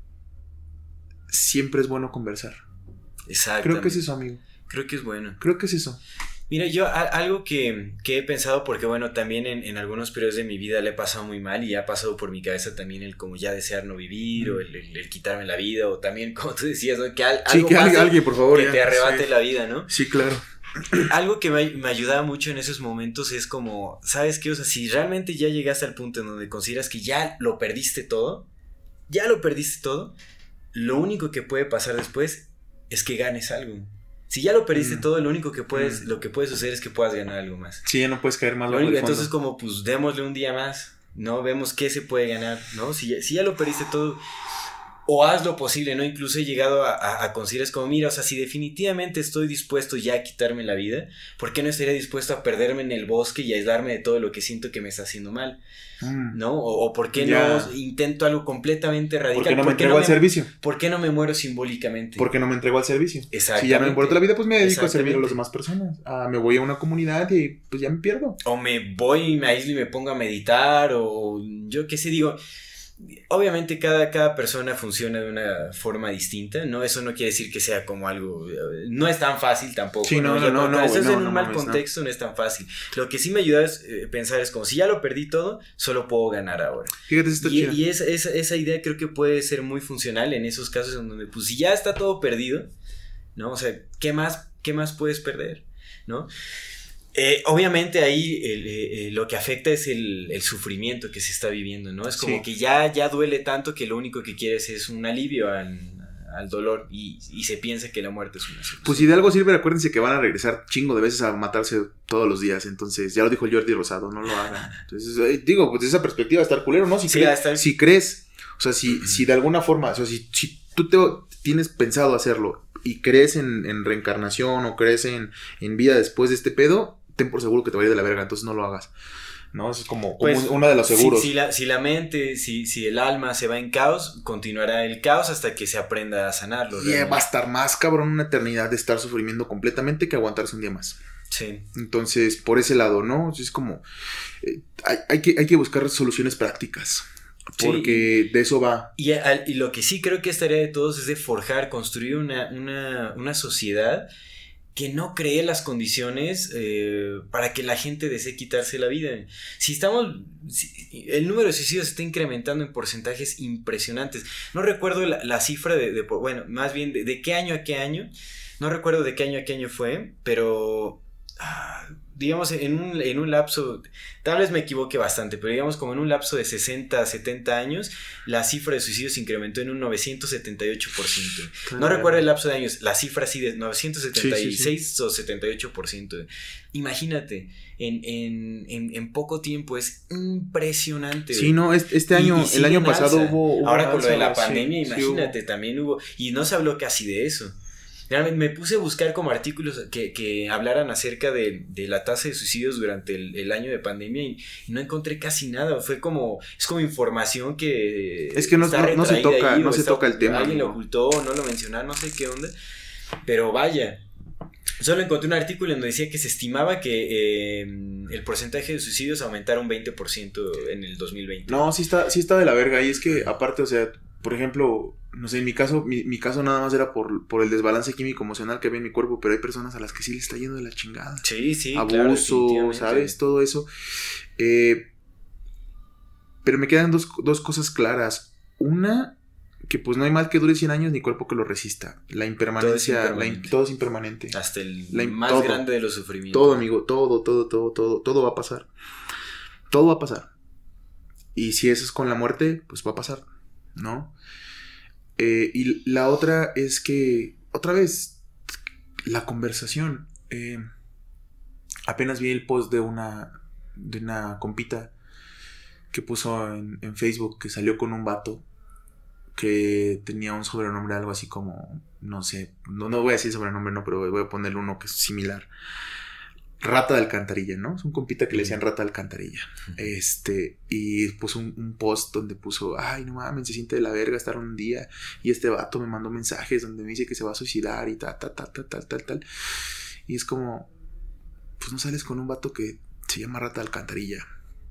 siempre es bueno conversar. Exacto. Creo que es eso, amigo. Creo que es bueno. Creo que es eso. Mira, yo a, algo que, que he pensado, porque bueno, también en, en algunos periodos de mi vida le he pasado muy mal y ha pasado por mi cabeza también el como ya desear no vivir, mm. o el, el, el quitarme la vida, o también como tú decías, ¿no? Que al, sí, algo que pase, alguien, por favor, que ya, te arrebate sí. la vida, ¿no? Sí, claro. Algo que me, me ayudaba mucho en esos momentos es como, ¿sabes qué? O sea, si realmente ya llegaste al punto en donde consideras que ya lo perdiste todo, ya lo perdiste todo, lo único que puede pasar después es que ganes algo. Si ya lo perdiste mm. todo, lo único que puedes, mm. lo que puede suceder es que puedas ganar algo más. Sí, ya no puedes caer más bajo el fondo. Entonces como, pues, démosle un día más, ¿no? Vemos qué se puede ganar, ¿no? Si ya, si ya lo perdiste todo... O haz lo posible, ¿no? Incluso he llegado a, a, a considerar como, mira, o sea, si definitivamente estoy dispuesto ya a quitarme la vida, ¿por qué no estaría dispuesto a perderme en el bosque y a aislarme de todo lo que siento que me está haciendo mal? Mm. ¿No? O, o ¿por qué ya. no intento algo completamente radical? ¿Por qué no me ¿Por entrego no al me, servicio? ¿Por qué no me muero simbólicamente? ¿Por qué no me entrego al servicio? Exactamente. Si ya no me importa la vida, pues me dedico a servir a las demás personas. Ah, me voy a una comunidad y pues ya me pierdo. O me voy y me aíslo y me pongo a meditar, o yo qué sé, digo... Obviamente cada, cada persona funciona de una forma distinta, ¿no? Eso no quiere decir que sea como algo... No es tan fácil tampoco. Sí, no, no, no, no. Eso es no, en un no, mal no, contexto, no. no es tan fácil. Lo que sí me ayuda es eh, pensar es como, si ya lo perdí todo, solo puedo ganar ahora. Fíjate, esto y, chido. y esa, esa, esa idea creo que puede ser muy funcional en esos casos en donde, pues, si ya está todo perdido, ¿no? O sea, ¿qué más, qué más puedes perder? ¿No? Eh, obviamente ahí el, eh, lo que afecta es el, el sufrimiento que se está viviendo, ¿no? Es como sí. que ya, ya duele tanto que lo único que quieres es un alivio al, al dolor y, y se piensa que la muerte es una solución. Pues si de algo sirve, acuérdense que van a regresar chingo de veces a matarse todos los días, entonces ya lo dijo Jordi Rosado, no lo hagan. Entonces, eh, digo, pues desde esa perspectiva estar culero, ¿no? Si, sí, crees, estar... si crees, o sea, si, uh-huh. si de alguna forma, o sea, si, si tú te, tienes pensado hacerlo y crees en, en reencarnación o crees en, en vida después de este pedo, ten por seguro que te va a ir de la verga, entonces no lo hagas, ¿no? Eso es como, como pues, uno de los seguros. Si, si, la, si la mente, si, si el alma se va en caos, continuará el caos hasta que se aprenda a sanarlo. Y yeah, va a estar más cabrón una eternidad de estar sufriendo completamente que aguantarse un día más. Sí. Entonces, por ese lado, ¿no? Es como, eh, hay, hay, que, hay que buscar soluciones prácticas. Porque sí, de eso va. Y, y lo que sí creo que es tarea de todos es de forjar, construir una, una, una sociedad que no cree las condiciones eh, para que la gente desee quitarse la vida. Si estamos... Si, el número de suicidios está incrementando en porcentajes impresionantes. No recuerdo la, la cifra de, de... Bueno, más bien de, de qué año a qué año. No recuerdo de qué año a qué año fue, pero... Ah, digamos, en un, en un lapso, tal vez me equivoque bastante, pero digamos como en un lapso de sesenta a setenta años, la cifra de suicidios se incrementó en un novecientos setenta y ocho por ciento. Claro. No recuerdo el lapso de años, la cifra sí de novecientos setenta y seis sí, sí, sí. o setenta y ocho por ciento. Imagínate, en, en, en, en poco tiempo es impresionante. Sí, no, este, este año, y, y el año pasado hubo, hubo... Ahora con lo de la pandemia, sí, imagínate, sí también hubo, y no se habló casi de eso. Realmente me puse a buscar como artículos que, que hablaran acerca de, de la tasa de suicidios durante el, el año de pandemia y, y no encontré casi nada. Fue como, es como información que es que no, no, no se toca, ahí, no se está, toca el tema. Alguien ¿no? lo ocultó, no lo mencionaron, no sé qué onda. Pero vaya, solo encontré un artículo en donde decía que se estimaba que eh, el porcentaje de suicidios aumentara un veinte por ciento en el dos mil veinte. No, sí está, sí está de la verga. Y es que aparte, o sea, por ejemplo, no sé, en mi caso, mi, mi caso nada más era por, por el desbalance químico emocional que había en mi cuerpo, pero hay personas a las que sí le está yendo de la chingada. Sí, sí, abuso, claro, ¿sabes? Todo eso. Eh, pero me quedan dos, dos cosas claras. Una, que pues no hay mal que dure cien años ni cuerpo que lo resista. La impermanencia, todo es impermanente. La, todo es impermanente. Hasta el la, más todo, grande de los sufrimientos. Todo, amigo, todo, todo, todo, todo, todo va a pasar. Todo va a pasar. Y si eso es con la muerte, pues va a pasar, ¿no? Eh, y la otra es que, otra vez, la conversación. Eh, apenas vi el post de una, de una compita que puso en, en Facebook que salió con un vato que tenía un sobrenombre, algo así como, no sé, no, no voy a decir sobrenombre, no, pero voy a ponerle uno que es similar. Rata de alcantarilla, ¿no? Es un compita que le decían Rata de alcantarilla. Este, y puso un, un post donde puso, ay, no mames, se siente de la verga estar un día. Y este vato me mandó mensajes donde me dice que se va a suicidar y tal, tal, tal, tal, tal, tal, tal. Y es como, pues no sales con un vato que se llama Rata de alcantarilla.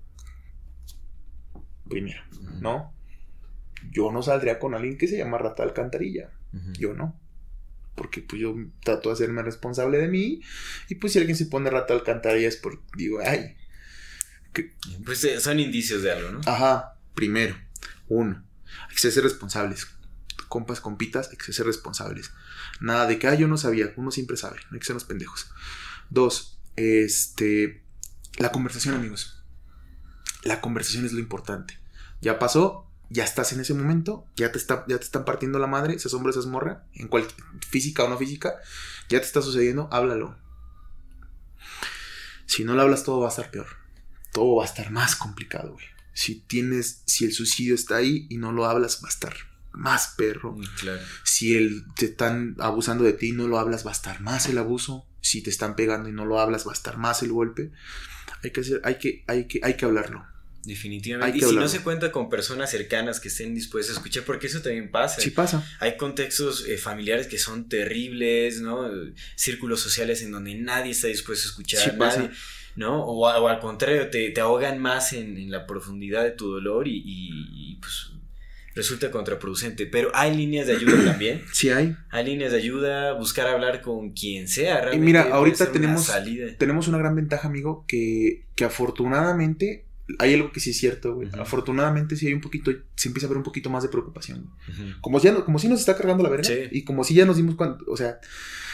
Primero, ¿no? Yo no saldría con alguien que se llama Rata de alcantarilla. Uh-huh. Yo no. Porque pues yo trato de hacerme responsable de mí. Y pues si alguien se pone Rata de alcantarilla es porque digo, ay. Que... Pues eh, son indicios de algo, ¿no? Ajá. Primero, uno, hay que ser responsables. Compas, compitas, hay que ser responsables. Nada de que, ah, yo no sabía. Uno siempre sabe. No hay que ser los pendejos. Dos, este... La conversación, amigos. La conversación es lo importante. Ya pasó... Ya estás en ese momento, ya te, está, ya te están partiendo la madre, seas hombre, seas morra, en cual, física o no física, ya te está sucediendo, háblalo. Si no lo hablas, todo va a estar peor. Todo va a estar más complicado, güey. Si tienes, si el suicidio está ahí y no lo hablas, va a estar más perro. Claro. Si el, te están abusando de ti y no lo hablas, va a estar más el abuso. Si te están pegando y no lo hablas, va a estar más el golpe. Hay que hacer, hay que, hay que, hay que hablarlo. Definitivamente. Y si no se cuenta con personas cercanas que estén dispuestas a escuchar, porque eso también pasa. Sí pasa. Hay contextos eh, familiares que son terribles, ¿no? Círculos sociales en donde nadie está dispuesto a escuchar. Sí pasa. Nadie, ¿no? O, o al contrario, te, te ahogan más en, en la profundidad de tu dolor y, y, y pues resulta contraproducente. Pero hay líneas de ayuda también. Sí hay. Hay líneas de ayuda, buscar hablar con quien sea. Realmente y mira, ahorita tenemos una, tenemos una gran ventaja, amigo, que, que afortunadamente... Hay algo que sí es cierto, güey. Uh-huh. Afortunadamente sí hay un poquito, se empieza a ver un poquito más de preocupación. Uh-huh. Como, ya no, como si nos está cargando la verga. Sí. Y como si ya nos dimos cuenta, o sea,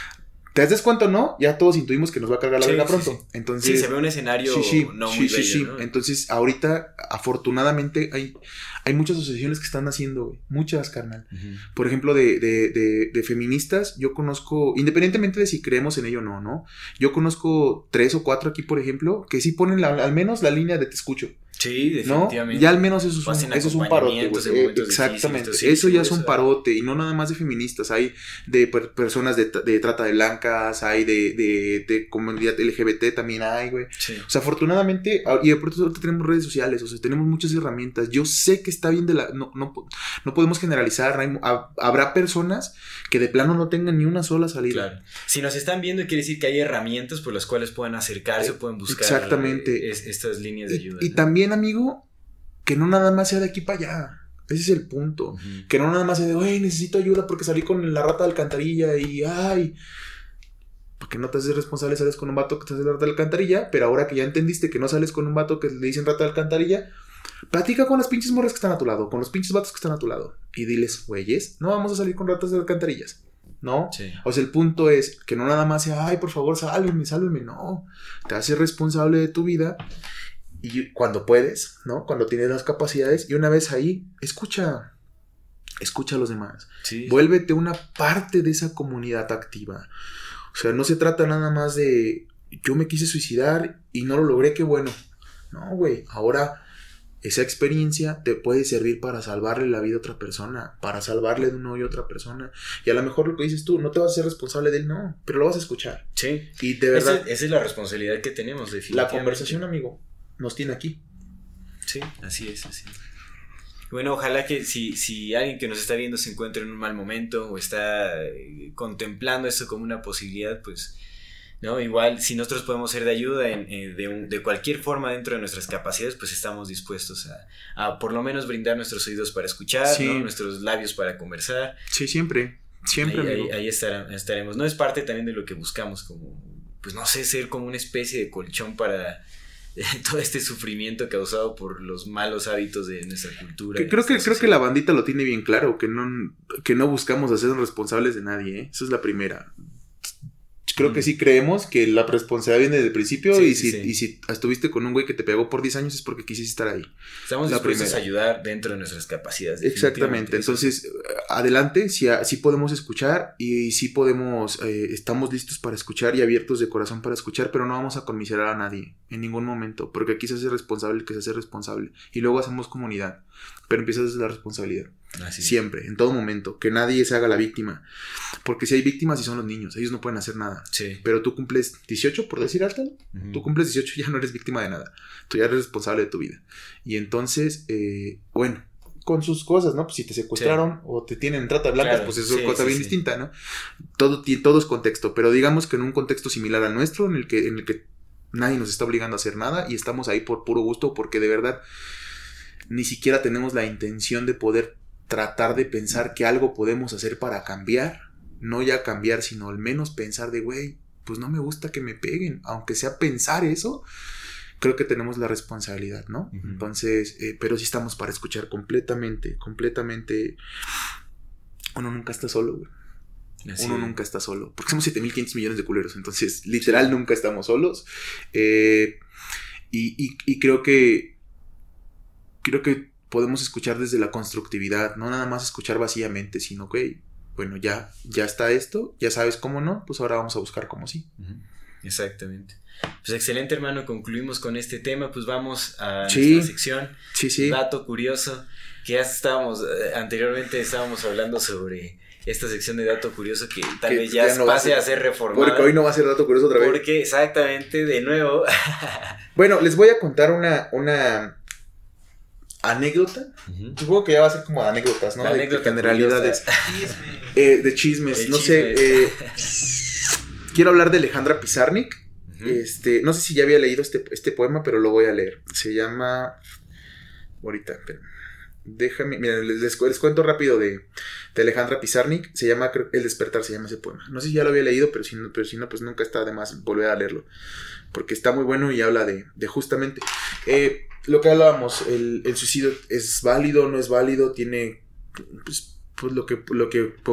¿te das cuenta o no? Ya todos intuimos que nos va a cargar la sí, verga sí, pronto. Sí. Entonces, sí, se ve un escenario sí, sí, no sí, muy sí, bello, sí. ¿no? Entonces, ahorita, afortunadamente, hay, hay muchas asociaciones que están haciendo, güey. Muchas, carnal. Uh-huh. Por ejemplo, de, de, de, de feministas, yo conozco, independientemente de si creemos en ello o no, ¿no? Yo conozco tres o cuatro aquí, por ejemplo, que sí ponen la, al menos la línea de te escucho. Sí, definitivamente. ¿No? Ya al menos eso es un, eso es un parote, güey. Eh, exactamente. Sí, eso ya es un parote. Y no nada más de feministas. Hay de per- personas de, de trata de blancas. Hay de, de, de comunidad L G B T también hay, güey. Sí. O sea, afortunadamente. Y de pronto ahorita tenemos redes sociales. O sea, tenemos muchas herramientas. Yo sé que está bien de la... No, no, no podemos generalizar. Hay, habrá personas que de plano no tengan ni una sola salida. Claro. Si nos están viendo, quiere decir que hay herramientas por las cuales puedan acercarse o pueden buscar... Exactamente. Es, estas líneas de ayuda. Y, y también, amigo, que no nada más sea de aquí para allá. Ese es el punto. Uh-huh. Que no nada más sea de, güey, necesito ayuda porque salí con la rata de alcantarilla y, ay... Porque no te haces responsable, sales con un vato que te hace la rata de alcantarilla, pero ahora que ya entendiste que no sales con un vato que le dicen rata de alcantarilla, platica con las pinches morras que están a tu lado, con los pinches vatos que están a tu lado. Y diles, güeyes, no vamos a salir con ratas de alcantarillas. ¿No? Sí. O sea, el punto es que no nada más sea, ay, por favor, sálveme, sálveme. No. Te haces responsable de tu vida. Y cuando puedes, ¿no? Cuando tienes las capacidades, y una vez ahí, escucha, escucha a los demás. Sí. Vuélvete una parte de esa comunidad activa. O sea, no se trata nada más de, yo me quise suicidar y no lo logré, qué bueno. No, güey, ahora esa experiencia te puede servir para salvarle la vida a otra persona, para salvarle de un hoyo a otra persona. Y a lo mejor lo que dices tú, no te vas a ser responsable de él, no, pero lo vas a escuchar. Sí. Y de verdad. Esa, esa es la responsabilidad que tenemos, definitivamente. La conversación, amigo, nos tiene aquí. Sí, así es, así es. Bueno, ojalá que si, si alguien que nos está viendo se encuentra en un mal momento o está eh, contemplando esto como una posibilidad, pues, no, igual si nosotros podemos ser de ayuda en, en, de, un, de cualquier forma dentro de nuestras capacidades, pues estamos dispuestos a, a por lo menos brindar nuestros oídos para escuchar, sí. ¿no? Nuestros labios para conversar. Sí, siempre, siempre. Ahí, ahí, ahí estar, estaremos. No es parte también de lo que buscamos, como, pues no sé, ser como una especie de colchón para todo este sufrimiento causado por los malos hábitos de nuestra cultura. Que creo que creo que la bandita lo tiene bien claro, que no, que no buscamos hacernos responsables de nadie, ¿eh? Esa es la primera. Creo mm. que sí creemos que la responsabilidad viene desde el principio, sí, y, sí, si, sí. y si estuviste con un güey que te pegó por diez años es porque quisiste estar ahí. Estamos dispuestos a ayudar dentro de nuestras capacidades. Exactamente, entonces adelante, sí, sí podemos escuchar y sí podemos, eh, estamos listos para escuchar y abiertos de corazón para escuchar, pero no vamos a conmiserar a nadie en ningún momento, porque aquí se hace responsable el que se hace responsable y luego hacemos comunidad, pero empiezas desde la responsabilidad. Así siempre, es. En todo momento, que nadie se haga la víctima, porque si hay víctimas y son los niños, ellos no pueden hacer nada, sí. Pero tú cumples dieciocho, por decir algo, uh-huh. Tú cumples dieciocho y ya no eres víctima de nada, tú ya eres responsable de tu vida, y entonces, eh, bueno, con sus cosas, ¿no? Pues si te secuestraron sí. o te tienen en trata de blancas, claro, pues eso sí, es cosa sí, bien sí. distinta, ¿no? Todo, todo es contexto, pero digamos que en un contexto similar al nuestro, en el que, en el que nadie nos está obligando a hacer nada y estamos ahí por puro gusto, porque de verdad ni siquiera tenemos la intención de poder tratar de pensar que algo podemos hacer para cambiar, no ya cambiar, sino al menos pensar de, güey, pues no me gusta que me peguen, aunque sea pensar eso, creo que tenemos la responsabilidad, ¿no? Uh-huh. Entonces, eh, pero sí estamos para escuchar completamente, completamente, uno nunca está solo, güey. Así uno es. Nunca está solo, porque somos siete mil quinientos millones de culeros, entonces literal sí. Nunca estamos solos, eh, y, y, y creo que, creo que podemos escuchar desde la constructividad, no nada más escuchar vacíamente, sino que, bueno, ya, ya está esto, ya sabes cómo no, pues ahora vamos a buscar cómo sí. Uh-huh. Exactamente. Pues excelente, hermano, concluimos con este tema, pues vamos a sí. nuestra sección, sí, sí. Dato curioso, que ya estábamos, eh, anteriormente estábamos hablando sobre esta sección de dato curioso que tal que vez ya, ya no pase a, ser, a ser reformada. Porque hoy no va a ser dato curioso otra vez. Porque exactamente, de nuevo. Bueno, les voy a contar una... una... anécdota, uh-huh. Supongo que ya va a ser como anécdotas, ¿no? De, de generalidades, eh, de chismes, el no chisme. sé. Eh, quiero hablar de Alejandra Pizarnik. Uh-huh. Este, no sé si ya había leído este, este poema, pero lo voy a leer. Se llama, ahorita, pero, déjame, mira, les, les cuento rápido de, de Alejandra Pizarnik. Se llama, creo, El despertar, se llama ese poema. No sé si ya lo había leído, pero si no, pero si no pues nunca está de más volver a leerlo, porque está muy bueno y habla de, de justamente. Eh, Lo que hablábamos, el, el suicidio es válido, no es válido, tiene pues, pues lo que lo que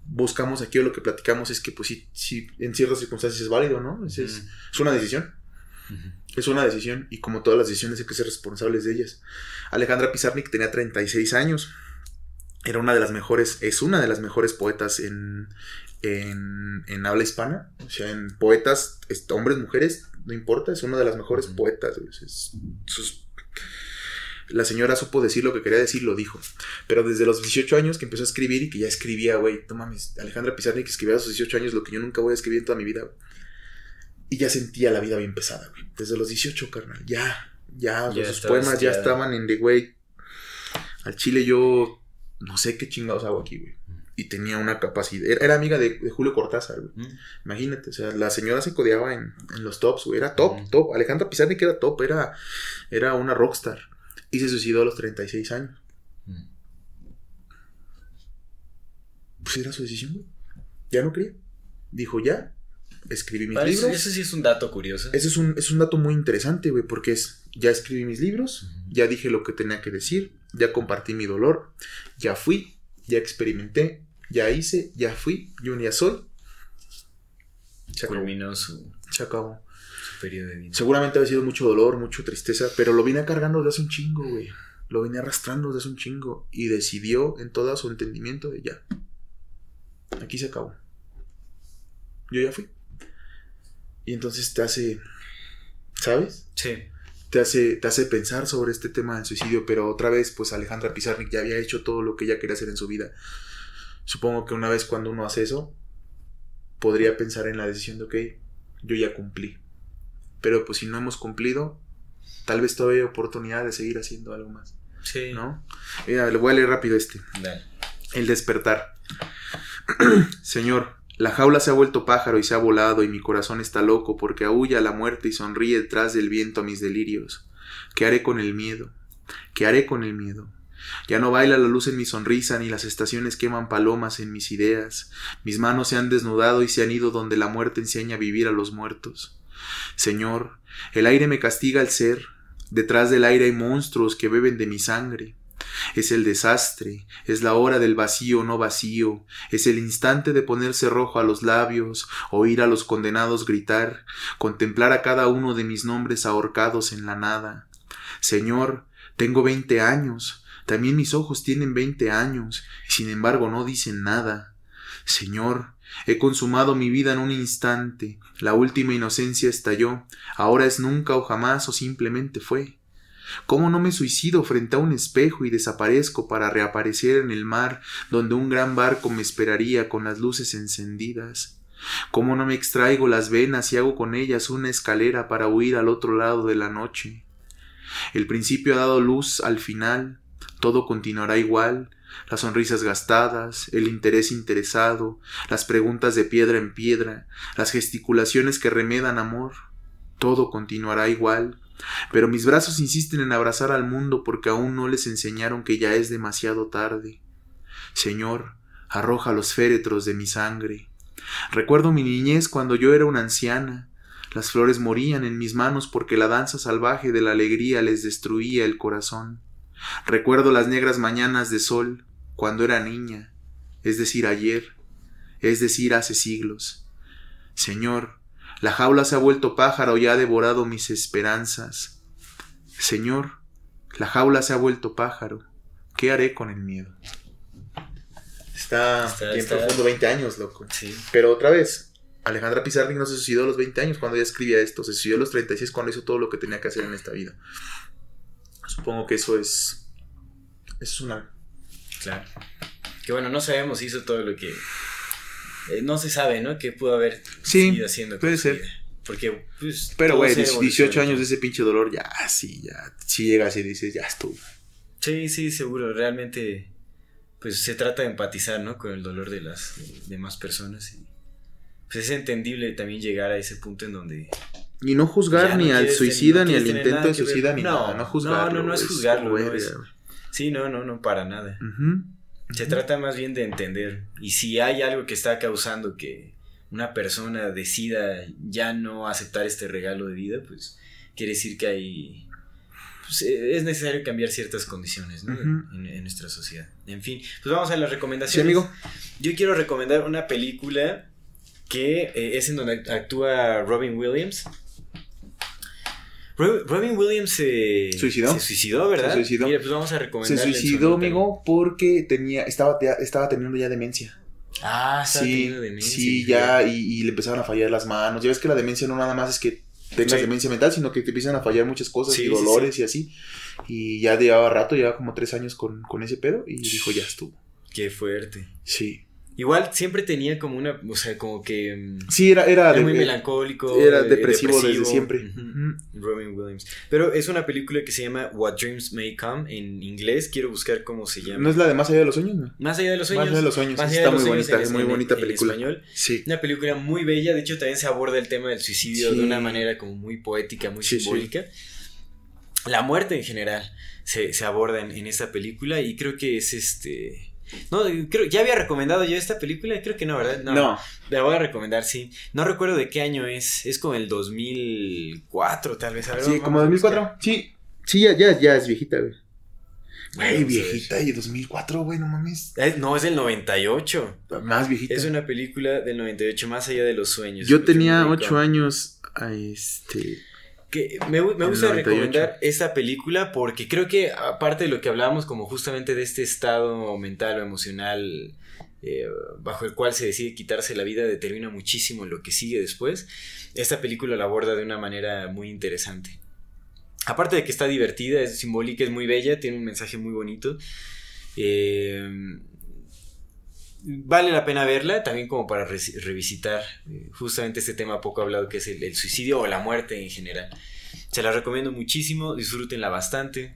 buscamos aquí o lo que platicamos es que pues sí, sí en ciertas circunstancias es válido, ¿no? Es, es, uh-huh. es una decisión. Uh-huh. Es una decisión y como todas las decisiones hay que ser responsables de ellas. Alejandra Pizarnik tenía treinta y seis años. Era una de las mejores, es una de las mejores poetas en, en, en habla hispana. O sea, en poetas, hombres, mujeres, no importa, es una de las mejores uh-huh. poetas. Es, es, sus, la señora supo decir lo que quería decir, lo dijo. Pero desde los dieciocho años que empezó a escribir y que ya escribía, güey, no mames, Alejandra Pizarnik escribía a sus dieciocho años lo que yo nunca voy a escribir en toda mi vida, güey. Y ya sentía la vida bien pesada, güey. Desde los dieciocho, carnal, ya, ya, ya sus poemas hastiada. Ya estaban en de, güey, al chile yo no sé qué chingados hago aquí, güey. Y tenía una capacidad, era, era amiga de, de Julio Cortázar, güey. Mm. Imagínate, o sea, la señora se codeaba en, en los tops, güey, era top, mm. top. Alejandra Pizarnik era top, era, era una rockstar. Y se suicidó a los treinta y seis años. Mm. Pues era su decisión, güey. Ya no quería. Dijo, ya, escribí mis Parece, libros. Eso sí es un dato curioso. Ese es un, es un dato muy interesante, güey, porque es, ya escribí mis libros, uh-huh. ya dije lo que tenía que decir, ya compartí mi dolor, ya fui, ya experimenté, ya hice, ya fui, yo ya soy. Se culminó su... Se acabó. Su periodo de vida. Seguramente había sido mucho dolor, mucha tristeza, pero lo vine cargando desde hace un chingo, güey. Lo vine arrastrando desde hace un chingo. Y decidió en todo su entendimiento de ya. Aquí se acabó. Yo ya fui. Y entonces te hace, ¿sabes? Sí. Te hace, te hace pensar sobre este tema del suicidio, pero otra vez, pues Alejandra Pizarnik ya había hecho todo lo que ella quería hacer en su vida. Supongo que una vez cuando uno hace eso, podría pensar en la decisión de, ok, yo ya cumplí. Pero pues si no hemos cumplido, tal vez todavía hay oportunidad de seguir haciendo algo más. Sí. ¿No? Mira, le voy a leer rápido este. Dale. El despertar. Señor, la jaula se ha vuelto pájaro y se ha volado y mi corazón está loco porque aúlla la muerte y sonríe detrás del viento a mis delirios. ¿Qué haré con el miedo? ¿Qué haré con el miedo? Ya no baila la luz en mi sonrisa ni las estaciones queman palomas en mis ideas. Mis manos se han desnudado y se han ido donde la muerte enseña a vivir a los muertos. Señor, el aire me castiga al ser. Detrás del aire hay monstruos que beben de mi sangre. Es el desastre, es la hora del vacío no vacío, es el instante de ponerse rojo a los labios, oír a los condenados gritar, contemplar a cada uno de mis nombres ahorcados en la nada. Señor, tengo veinte años, también mis ojos tienen veinte años, y sin embargo no dicen nada. Señor, he consumado mi vida en un instante, la última inocencia estalló, ahora es nunca o jamás o simplemente fue. ¿Cómo no me suicido frente a un espejo y desaparezco para reaparecer en el mar donde un gran barco me esperaría con las luces encendidas? ¿Cómo no me extraigo las venas y hago con ellas una escalera para huir al otro lado de la noche? El principio ha dado luz al final, todo continuará igual, las sonrisas gastadas, el interés interesado, las preguntas de piedra en piedra, las gesticulaciones que remedan amor, todo continuará igual. Pero mis brazos insisten en abrazar al mundo porque aún no les enseñaron que ya es demasiado tarde. Señor, arroja los féretros de mi sangre. Recuerdo mi niñez cuando yo era una anciana. Las flores morían en mis manos porque la danza salvaje de la alegría les destruía el corazón. Recuerdo las negras mañanas de sol cuando era niña, es decir, ayer, es decir, hace siglos. Señor, la jaula se ha vuelto pájaro y ha devorado mis esperanzas. Señor, la jaula se ha vuelto pájaro. ¿Qué haré con el miedo? Está, está bien está... profundo, veinte años, loco. Sí. Pero otra vez, Alejandra Pizarnik no se suicidó a los veinte años cuando ella escribía esto. Se suicidó a los treinta y seis cuando hizo todo lo que tenía que hacer en esta vida. Supongo que eso es... es una... Claro. Que bueno, no sabemos si hizo todo lo que... Eh, no se sabe, ¿no? ¿Qué pudo haber sí, seguido haciendo? Puede ser. Vida. Porque, pues... Pero, güey, dieciocho años de ese pinche dolor, ya, sí, ya. Si llegas y dices, ya estuvo. Sí, sí, seguro. Realmente, pues se trata de empatizar, ¿no? Con el dolor de las demás personas. Y, pues es entendible también llegar a ese punto en donde... Y no juzgar ni no al suicida, no ni al intento de suicida, ni no, nada. No juzgarlo. No, no, no es juzgarlo. No es, sí, no, no, no, para nada. Uh-huh. Se uh-huh. trata más bien de entender. Y si hay algo que está causando que una persona decida ya no aceptar este regalo de vida, pues quiere decir que hay pues, es necesario cambiar ciertas condiciones, ¿no? uh-huh. en, en nuestra sociedad. En fin, pues vamos a las recomendaciones. Sí, amigo. Yo quiero recomendar una película que eh, es en donde actúa Robin Williams. Robin Williams se suicidó. Se suicidó, ¿verdad? Se suicidó. Mira, pues vamos a recomendar. Se suicidó, amigo, porque tenía, estaba, estaba teniendo ya demencia. Ah, estaba sí, teniendo demencia. Sí, ya, y, y le empezaron a fallar las manos. Ya ves que la demencia no nada más es que tengas sí. demencia mental, sino que te empiezan a fallar muchas cosas sí, y dolores sí, sí. y así. Y ya llevaba rato, llevaba como tres años con, con ese pedo y dijo, ya estuvo. Qué fuerte. Sí. Igual siempre tenía como una, o sea, como que... Sí, era... Era, era de, muy melancólico. Era depresivo, depresivo desde siempre. Uh-huh. Uh-huh. Robin Williams. Pero es una película que se llama What Dreams May Come en inglés. Quiero buscar cómo se llama. ¿No es la de Más allá de los sueños? ¿No? Más allá de los sueños. Más allá de los sueños. Más allá Está de los muy sueños bonita, en, muy en, bonita en, película. En español. Sí. Una película muy bella. De hecho, también se aborda el tema del suicidio sí. de una manera como muy poética, muy sí, simbólica. Sí. La muerte en general se, se aborda en, en esta película y creo que es este... No, creo ya había recomendado yo esta película, creo que no, ¿verdad? No, no. La voy a recomendar, sí. No recuerdo de qué año es, es como el dos mil cuatro tal vez. A ver, sí, como dos mil cuatro. Sí, sí, ya, ya, ya es viejita, güey. Güey, no, viejita y dos mil cuatro, güey, no mames. Es, no, es del noventa y ocho. Más viejita. Es una película del noventa y ocho, Más allá de los sueños. Yo tenía ocho años a este... Que me, me gusta recomendar esta película porque creo que aparte de lo que hablábamos como justamente de este estado mental o emocional eh, bajo el cual se decide quitarse la vida determina muchísimo lo que sigue después, esta película la aborda de una manera muy interesante. Aparte de que está divertida, es simbólica, es muy bella, tiene un mensaje muy bonito. Eh, vale la pena verla, también como para re- revisitar eh, justamente este tema poco hablado que es el, el suicidio o la muerte en general. Se la recomiendo muchísimo, disfrútenla bastante.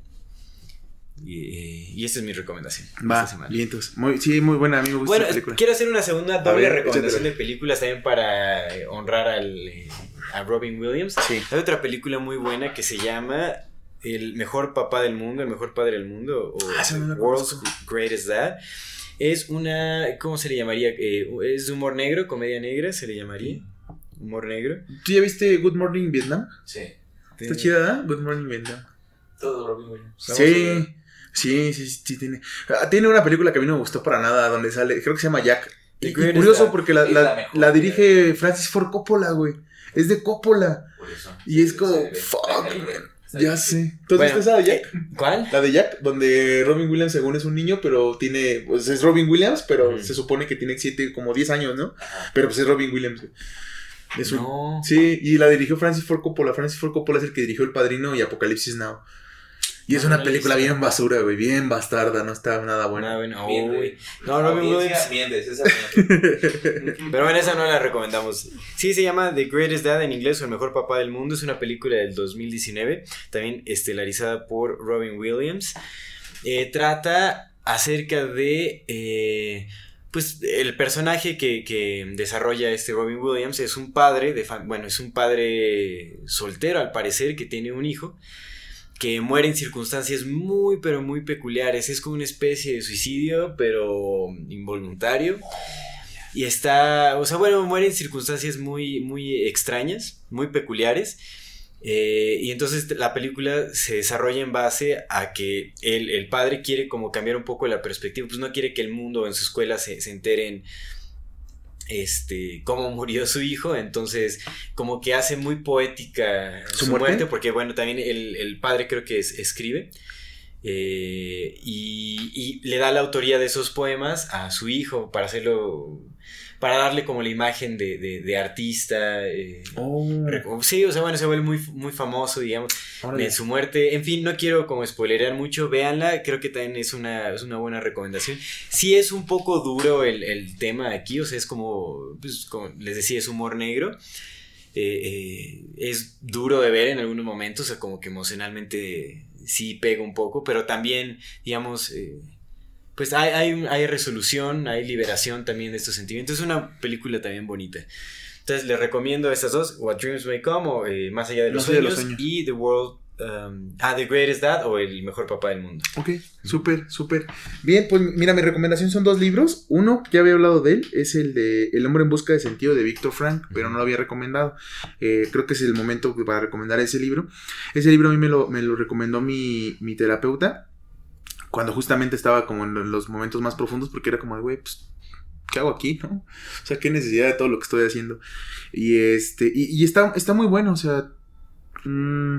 Y, y esta es mi recomendación. Va, esta semana. Vientos. Muy, sí, muy buena, a mí me gusta bueno, esta película. Quiero hacer una segunda doble ver, recomendación échatela. de películas también para eh, honrar al, eh, a Robin Williams. Sí. Hay otra película muy buena que se llama El mejor papá del mundo, el mejor padre del mundo, o ah, no World's Greatest Dad. Es una, ¿cómo se le llamaría? Eh, es de humor negro, comedia negra, se le llamaría. Humor negro. ¿Tú ya viste Good Morning Vietnam? Sí. Está chida, ¿verdad? Good Morning Vietnam. Todo Robin Williams. Sí, sí, sí, sí, tiene. Ah, tiene una película que a mí no me gustó para nada, donde sale, creo que se llama Jack. Y, y curioso la, porque la, la, la, la dirige Francis Ford Coppola, güey. Es de Coppola. Por eso. Y es como, fuck, man. Ya sé. ¿Tú has bueno, visto esa de Jack? ¿Cuál? La de Jack, donde Robin Williams según es un niño, pero tiene, pues es Robin Williams, pero mm. se supone que tiene siete, como diez años, ¿no? Ajá. Pero pues es Robin Williams. Es un, no. Sí, y la dirigió Francis Ford Coppola. Francis Ford Coppola es el que dirigió El Padrino y Apocalipsis Now. Y es no, una no película bien basura, güey, bien bastarda, no está nada buena. Nada bueno. Oh, güey. No, Robin Williams. Pero bueno, esa no la recomendamos. Sí, se llama The Greatest Dad en inglés o El mejor papá del mundo. Es una película del dos mil diecinueve, también estelarizada por Robin Williams. Eh, trata acerca de... Eh, pues el personaje que, que desarrolla este Robin Williams es un padre, de fam- bueno, es un padre soltero al parecer que tiene un hijo que muere en circunstancias muy, pero muy peculiares. Es como una especie de suicidio, pero involuntario. Y está, o sea, bueno, muere en circunstancias muy, muy extrañas, muy peculiares. Eh, y entonces la película se desarrolla en base a que el, el padre quiere como cambiar un poco la perspectiva. Pues no quiere que el mundo en su escuela se, se enteren este, cómo murió su hijo, entonces como que hace muy poética su, ¿Su muerte? muerte, porque bueno, también el, el padre creo que es, escribe eh, y, y le da la autoría de esos poemas a su hijo para hacerlo, para darle como la imagen de, de, de artista. Eh, oh. Sí, o sea, bueno, se vuelve muy, muy famoso, digamos, Órale. en su muerte. En fin, no quiero como spoilerear mucho, véanla, creo que también es una, es una buena recomendación. Sí es un poco duro el, el tema aquí, o sea, es como, pues, como les decía, es humor negro. Eh, eh, es duro de ver en algunos momentos, o sea, como que emocionalmente sí pega un poco, pero también, digamos... Eh, pues hay, hay, hay resolución, hay liberación también de estos sentimientos. Es una película también bonita. Entonces les recomiendo estas dos, What Dreams May Come o eh, Más allá de los, no sueños, de los sueños y The World, Um, ah, The Greatest Dad o El Mejor Papá del Mundo. Ok, súper, súper. Bien, pues mira, mi recomendación son dos libros. Uno, ya había hablado de él, es el de El hombre en busca de sentido de Víctor Frank, pero no lo había recomendado. Eh, creo que es el momento para recomendar ese libro. Ese libro a mí me lo, me lo recomendó mi, mi terapeuta cuando justamente estaba como en los momentos más profundos, porque era como, güey, pues, ¿qué hago aquí, no? O sea, ¿qué necesidad de todo lo que estoy haciendo? Y este, y, y está, está muy bueno, o sea, mmm,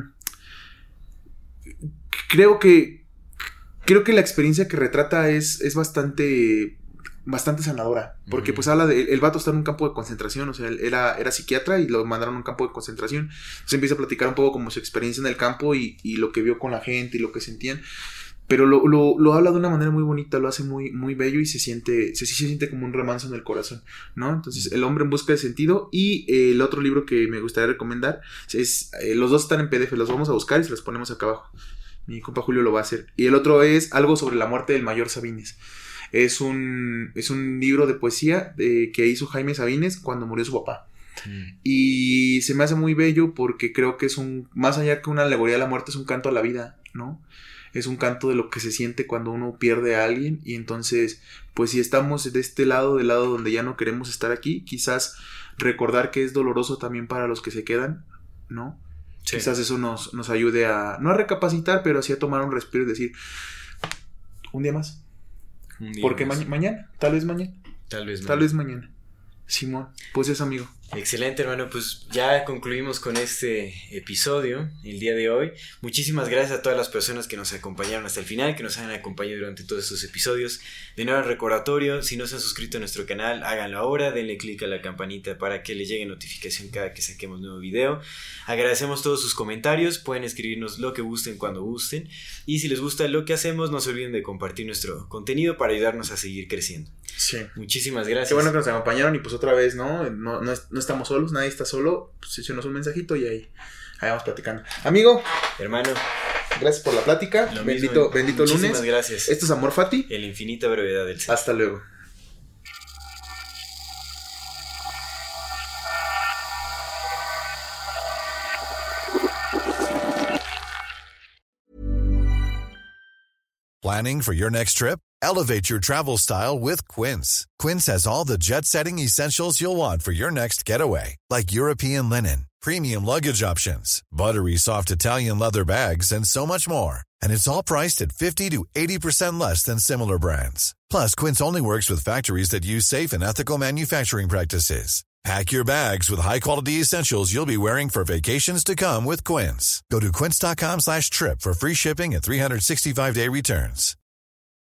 creo que creo que la experiencia que retrata es, es bastante bastante sanadora, porque uh-huh. pues habla de, el vato está en un campo de concentración, o sea, él era, era psiquiatra y lo mandaron a un campo de concentración, entonces empieza a platicar un poco como su experiencia en el campo y, y lo que vio con la gente y lo que sentían, pero lo, lo, lo habla de una manera muy bonita, lo hace muy, muy bello y se siente, se, se siente como un remanso en el corazón, ¿no? Entonces, El hombre en busca de sentido. Y eh, el otro libro que me gustaría recomendar es, eh, los dos están en P D F, los vamos a buscar y se los ponemos acá abajo. Mi compa Julio lo va a hacer. Y el otro es Algo sobre la muerte del mayor Sabines. Es un, es un libro de poesía de, que hizo Jaime Sabines cuando murió su papá. Mm. Y se me hace muy bello porque creo que es un, más allá que una alegoría de la muerte, es un canto a la vida, ¿no? Es un canto de lo que se siente cuando uno pierde a alguien. Y entonces, pues si estamos de este lado, del lado donde ya no queremos estar aquí, quizás recordar que es doloroso también para los que se quedan, ¿no? Sí. Quizás eso nos, nos ayude a, no a recapacitar, pero así a tomar un respiro y decir, un día más. Un día Porque más. Ma- mañana, tal vez mañana. Tal vez mañana. Tal vez mañana. Simón, pues eso, amigo. Excelente, hermano, pues ya concluimos con este episodio el día de hoy. Muchísimas gracias a todas las personas que nos acompañaron hasta el final, que nos han acompañado durante todos estos episodios. De nuevo, recordatorio, si no se han suscrito a nuestro canal, háganlo ahora, denle click a la campanita para que les llegue notificación cada que saquemos nuevo video. Agradecemos todos sus comentarios, pueden escribirnos lo que gusten cuando gusten, y si les gusta lo que hacemos, no se olviden de compartir nuestro contenido para ayudarnos a seguir creciendo. Sí. Muchísimas gracias. Qué bueno que nos acompañaron y pues otra vez, ¿no? No, no, no estamos solos, nadie está solo. Pues échenos un mensajito y ahí, ahí vamos platicando. Amigo. Hermano. Gracias por la plática. Lo bendito mismo, bendito muchísimas lunes. Muchísimas gracias. Esto es Amor Fati. En la infinita brevedad del ser. Hasta luego. Planning for your next trip? Elevate your travel style with Quince. Quince has all the jet-setting essentials you'll want for your next getaway, like European linen, premium luggage options, buttery soft Italian leather bags, and so much more. And it's all priced at fifty to eighty percent less than similar brands. Plus, Quince only works with factories that use safe and ethical manufacturing practices. Pack your bags with high-quality essentials you'll be wearing for vacations to come with Quince. Go to quince.com slash trip for free shipping and three sixty-five day returns.